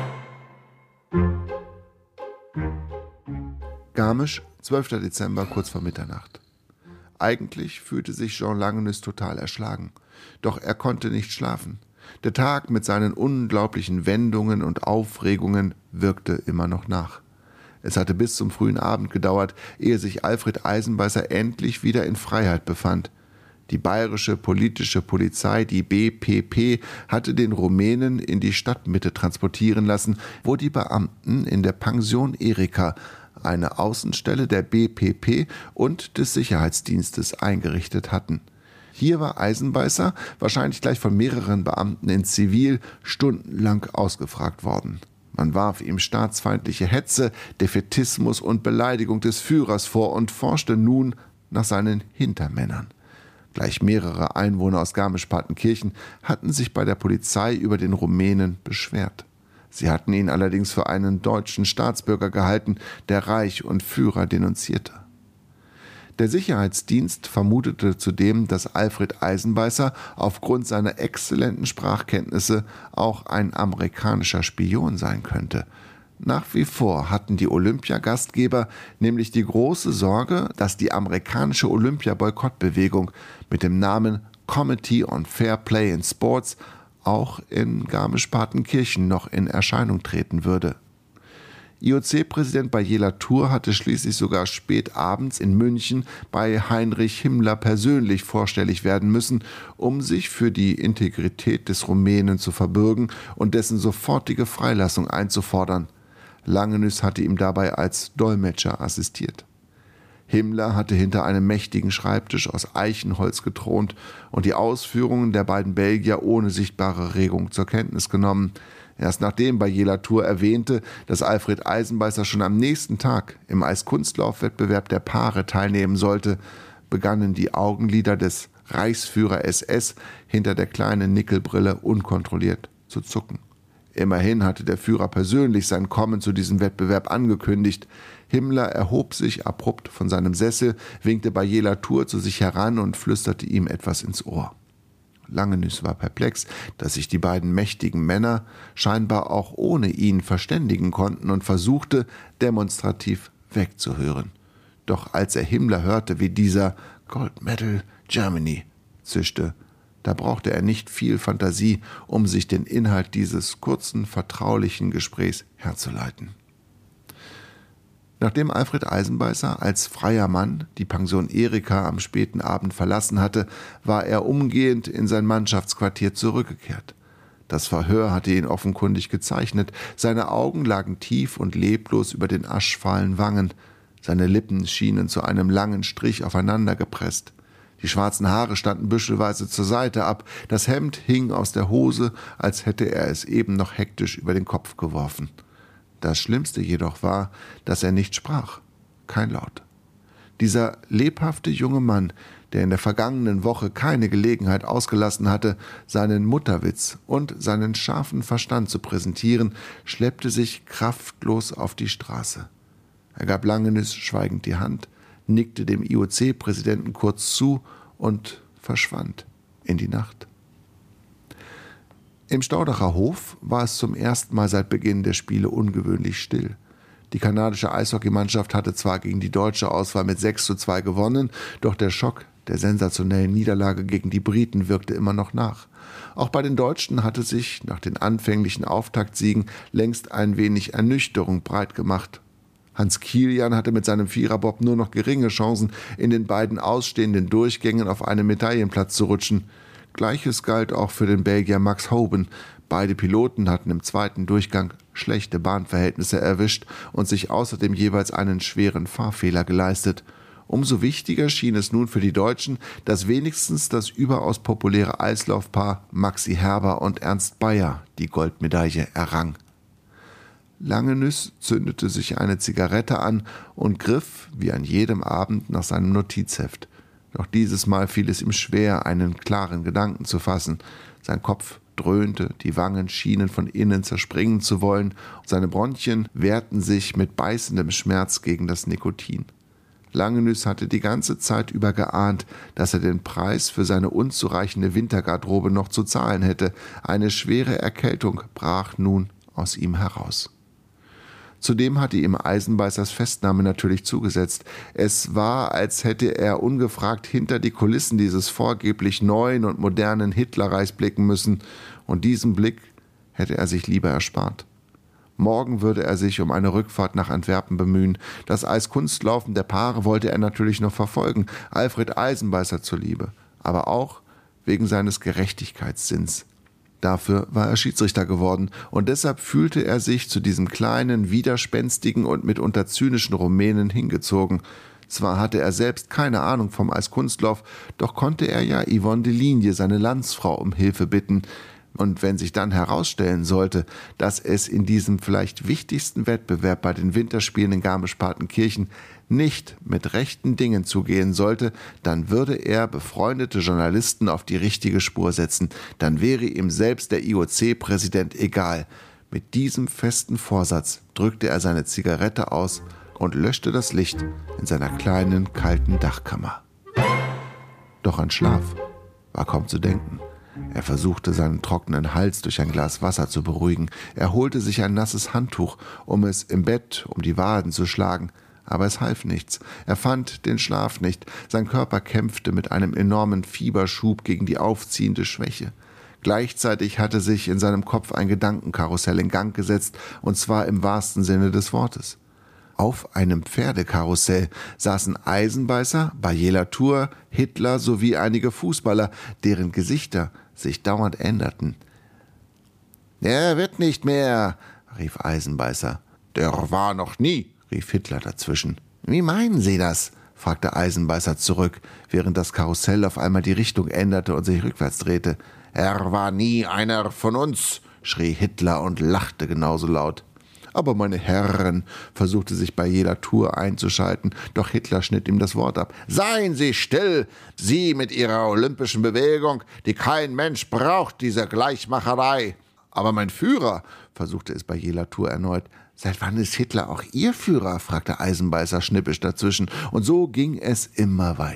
Garmisch, zwölfter Dezember, kurz vor Mitternacht. Eigentlich fühlte sich Jean Langenus total erschlagen, doch er konnte nicht schlafen. Der Tag mit seinen unglaublichen Wendungen und Aufregungen wirkte immer noch nach. Es hatte bis zum frühen Abend gedauert, ehe sich Alfred Eisenbeißer endlich wieder in Freiheit befand. Die bayerische politische Polizei, die B P P, hatte den Rumänen in die Stadtmitte transportieren lassen, wo die Beamten in der Pension Erika, eine Außenstelle der B P P und des Sicherheitsdienstes, eingerichtet hatten. Hier war Eisenbeißer, wahrscheinlich gleich von mehreren Beamten in Zivil, stundenlang ausgefragt worden. Man warf ihm staatsfeindliche Hetze, Defätismus und Beleidigung des Führers vor und forschte nun nach seinen Hintermännern. Gleich mehrere Einwohner aus Garmisch-Partenkirchen hatten sich bei der Polizei über den Rumänen beschwert. Sie hatten ihn allerdings für einen deutschen Staatsbürger gehalten, der Reich und Führer denunzierte. Der Sicherheitsdienst vermutete zudem, dass Alfred Eisenbeißer aufgrund seiner exzellenten Sprachkenntnisse auch ein amerikanischer Spion sein könnte. Nach wie vor hatten die Olympiagastgeber nämlich die große Sorge, dass die amerikanische Olympia-Boykottbewegung mit dem Namen Committee on Fair Play in Sports auch in Garmisch-Partenkirchen noch in Erscheinung treten würde. I O C-Präsident Baillet-Latour hatte schließlich sogar spät abends in München bei Heinrich Himmler persönlich vorstellig werden müssen, um sich für die Integrität des Rumänen zu verbürgen und dessen sofortige Freilassung einzufordern. Langenus hatte ihm dabei als Dolmetscher assistiert. Himmler hatte hinter einem mächtigen Schreibtisch aus Eichenholz gethront und die Ausführungen der beiden Belgier ohne sichtbare Regung zur Kenntnis genommen. Erst nachdem Baillet-Latour erwähnte, dass Alfred Eisenbeißer schon am nächsten Tag im Eiskunstlaufwettbewerb der Paare teilnehmen sollte, begannen die Augenlider des Reichsführer S S hinter der kleinen Nickelbrille unkontrolliert zu zucken. Immerhin hatte der Führer persönlich sein Kommen zu diesem Wettbewerb angekündigt. Himmler erhob sich abrupt von seinem Sessel, winkte Baillet-Latour zu sich heran und flüsterte ihm etwas ins Ohr. Langenüs war perplex, dass sich die beiden mächtigen Männer scheinbar auch ohne ihn verständigen konnten und versuchte, demonstrativ wegzuhören. Doch als er Himmler hörte, wie dieser »Gold Medal Germany« zischte, da brauchte er nicht viel Fantasie, um sich den Inhalt dieses kurzen, vertraulichen Gesprächs herzuleiten. Nachdem Alfred Eisenbeißer als freier Mann die Pension Erika am späten Abend verlassen hatte, war er umgehend in sein Mannschaftsquartier zurückgekehrt. Das Verhör hatte ihn offenkundig gezeichnet, seine Augen lagen tief und leblos über den aschfahlen Wangen, seine Lippen schienen zu einem langen Strich aufeinander gepresst. Die schwarzen Haare standen büschelweise zur Seite ab, das Hemd hing aus der Hose, als hätte er es eben noch hektisch über den Kopf geworfen. Das Schlimmste jedoch war, dass er nicht sprach, kein Laut. Dieser lebhafte junge Mann, der in der vergangenen Woche keine Gelegenheit ausgelassen hatte, seinen Mutterwitz und seinen scharfen Verstand zu präsentieren, schleppte sich kraftlos auf die Straße. Er gab Langenüs schweigend die Hand, nickte dem I O C-Präsidenten kurz zu und verschwand in die Nacht. Im Staudacher Hof war es zum ersten Mal seit Beginn der Spiele ungewöhnlich still. Die kanadische Eishockeymannschaft hatte zwar gegen die deutsche Auswahl mit sechs zu zwei gewonnen, doch der Schock der sensationellen Niederlage gegen die Briten wirkte immer noch nach. Auch bei den Deutschen hatte sich nach den anfänglichen Auftaktsiegen längst ein wenig Ernüchterung breit gemacht. Hans Kilian hatte mit seinem Viererbob nur noch geringe Chancen, in den beiden ausstehenden Durchgängen auf einen Medaillenplatz zu rutschen. Gleiches galt auch für den Belgier Max Hoban. Beide Piloten hatten im zweiten Durchgang schlechte Bahnverhältnisse erwischt und sich außerdem jeweils einen schweren Fahrfehler geleistet. Umso wichtiger schien es nun für die Deutschen, dass wenigstens das überaus populäre Eislaufpaar Maxi Herber und Ernst Beyer die Goldmedaille errang. Langenüs zündete sich eine Zigarette an und griff, wie an jedem Abend, nach seinem Notizheft. Doch dieses Mal fiel es ihm schwer, einen klaren Gedanken zu fassen. Sein Kopf dröhnte, die Wangen schienen von innen zerspringen zu wollen, und seine Bronchien wehrten sich mit beißendem Schmerz gegen das Nikotin. Langenüs hatte die ganze Zeit über geahnt, dass er den Preis für seine unzureichende Wintergarderobe noch zu zahlen hätte. Eine schwere Erkältung brach nun aus ihm heraus. Zudem hatte ihm Eisenbeißers Festnahme natürlich zugesetzt. Es war, als hätte er ungefragt hinter die Kulissen dieses vorgeblich neuen und modernen Hitlerreichs blicken müssen, und diesen Blick hätte er sich lieber erspart. Morgen würde er sich um eine Rückfahrt nach Antwerpen bemühen. Das Eiskunstlaufen der Paare wollte er natürlich noch verfolgen, Alfred Eisenbeißer zuliebe, aber auch wegen seines Gerechtigkeitssinns. Dafür war er Schiedsrichter geworden, und deshalb fühlte er sich zu diesem kleinen, widerspenstigen und mitunter zynischen Rumänen hingezogen. Zwar hatte er selbst keine Ahnung vom Eiskunstlauf, doch konnte er ja Yvonne de Ligne, seine Landsfrau, um Hilfe bitten. Und wenn sich dann herausstellen sollte, dass es in diesem vielleicht wichtigsten Wettbewerb bei den Winterspielen in Garmisch-Partenkirchen nicht mit rechten Dingen zugehen sollte, dann würde er befreundete Journalisten auf die richtige Spur setzen. Dann wäre ihm selbst der I O C-Präsident egal. Mit diesem festen Vorsatz drückte er seine Zigarette aus und löschte das Licht in seiner kleinen, kalten Dachkammer. Doch an Schlaf war kaum zu denken. Er versuchte, seinen trockenen Hals durch ein Glas Wasser zu beruhigen. Er holte sich ein nasses Handtuch, um es im Bett um die Waden zu schlagen. Aber es half nichts. Er fand den Schlaf nicht. Sein Körper kämpfte mit einem enormen Fieberschub gegen die aufziehende Schwäche. Gleichzeitig hatte sich in seinem Kopf ein Gedankenkarussell in Gang gesetzt, und zwar im wahrsten Sinne des Wortes. Auf einem Pferdekarussell saßen Eisenbeißer, Barrier Tour, Hitler sowie einige Fußballer, deren Gesichter sich dauernd änderten. »Er wird nicht mehr«, rief Eisenbeißer. »Der war noch nie«, rief Hitler dazwischen. »Wie meinen Sie das?«, fragte Eisenbeißer zurück, während das Karussell auf einmal die Richtung änderte und sich rückwärts drehte. »Er war nie einer von uns«, schrie Hitler und lachte genauso laut. »Aber meine Herren«, versuchte sich Barrier Tour einzuschalten, doch Hitler schnitt ihm das Wort ab. »Seien Sie still! Sie mit Ihrer olympischen Bewegung, die kein Mensch braucht, diese Gleichmacherei!« »Aber mein Führer«, versuchte es Barrier Tour erneut. »Seit wann ist Hitler auch Ihr Führer?«, fragte Eisenbeißer schnippisch dazwischen, und so ging es immer weiter.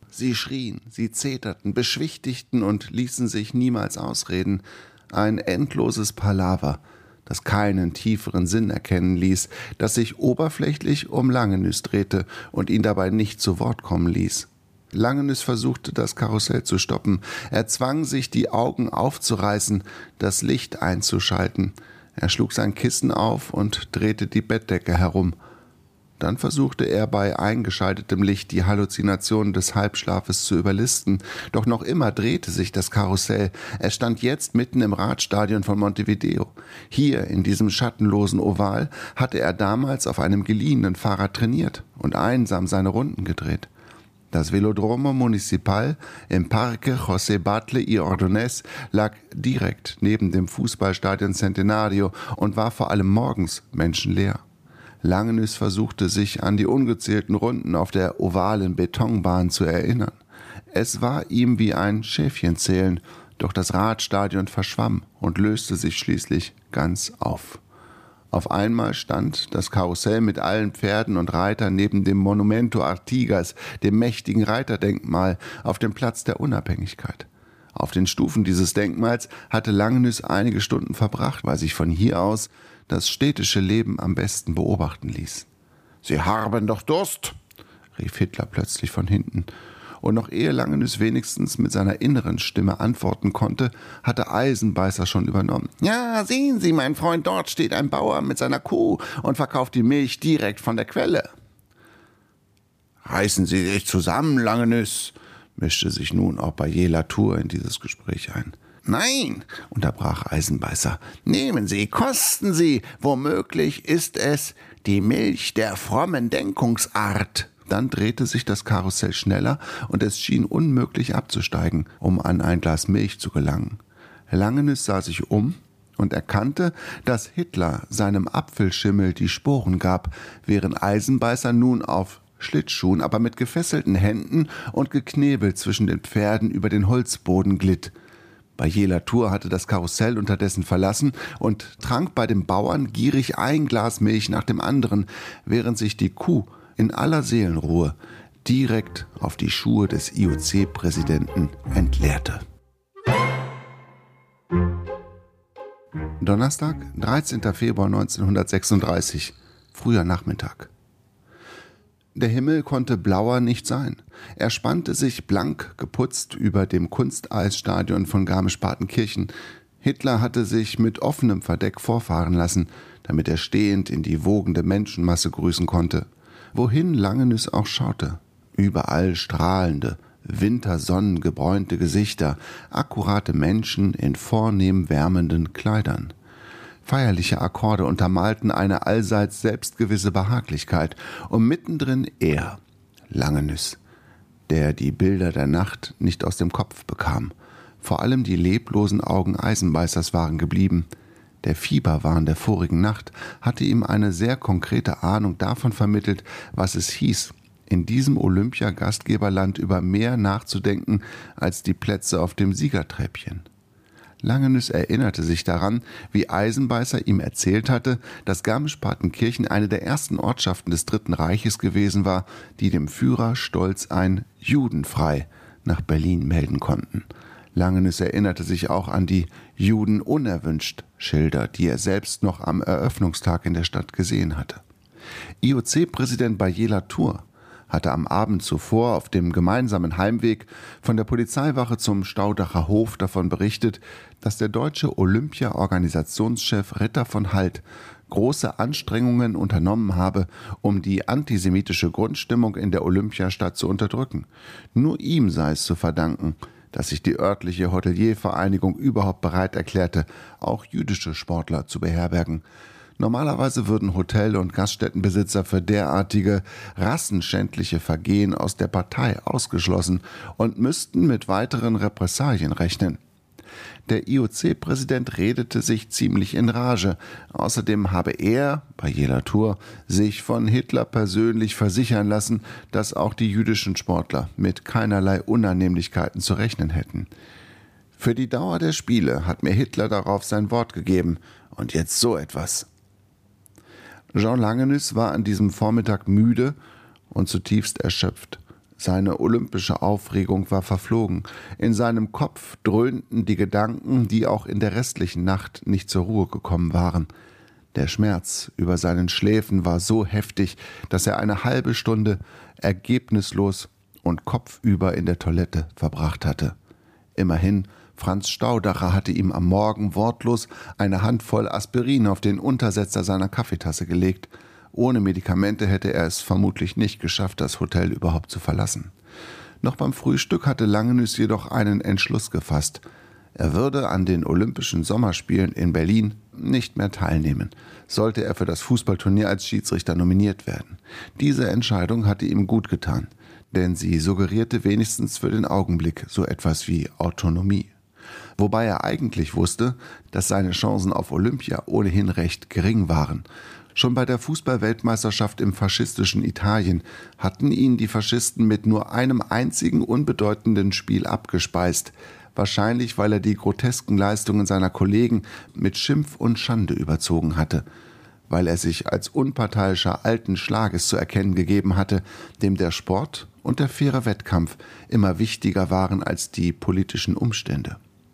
Sie schrien, sie zeterten, beschwichtigten und ließen sich niemals ausreden. Ein endloses Palaver, das keinen tieferen Sinn erkennen ließ, das sich oberflächlich um Langenüs drehte und ihn dabei nicht zu Wort kommen ließ. Langenüs versuchte, das Karussell zu stoppen. Er zwang sich, die Augen aufzureißen, das Licht einzuschalten. Er schlug sein Kissen auf und drehte die Bettdecke herum. Dann versuchte er bei eingeschaltetem Licht die Halluzinationen des Halbschlafes zu überlisten. Doch noch immer drehte sich das Karussell. Es stand jetzt mitten im Radstadion von Montevideo. Hier, in diesem schattenlosen Oval, hatte er damals auf einem geliehenen Fahrrad trainiert und einsam seine Runden gedreht. Das Velodromo Municipal im Parque José Batlle y Ordóñez lag direkt neben dem Fußballstadion Centenario und war vor allem morgens menschenleer. Langenüs versuchte, sich an die ungezählten Runden auf der ovalen Betonbahn zu erinnern. Es war ihm wie ein Schäfchenzählen, doch das Radstadion verschwamm und löste sich schließlich ganz auf. Auf einmal stand das Karussell mit allen Pferden und Reitern neben dem Monumento Artigas, dem mächtigen Reiterdenkmal, auf dem Platz der Unabhängigkeit. Auf den Stufen dieses Denkmals hatte Langenüs einige Stunden verbracht, weil sich von hier aus das städtische Leben am besten beobachten ließ. »Sie haben doch Durst«, rief Hitler plötzlich von hinten. Und noch ehe Langenüs wenigstens mit seiner inneren Stimme antworten konnte, hatte Eisenbeißer schon übernommen. »Ja, sehen Sie, mein Freund, dort steht ein Bauer mit seiner Kuh und verkauft die Milch direkt von der Quelle.« »Reißen Sie sich zusammen, Langenüs«, mischte sich nun auch Baillet Latour in dieses Gespräch ein. »Nein«, unterbrach Eisenbeißer, »nehmen Sie, kosten Sie, womöglich ist es die Milch der frommen Denkungsart.« Dann drehte sich das Karussell schneller und es schien unmöglich abzusteigen, um an ein Glas Milch zu gelangen. Langenüs sah sich um und erkannte, dass Hitler seinem Apfelschimmel die Sporen gab, während Eisenbeißer nun auf Schlittschuhen, aber mit gefesselten Händen und geknebelt zwischen den Pferden über den Holzboden glitt. Baillet Latour hatte das Karussell unterdessen verlassen und trank bei dem Bauern gierig ein Glas Milch nach dem anderen, während sich die Kuh in aller Seelenruhe direkt auf die Schuhe des I O C-Präsidenten entleerte. Donnerstag, dreizehnter Februar neunzehnhundertsechsunddreißig, früher Nachmittag. Der Himmel konnte blauer nicht sein. Er spannte sich blank geputzt über dem Kunsteisstadion von Garmisch-Partenkirchen. Hitler hatte sich mit offenem Verdeck vorfahren lassen, damit er stehend in die wogende Menschenmasse grüßen konnte. Wohin Langenüs auch schaute. Überall strahlende, wintersonnengebräunte Gesichter, akkurate Menschen in vornehm wärmenden Kleidern. Feierliche Akkorde untermalten eine allseits selbstgewisse Behaglichkeit und mittendrin er, Langenüs, der die Bilder der Nacht nicht aus dem Kopf bekam. Vor allem die leblosen Augen Eisenbeißers waren geblieben. Der Fieberwahn der vorigen Nacht hatte ihm eine sehr konkrete Ahnung davon vermittelt, was es hieß, in diesem Olympia-Gastgeberland über mehr nachzudenken als die Plätze auf dem Siegertreppchen. Langenüs erinnerte sich daran, wie Eisenbeißer ihm erzählt hatte, dass Garmisch-Partenkirchen eine der ersten Ortschaften des Dritten Reiches gewesen war, die dem Führer stolz ein Judenfrei nach Berlin melden konnten. Langenüs erinnerte sich auch an die Juden unerwünscht Schilder, die er selbst noch am Eröffnungstag in der Stadt gesehen hatte. I O C-Präsident Baillet Latour hatte am Abend zuvor auf dem gemeinsamen Heimweg von der Polizeiwache zum Staudacher Hof davon berichtet, dass der deutsche Olympia-Organisationschef Ritter von Hald große Anstrengungen unternommen habe, um die antisemitische Grundstimmung in der Olympiastadt zu unterdrücken. Nur ihm sei es zu verdanken, dass sich die örtliche Hoteliervereinigung überhaupt bereit erklärte, auch jüdische Sportler zu beherbergen. Normalerweise würden Hotel- und Gaststättenbesitzer für derartige rassenschändliche Vergehen aus der Partei ausgeschlossen und müssten mit weiteren Repressalien rechnen. Der I O C-Präsident redete sich ziemlich in Rage. Außerdem habe er, Baillet Latour, sich von Hitler persönlich versichern lassen, dass auch die jüdischen Sportler mit keinerlei Unannehmlichkeiten zu rechnen hätten. Für die Dauer der Spiele hat mir Hitler darauf sein Wort gegeben. Und jetzt so etwas. Jean Langenüs war an diesem Vormittag müde und zutiefst erschöpft. Seine olympische Aufregung war verflogen. In seinem Kopf dröhnten die Gedanken, die auch in der restlichen Nacht nicht zur Ruhe gekommen waren. Der Schmerz über seinen Schläfen war so heftig, dass er eine halbe Stunde ergebnislos und kopfüber in der Toilette verbracht hatte. Immerhin, Franz Staudacher hatte ihm am Morgen wortlos eine Handvoll Aspirin auf den Untersetzer seiner Kaffeetasse gelegt. Ohne Medikamente hätte er es vermutlich nicht geschafft, das Hotel überhaupt zu verlassen. Noch beim Frühstück hatte Langenüs jedoch einen Entschluss gefasst. Er würde an den Olympischen Sommerspielen in Berlin nicht mehr teilnehmen, sollte er für das Fußballturnier als Schiedsrichter nominiert werden. Diese Entscheidung hatte ihm gut getan, denn sie suggerierte wenigstens für den Augenblick so etwas wie Autonomie. Wobei er eigentlich wusste, dass seine Chancen auf Olympia ohnehin recht gering waren. Schon bei der Fußballweltmeisterschaft im faschistischen Italien hatten ihn die Faschisten mit nur einem einzigen unbedeutenden Spiel abgespeist, wahrscheinlich weil er die grotesken Leistungen seiner Kollegen mit Schimpf und Schande überzogen hatte, weil er sich als unparteiischer alten Schlages zu erkennen gegeben hatte, dem der Sport und der faire Wettkampf immer wichtiger waren als die politischen Umstände.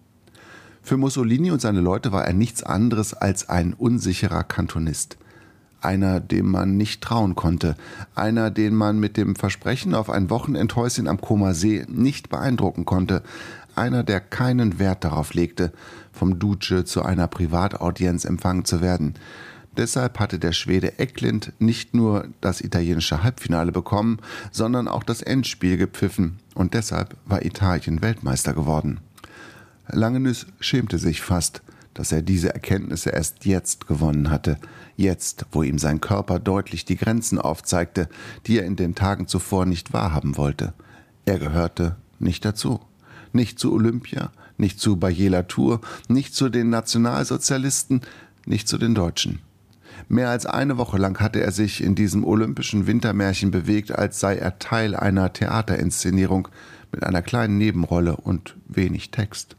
Für Mussolini und seine Leute war er nichts anderes als ein unsicherer Kantonist. Einer, dem man nicht trauen konnte, einer, den man mit dem Versprechen auf ein Wochenendhäuschen am Comer See nicht beeindrucken konnte, einer, der keinen Wert darauf legte, vom Duce zu einer Privataudienz empfangen zu werden. Deshalb hatte der Schwede Eklund nicht nur das italienische Halbfinale bekommen, sondern auch das Endspiel gepfiffen, und deshalb war Italien Weltmeister geworden. Langenüs schämte sich fast, dass er diese Erkenntnisse erst jetzt gewonnen hatte, jetzt, wo ihm sein Körper deutlich die Grenzen aufzeigte, die er in den Tagen zuvor nicht wahrhaben wollte. Er gehörte nicht dazu. Nicht zu Olympia, nicht zu Bayela-Tour, nicht zu den Nationalsozialisten, nicht zu den Deutschen. Mehr als eine Woche lang hatte er sich in diesem olympischen Wintermärchen bewegt, als sei er Teil einer Theaterinszenierung mit einer kleinen Nebenrolle und wenig Text.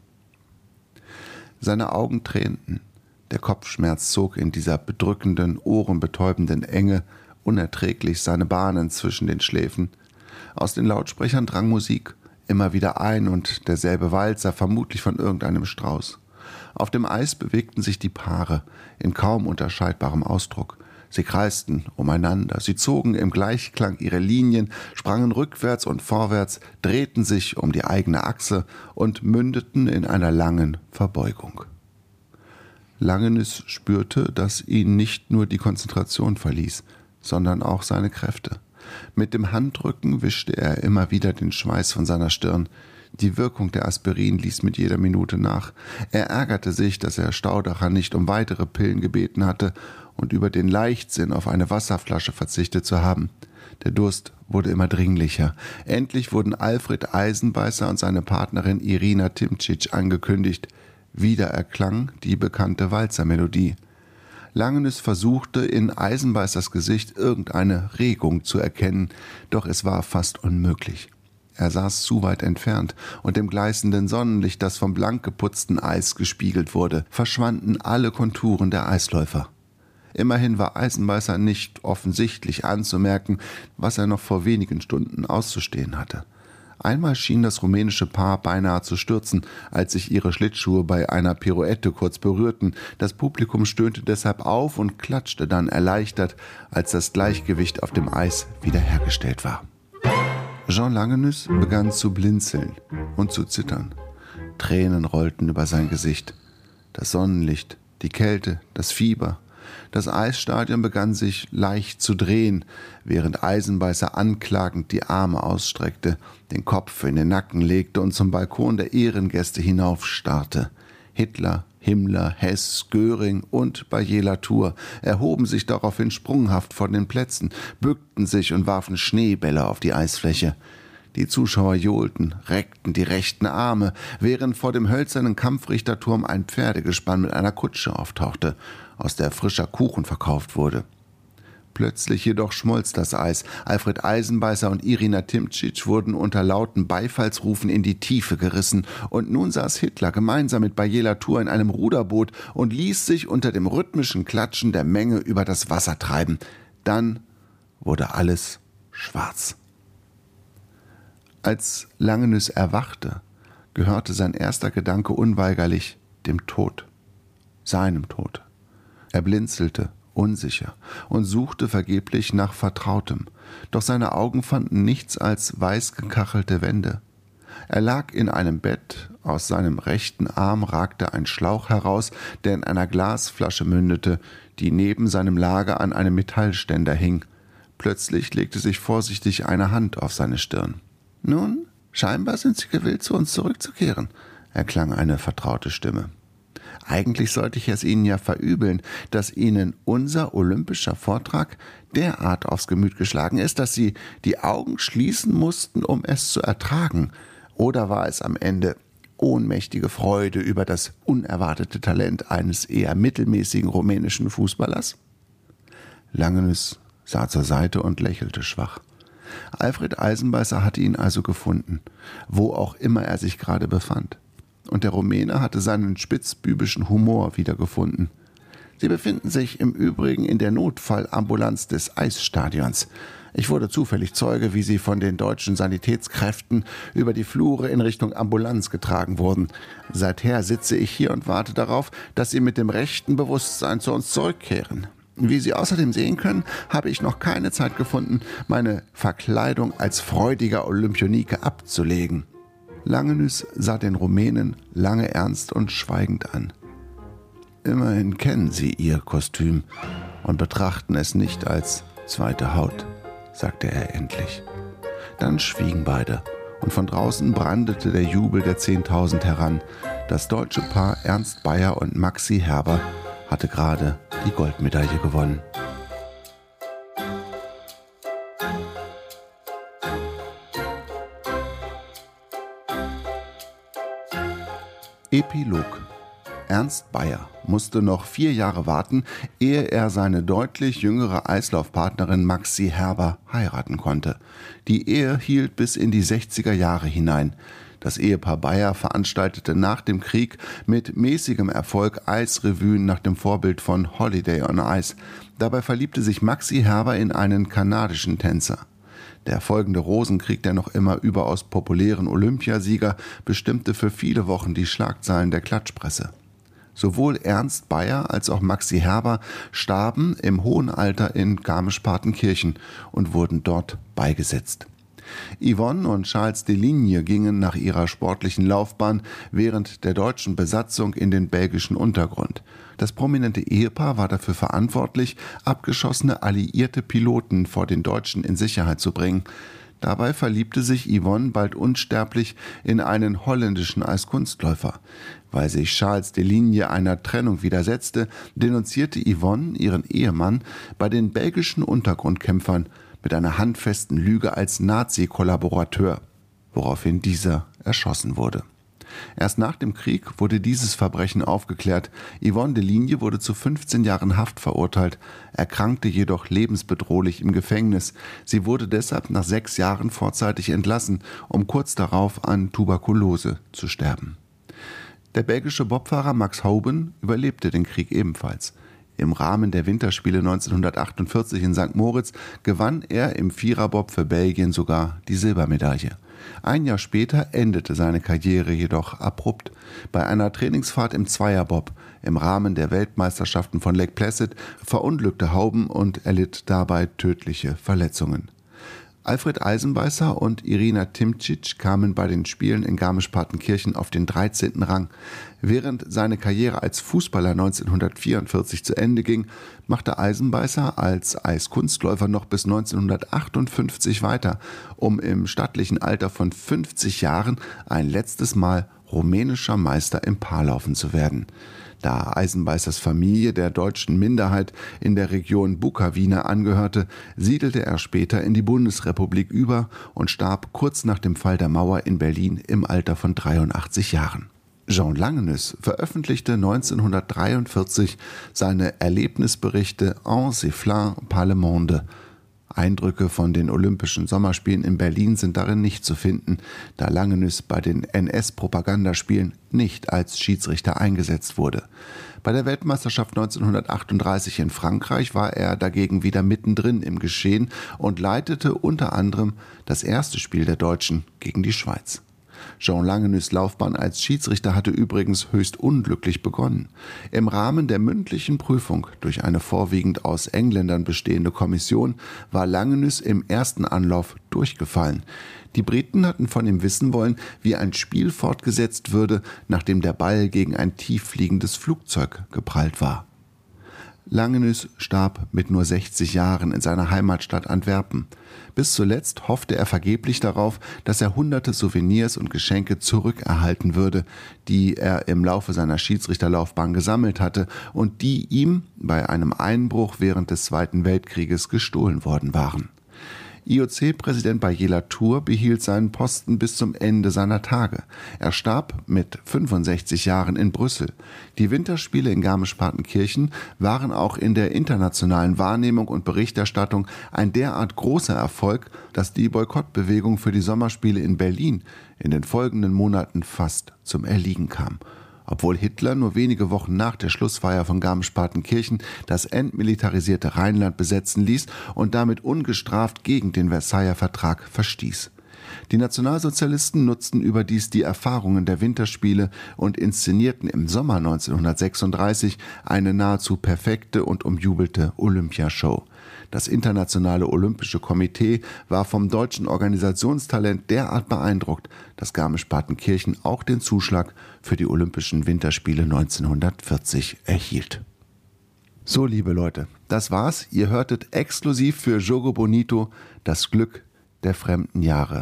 Seine Augen tränten, der Kopfschmerz zog in dieser bedrückenden, ohrenbetäubenden Enge unerträglich seine Bahnen zwischen den Schläfen. Aus den Lautsprechern drang Musik, immer wieder ein und derselbe Walzer, vermutlich von irgendeinem Strauß. Auf dem Eis bewegten sich die Paare in kaum unterscheidbarem Ausdruck. Sie kreisten umeinander, sie zogen im Gleichklang ihre Linien, sprangen rückwärts und vorwärts, drehten sich um die eigene Achse und mündeten in einer langen Verbeugung. Langenüs spürte, dass ihn nicht nur die Konzentration verließ, sondern auch seine Kräfte. Mit dem Handrücken wischte er immer wieder den Schweiß von seiner Stirn. Die Wirkung der Aspirin ließ mit jeder Minute nach. Er ärgerte sich, dass er Staudacher nicht um weitere Pillen gebeten hatte und über den Leichtsinn auf eine Wasserflasche verzichtet zu haben. Der Durst wurde immer dringlicher. Endlich wurden Alfred Eisenbeißer und seine Partnerin Irina Timčić angekündigt. Wieder erklang die bekannte Walzermelodie. Langenüs versuchte, in Eisenbeißers Gesicht irgendeine Regung zu erkennen, doch es war fast unmöglich. Er saß zu weit entfernt, und im gleißenden Sonnenlicht, das vom blank geputzten Eis gespiegelt wurde, verschwanden alle Konturen der Eisläufer. Immerhin war Eisenbeißer nicht offensichtlich anzumerken, was er noch vor wenigen Stunden auszustehen hatte. Einmal schien das rumänische Paar beinahe zu stürzen, als sich ihre Schlittschuhe bei einer Pirouette kurz berührten. Das Publikum stöhnte deshalb auf und klatschte dann erleichtert, als das Gleichgewicht auf dem Eis wiederhergestellt war. Jean Langenüs begann zu blinzeln und zu zittern. Tränen rollten über sein Gesicht. Das Sonnenlicht, die Kälte, das Fieber. Das Eisstadion begann sich leicht zu drehen, während Eisenbeißer anklagend die Arme ausstreckte, den Kopf in den Nacken legte und zum Balkon der Ehrengäste hinaufstarrte. Hitler, Himmler, Hess, Göring und Bayela-Tour erhoben sich daraufhin sprunghaft von den Plätzen, bückten sich und warfen Schneebälle auf die Eisfläche. Die Zuschauer johlten, reckten die rechten Arme, während vor dem hölzernen Kampfrichterturm ein Pferdegespann mit einer Kutsche auftauchte, aus der frischer Kuchen verkauft wurde. Plötzlich jedoch schmolz das Eis. Alfred Eisenbeißer und Irina Timčić wurden unter lauten Beifallsrufen in die Tiefe gerissen, und nun saß Hitler gemeinsam mit Bayela-Tour in einem Ruderboot und ließ sich unter dem rhythmischen Klatschen der Menge über das Wasser treiben. Dann wurde alles schwarz. Als Langenüs erwachte, gehörte sein erster Gedanke unweigerlich dem Tod, seinem Tod. Er blinzelte, unsicher, und suchte vergeblich nach Vertrautem, doch seine Augen fanden nichts als weiß gekachelte Wände. Er lag in einem Bett, aus seinem rechten Arm ragte ein Schlauch heraus, der in einer Glasflasche mündete, die neben seinem Lager an einem Metallständer hing. Plötzlich legte sich vorsichtig eine Hand auf seine Stirn. »Nun, scheinbar sind Sie gewillt, zu uns zurückzukehren«, erklang eine vertraute Stimme. »Eigentlich sollte ich es Ihnen ja verübeln, dass Ihnen unser olympischer Vortrag derart aufs Gemüt geschlagen ist, dass Sie die Augen schließen mussten, um es zu ertragen. Oder war es am Ende ohnmächtige Freude über das unerwartete Talent eines eher mittelmäßigen rumänischen Fußballers?« Langenüs sah zur Seite und lächelte schwach. Alfred Eisenbeißer hatte ihn also gefunden, wo auch immer er sich gerade befand. Und der Rumäne hatte seinen spitzbübischen Humor wiedergefunden. »Sie befinden sich im Übrigen in der Notfallambulanz des Eisstadions. Ich wurde zufällig Zeuge, wie Sie von den deutschen Sanitätskräften über die Flure in Richtung Ambulanz getragen wurden. Seither sitze ich hier und warte darauf, dass Sie mit dem rechten Bewusstsein zu uns zurückkehren. Wie Sie außerdem sehen können, habe ich noch keine Zeit gefunden, meine Verkleidung als freudiger Olympionike abzulegen.« Langenüs sah den Rumänen lange ernst und schweigend an. »Immerhin kennen Sie Ihr Kostüm und betrachten es nicht als zweite Haut«, sagte er endlich. Dann schwiegen beide, und von draußen brandete der Jubel der Zehntausend heran. Das deutsche Paar Ernst Beyer und Maxi Herber hatte gerade die Goldmedaille gewonnen. Epilog. Ernst Beyer musste noch vier Jahre warten, ehe er seine deutlich jüngere Eislaufpartnerin Maxi Herber heiraten konnte. Die Ehe hielt bis in die sechziger Jahre hinein. Das Ehepaar Beyer veranstaltete nach dem Krieg mit mäßigem Erfolg Eisrevuen nach dem Vorbild von Holiday on Ice. Dabei verliebte sich Maxi Herber in einen kanadischen Tänzer. Der folgende Rosenkrieg der noch immer überaus populären Olympiasieger bestimmte für viele Wochen die Schlagzeilen der Klatschpresse. Sowohl Ernst Beyer als auch Maxi Herber starben im hohen Alter in Garmisch-Partenkirchen und wurden dort beigesetzt. Yvonne und Charles Deligne gingen nach ihrer sportlichen Laufbahn während der deutschen Besatzung in den belgischen Untergrund. Das prominente Ehepaar war dafür verantwortlich, abgeschossene alliierte Piloten vor den Deutschen in Sicherheit zu bringen. Dabei verliebte sich Yvonne bald unsterblich in einen holländischen Eiskunstläufer. Weil sich Charles Deligne einer Trennung widersetzte, denunzierte Yvonne ihren Ehemann bei den belgischen Untergrundkämpfern mit einer handfesten Lüge als Nazi-Kollaborateur, woraufhin dieser erschossen wurde. Erst nach dem Krieg wurde dieses Verbrechen aufgeklärt. Yvonne Deligne wurde zu fünfzehn Jahren Haft verurteilt, erkrankte jedoch lebensbedrohlich im Gefängnis. Sie wurde deshalb nach sechs Jahren vorzeitig entlassen, um kurz darauf an Tuberkulose zu sterben. Der belgische Bobfahrer Max Houben überlebte den Krieg ebenfalls. Im Rahmen der Winterspiele neunzehnhundertachtundvierzig in Sankt Moritz gewann er im Viererbob für Belgien sogar die Silbermedaille. Ein Jahr später endete seine Karriere jedoch abrupt. Bei einer Trainingsfahrt im Zweierbob im Rahmen der Weltmeisterschaften von Lake Placid verunglückte Houben und erlitt dabei tödliche Verletzungen. Alfred Eisenbeißer und Irina Timcic kamen bei den Spielen in Garmisch-Partenkirchen auf den dreizehnten Rang. Während seine Karriere als Fußballer neunzehnhundertvierundvierzig zu Ende ging, machte Eisenbeißer als Eiskunstläufer noch bis neunzehnhundertachtundfünfzig weiter, um im stattlichen Alter von fünfzig Jahren ein letztes Mal rumänischer Meister im Paarlaufen zu werden. Da Eisenbeißers Familie der deutschen Minderheit in der Region Bukawina angehörte, siedelte er später in die Bundesrepublik über und starb kurz nach dem Fall der Mauer in Berlin im Alter von dreiundachtzig Jahren. Jean Langenüs veröffentlichte neunzehnhundertdreiundvierzig seine Erlebnisberichte En sifflant par le monde. Eindrücke von den Olympischen Sommerspielen in Berlin sind darin nicht zu finden, da Langenüs bei den N S-Propagandaspielen nicht als Schiedsrichter eingesetzt wurde. Bei der Weltmeisterschaft neunzehnhundertachtunddreißig in Frankreich war er dagegen wieder mittendrin im Geschehen und leitete unter anderem das erste Spiel der Deutschen gegen die Schweiz. Jean Langenus' Laufbahn als Schiedsrichter hatte übrigens höchst unglücklich begonnen. Im Rahmen der mündlichen Prüfung durch eine vorwiegend aus Engländern bestehende Kommission war Langenus im ersten Anlauf durchgefallen. Die Briten hatten von ihm wissen wollen, wie ein Spiel fortgesetzt würde, nachdem der Ball gegen ein tief fliegendes Flugzeug geprallt war. Langenus starb mit nur sechzig Jahren in seiner Heimatstadt Antwerpen. Bis zuletzt hoffte er vergeblich darauf, dass er hunderte Souvenirs und Geschenke zurückerhalten würde, die er im Laufe seiner Schiedsrichterlaufbahn gesammelt hatte und die ihm bei einem Einbruch während des Zweiten Weltkrieges gestohlen worden waren. I O C-Präsident Bajela Tour behielt seinen Posten bis zum Ende seiner Tage. Er starb mit fünfundsechzig Jahren in Brüssel. Die Winterspiele in Garmisch-Partenkirchen waren auch in der internationalen Wahrnehmung und Berichterstattung ein derart großer Erfolg, dass die Boykottbewegung für die Sommerspiele in Berlin in den folgenden Monaten fast zum Erliegen kam. Obwohl Hitler nur wenige Wochen nach der Schlussfeier von Garmisch-Partenkirchen das entmilitarisierte Rheinland besetzen ließ und damit ungestraft gegen den Versailler Vertrag verstieß. Die Nationalsozialisten nutzten überdies die Erfahrungen der Winterspiele und inszenierten im Sommer neunzehnhundertsechsunddreißig eine nahezu perfekte und umjubelte Olympiashow. Das Internationale Olympische Komitee war vom deutschen Organisationstalent derart beeindruckt, dass Garmisch-Partenkirchen auch den Zuschlag für die Olympischen Winterspiele neunzehnhundertvierzig erhielt. So, liebe Leute, das war's. Ihr hörtet exklusiv für Jogo Bonito das Glück der fremden Jahre.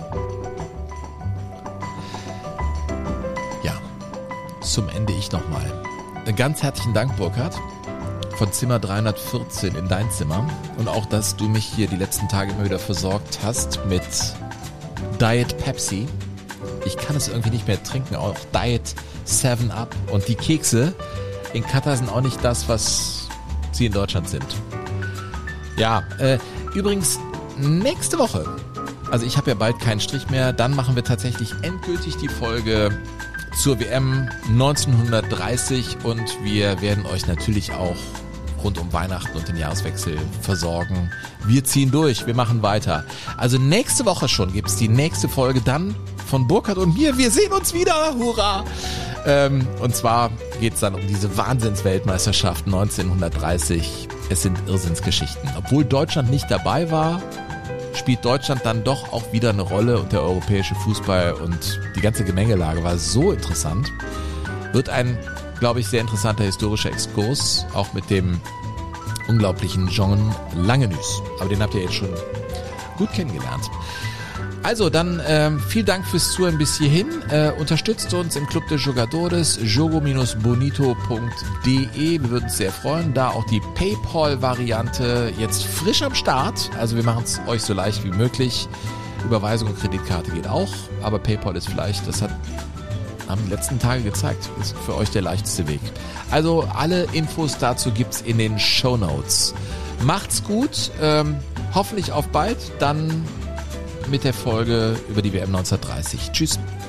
Ja, zum Ende ich nochmal. Ganz herzlichen Dank, Burkhard. Von Zimmer dreihundertvierzehn in dein Zimmer und auch, dass du mich hier die letzten Tage immer wieder versorgt hast mit Diet Pepsi. Ich kann es irgendwie nicht mehr trinken, auch Diet seven up und die Kekse in Katar sind auch nicht das, was sie in Deutschland sind. Ja, äh, übrigens nächste Woche, also ich habe ja bald keinen Strich mehr, dann machen wir tatsächlich endgültig die Folge zur W M neunzehnhundertdreißig und wir werden euch natürlich auch rund um Weihnachten und den Jahreswechsel versorgen. Wir ziehen durch, wir machen weiter. Also nächste Woche schon gibt es die nächste Folge dann von Burkhard und mir. Wir sehen uns wieder, hurra! Ähm, und zwar geht es dann um diese Wahnsinnsweltmeisterschaft neunzehnhundertdreißig. Es sind Irrsinnsgeschichten. Obwohl Deutschland nicht dabei war, spielt Deutschland dann doch auch wieder eine Rolle und der europäische Fußball und die ganze Gemengelage war so interessant. Wird ein, glaube ich, sehr interessanter historischer Exkurs, auch mit dem unglaublichen Jean Langenus. Aber den habt ihr jetzt schon gut kennengelernt. Also dann ähm, vielen Dank fürs Zuhören bis hierhin. Äh, unterstützt uns im Club de Jogadores, jogo bonito punkt de. Wir würden uns sehr freuen. Da auch die PayPal-Variante jetzt frisch am Start. Also wir machen es euch so leicht wie möglich. Überweisung und Kreditkarte geht auch. Aber PayPal ist vielleicht, das hat, haben die letzten Tage gezeigt, ist für euch der leichteste Weg. Also alle Infos dazu gibt's in den Shownotes. Macht's gut. Ähm, hoffentlich auf bald. Dann mit der Folge über die W M neunzehnhundertdreißig. Tschüss.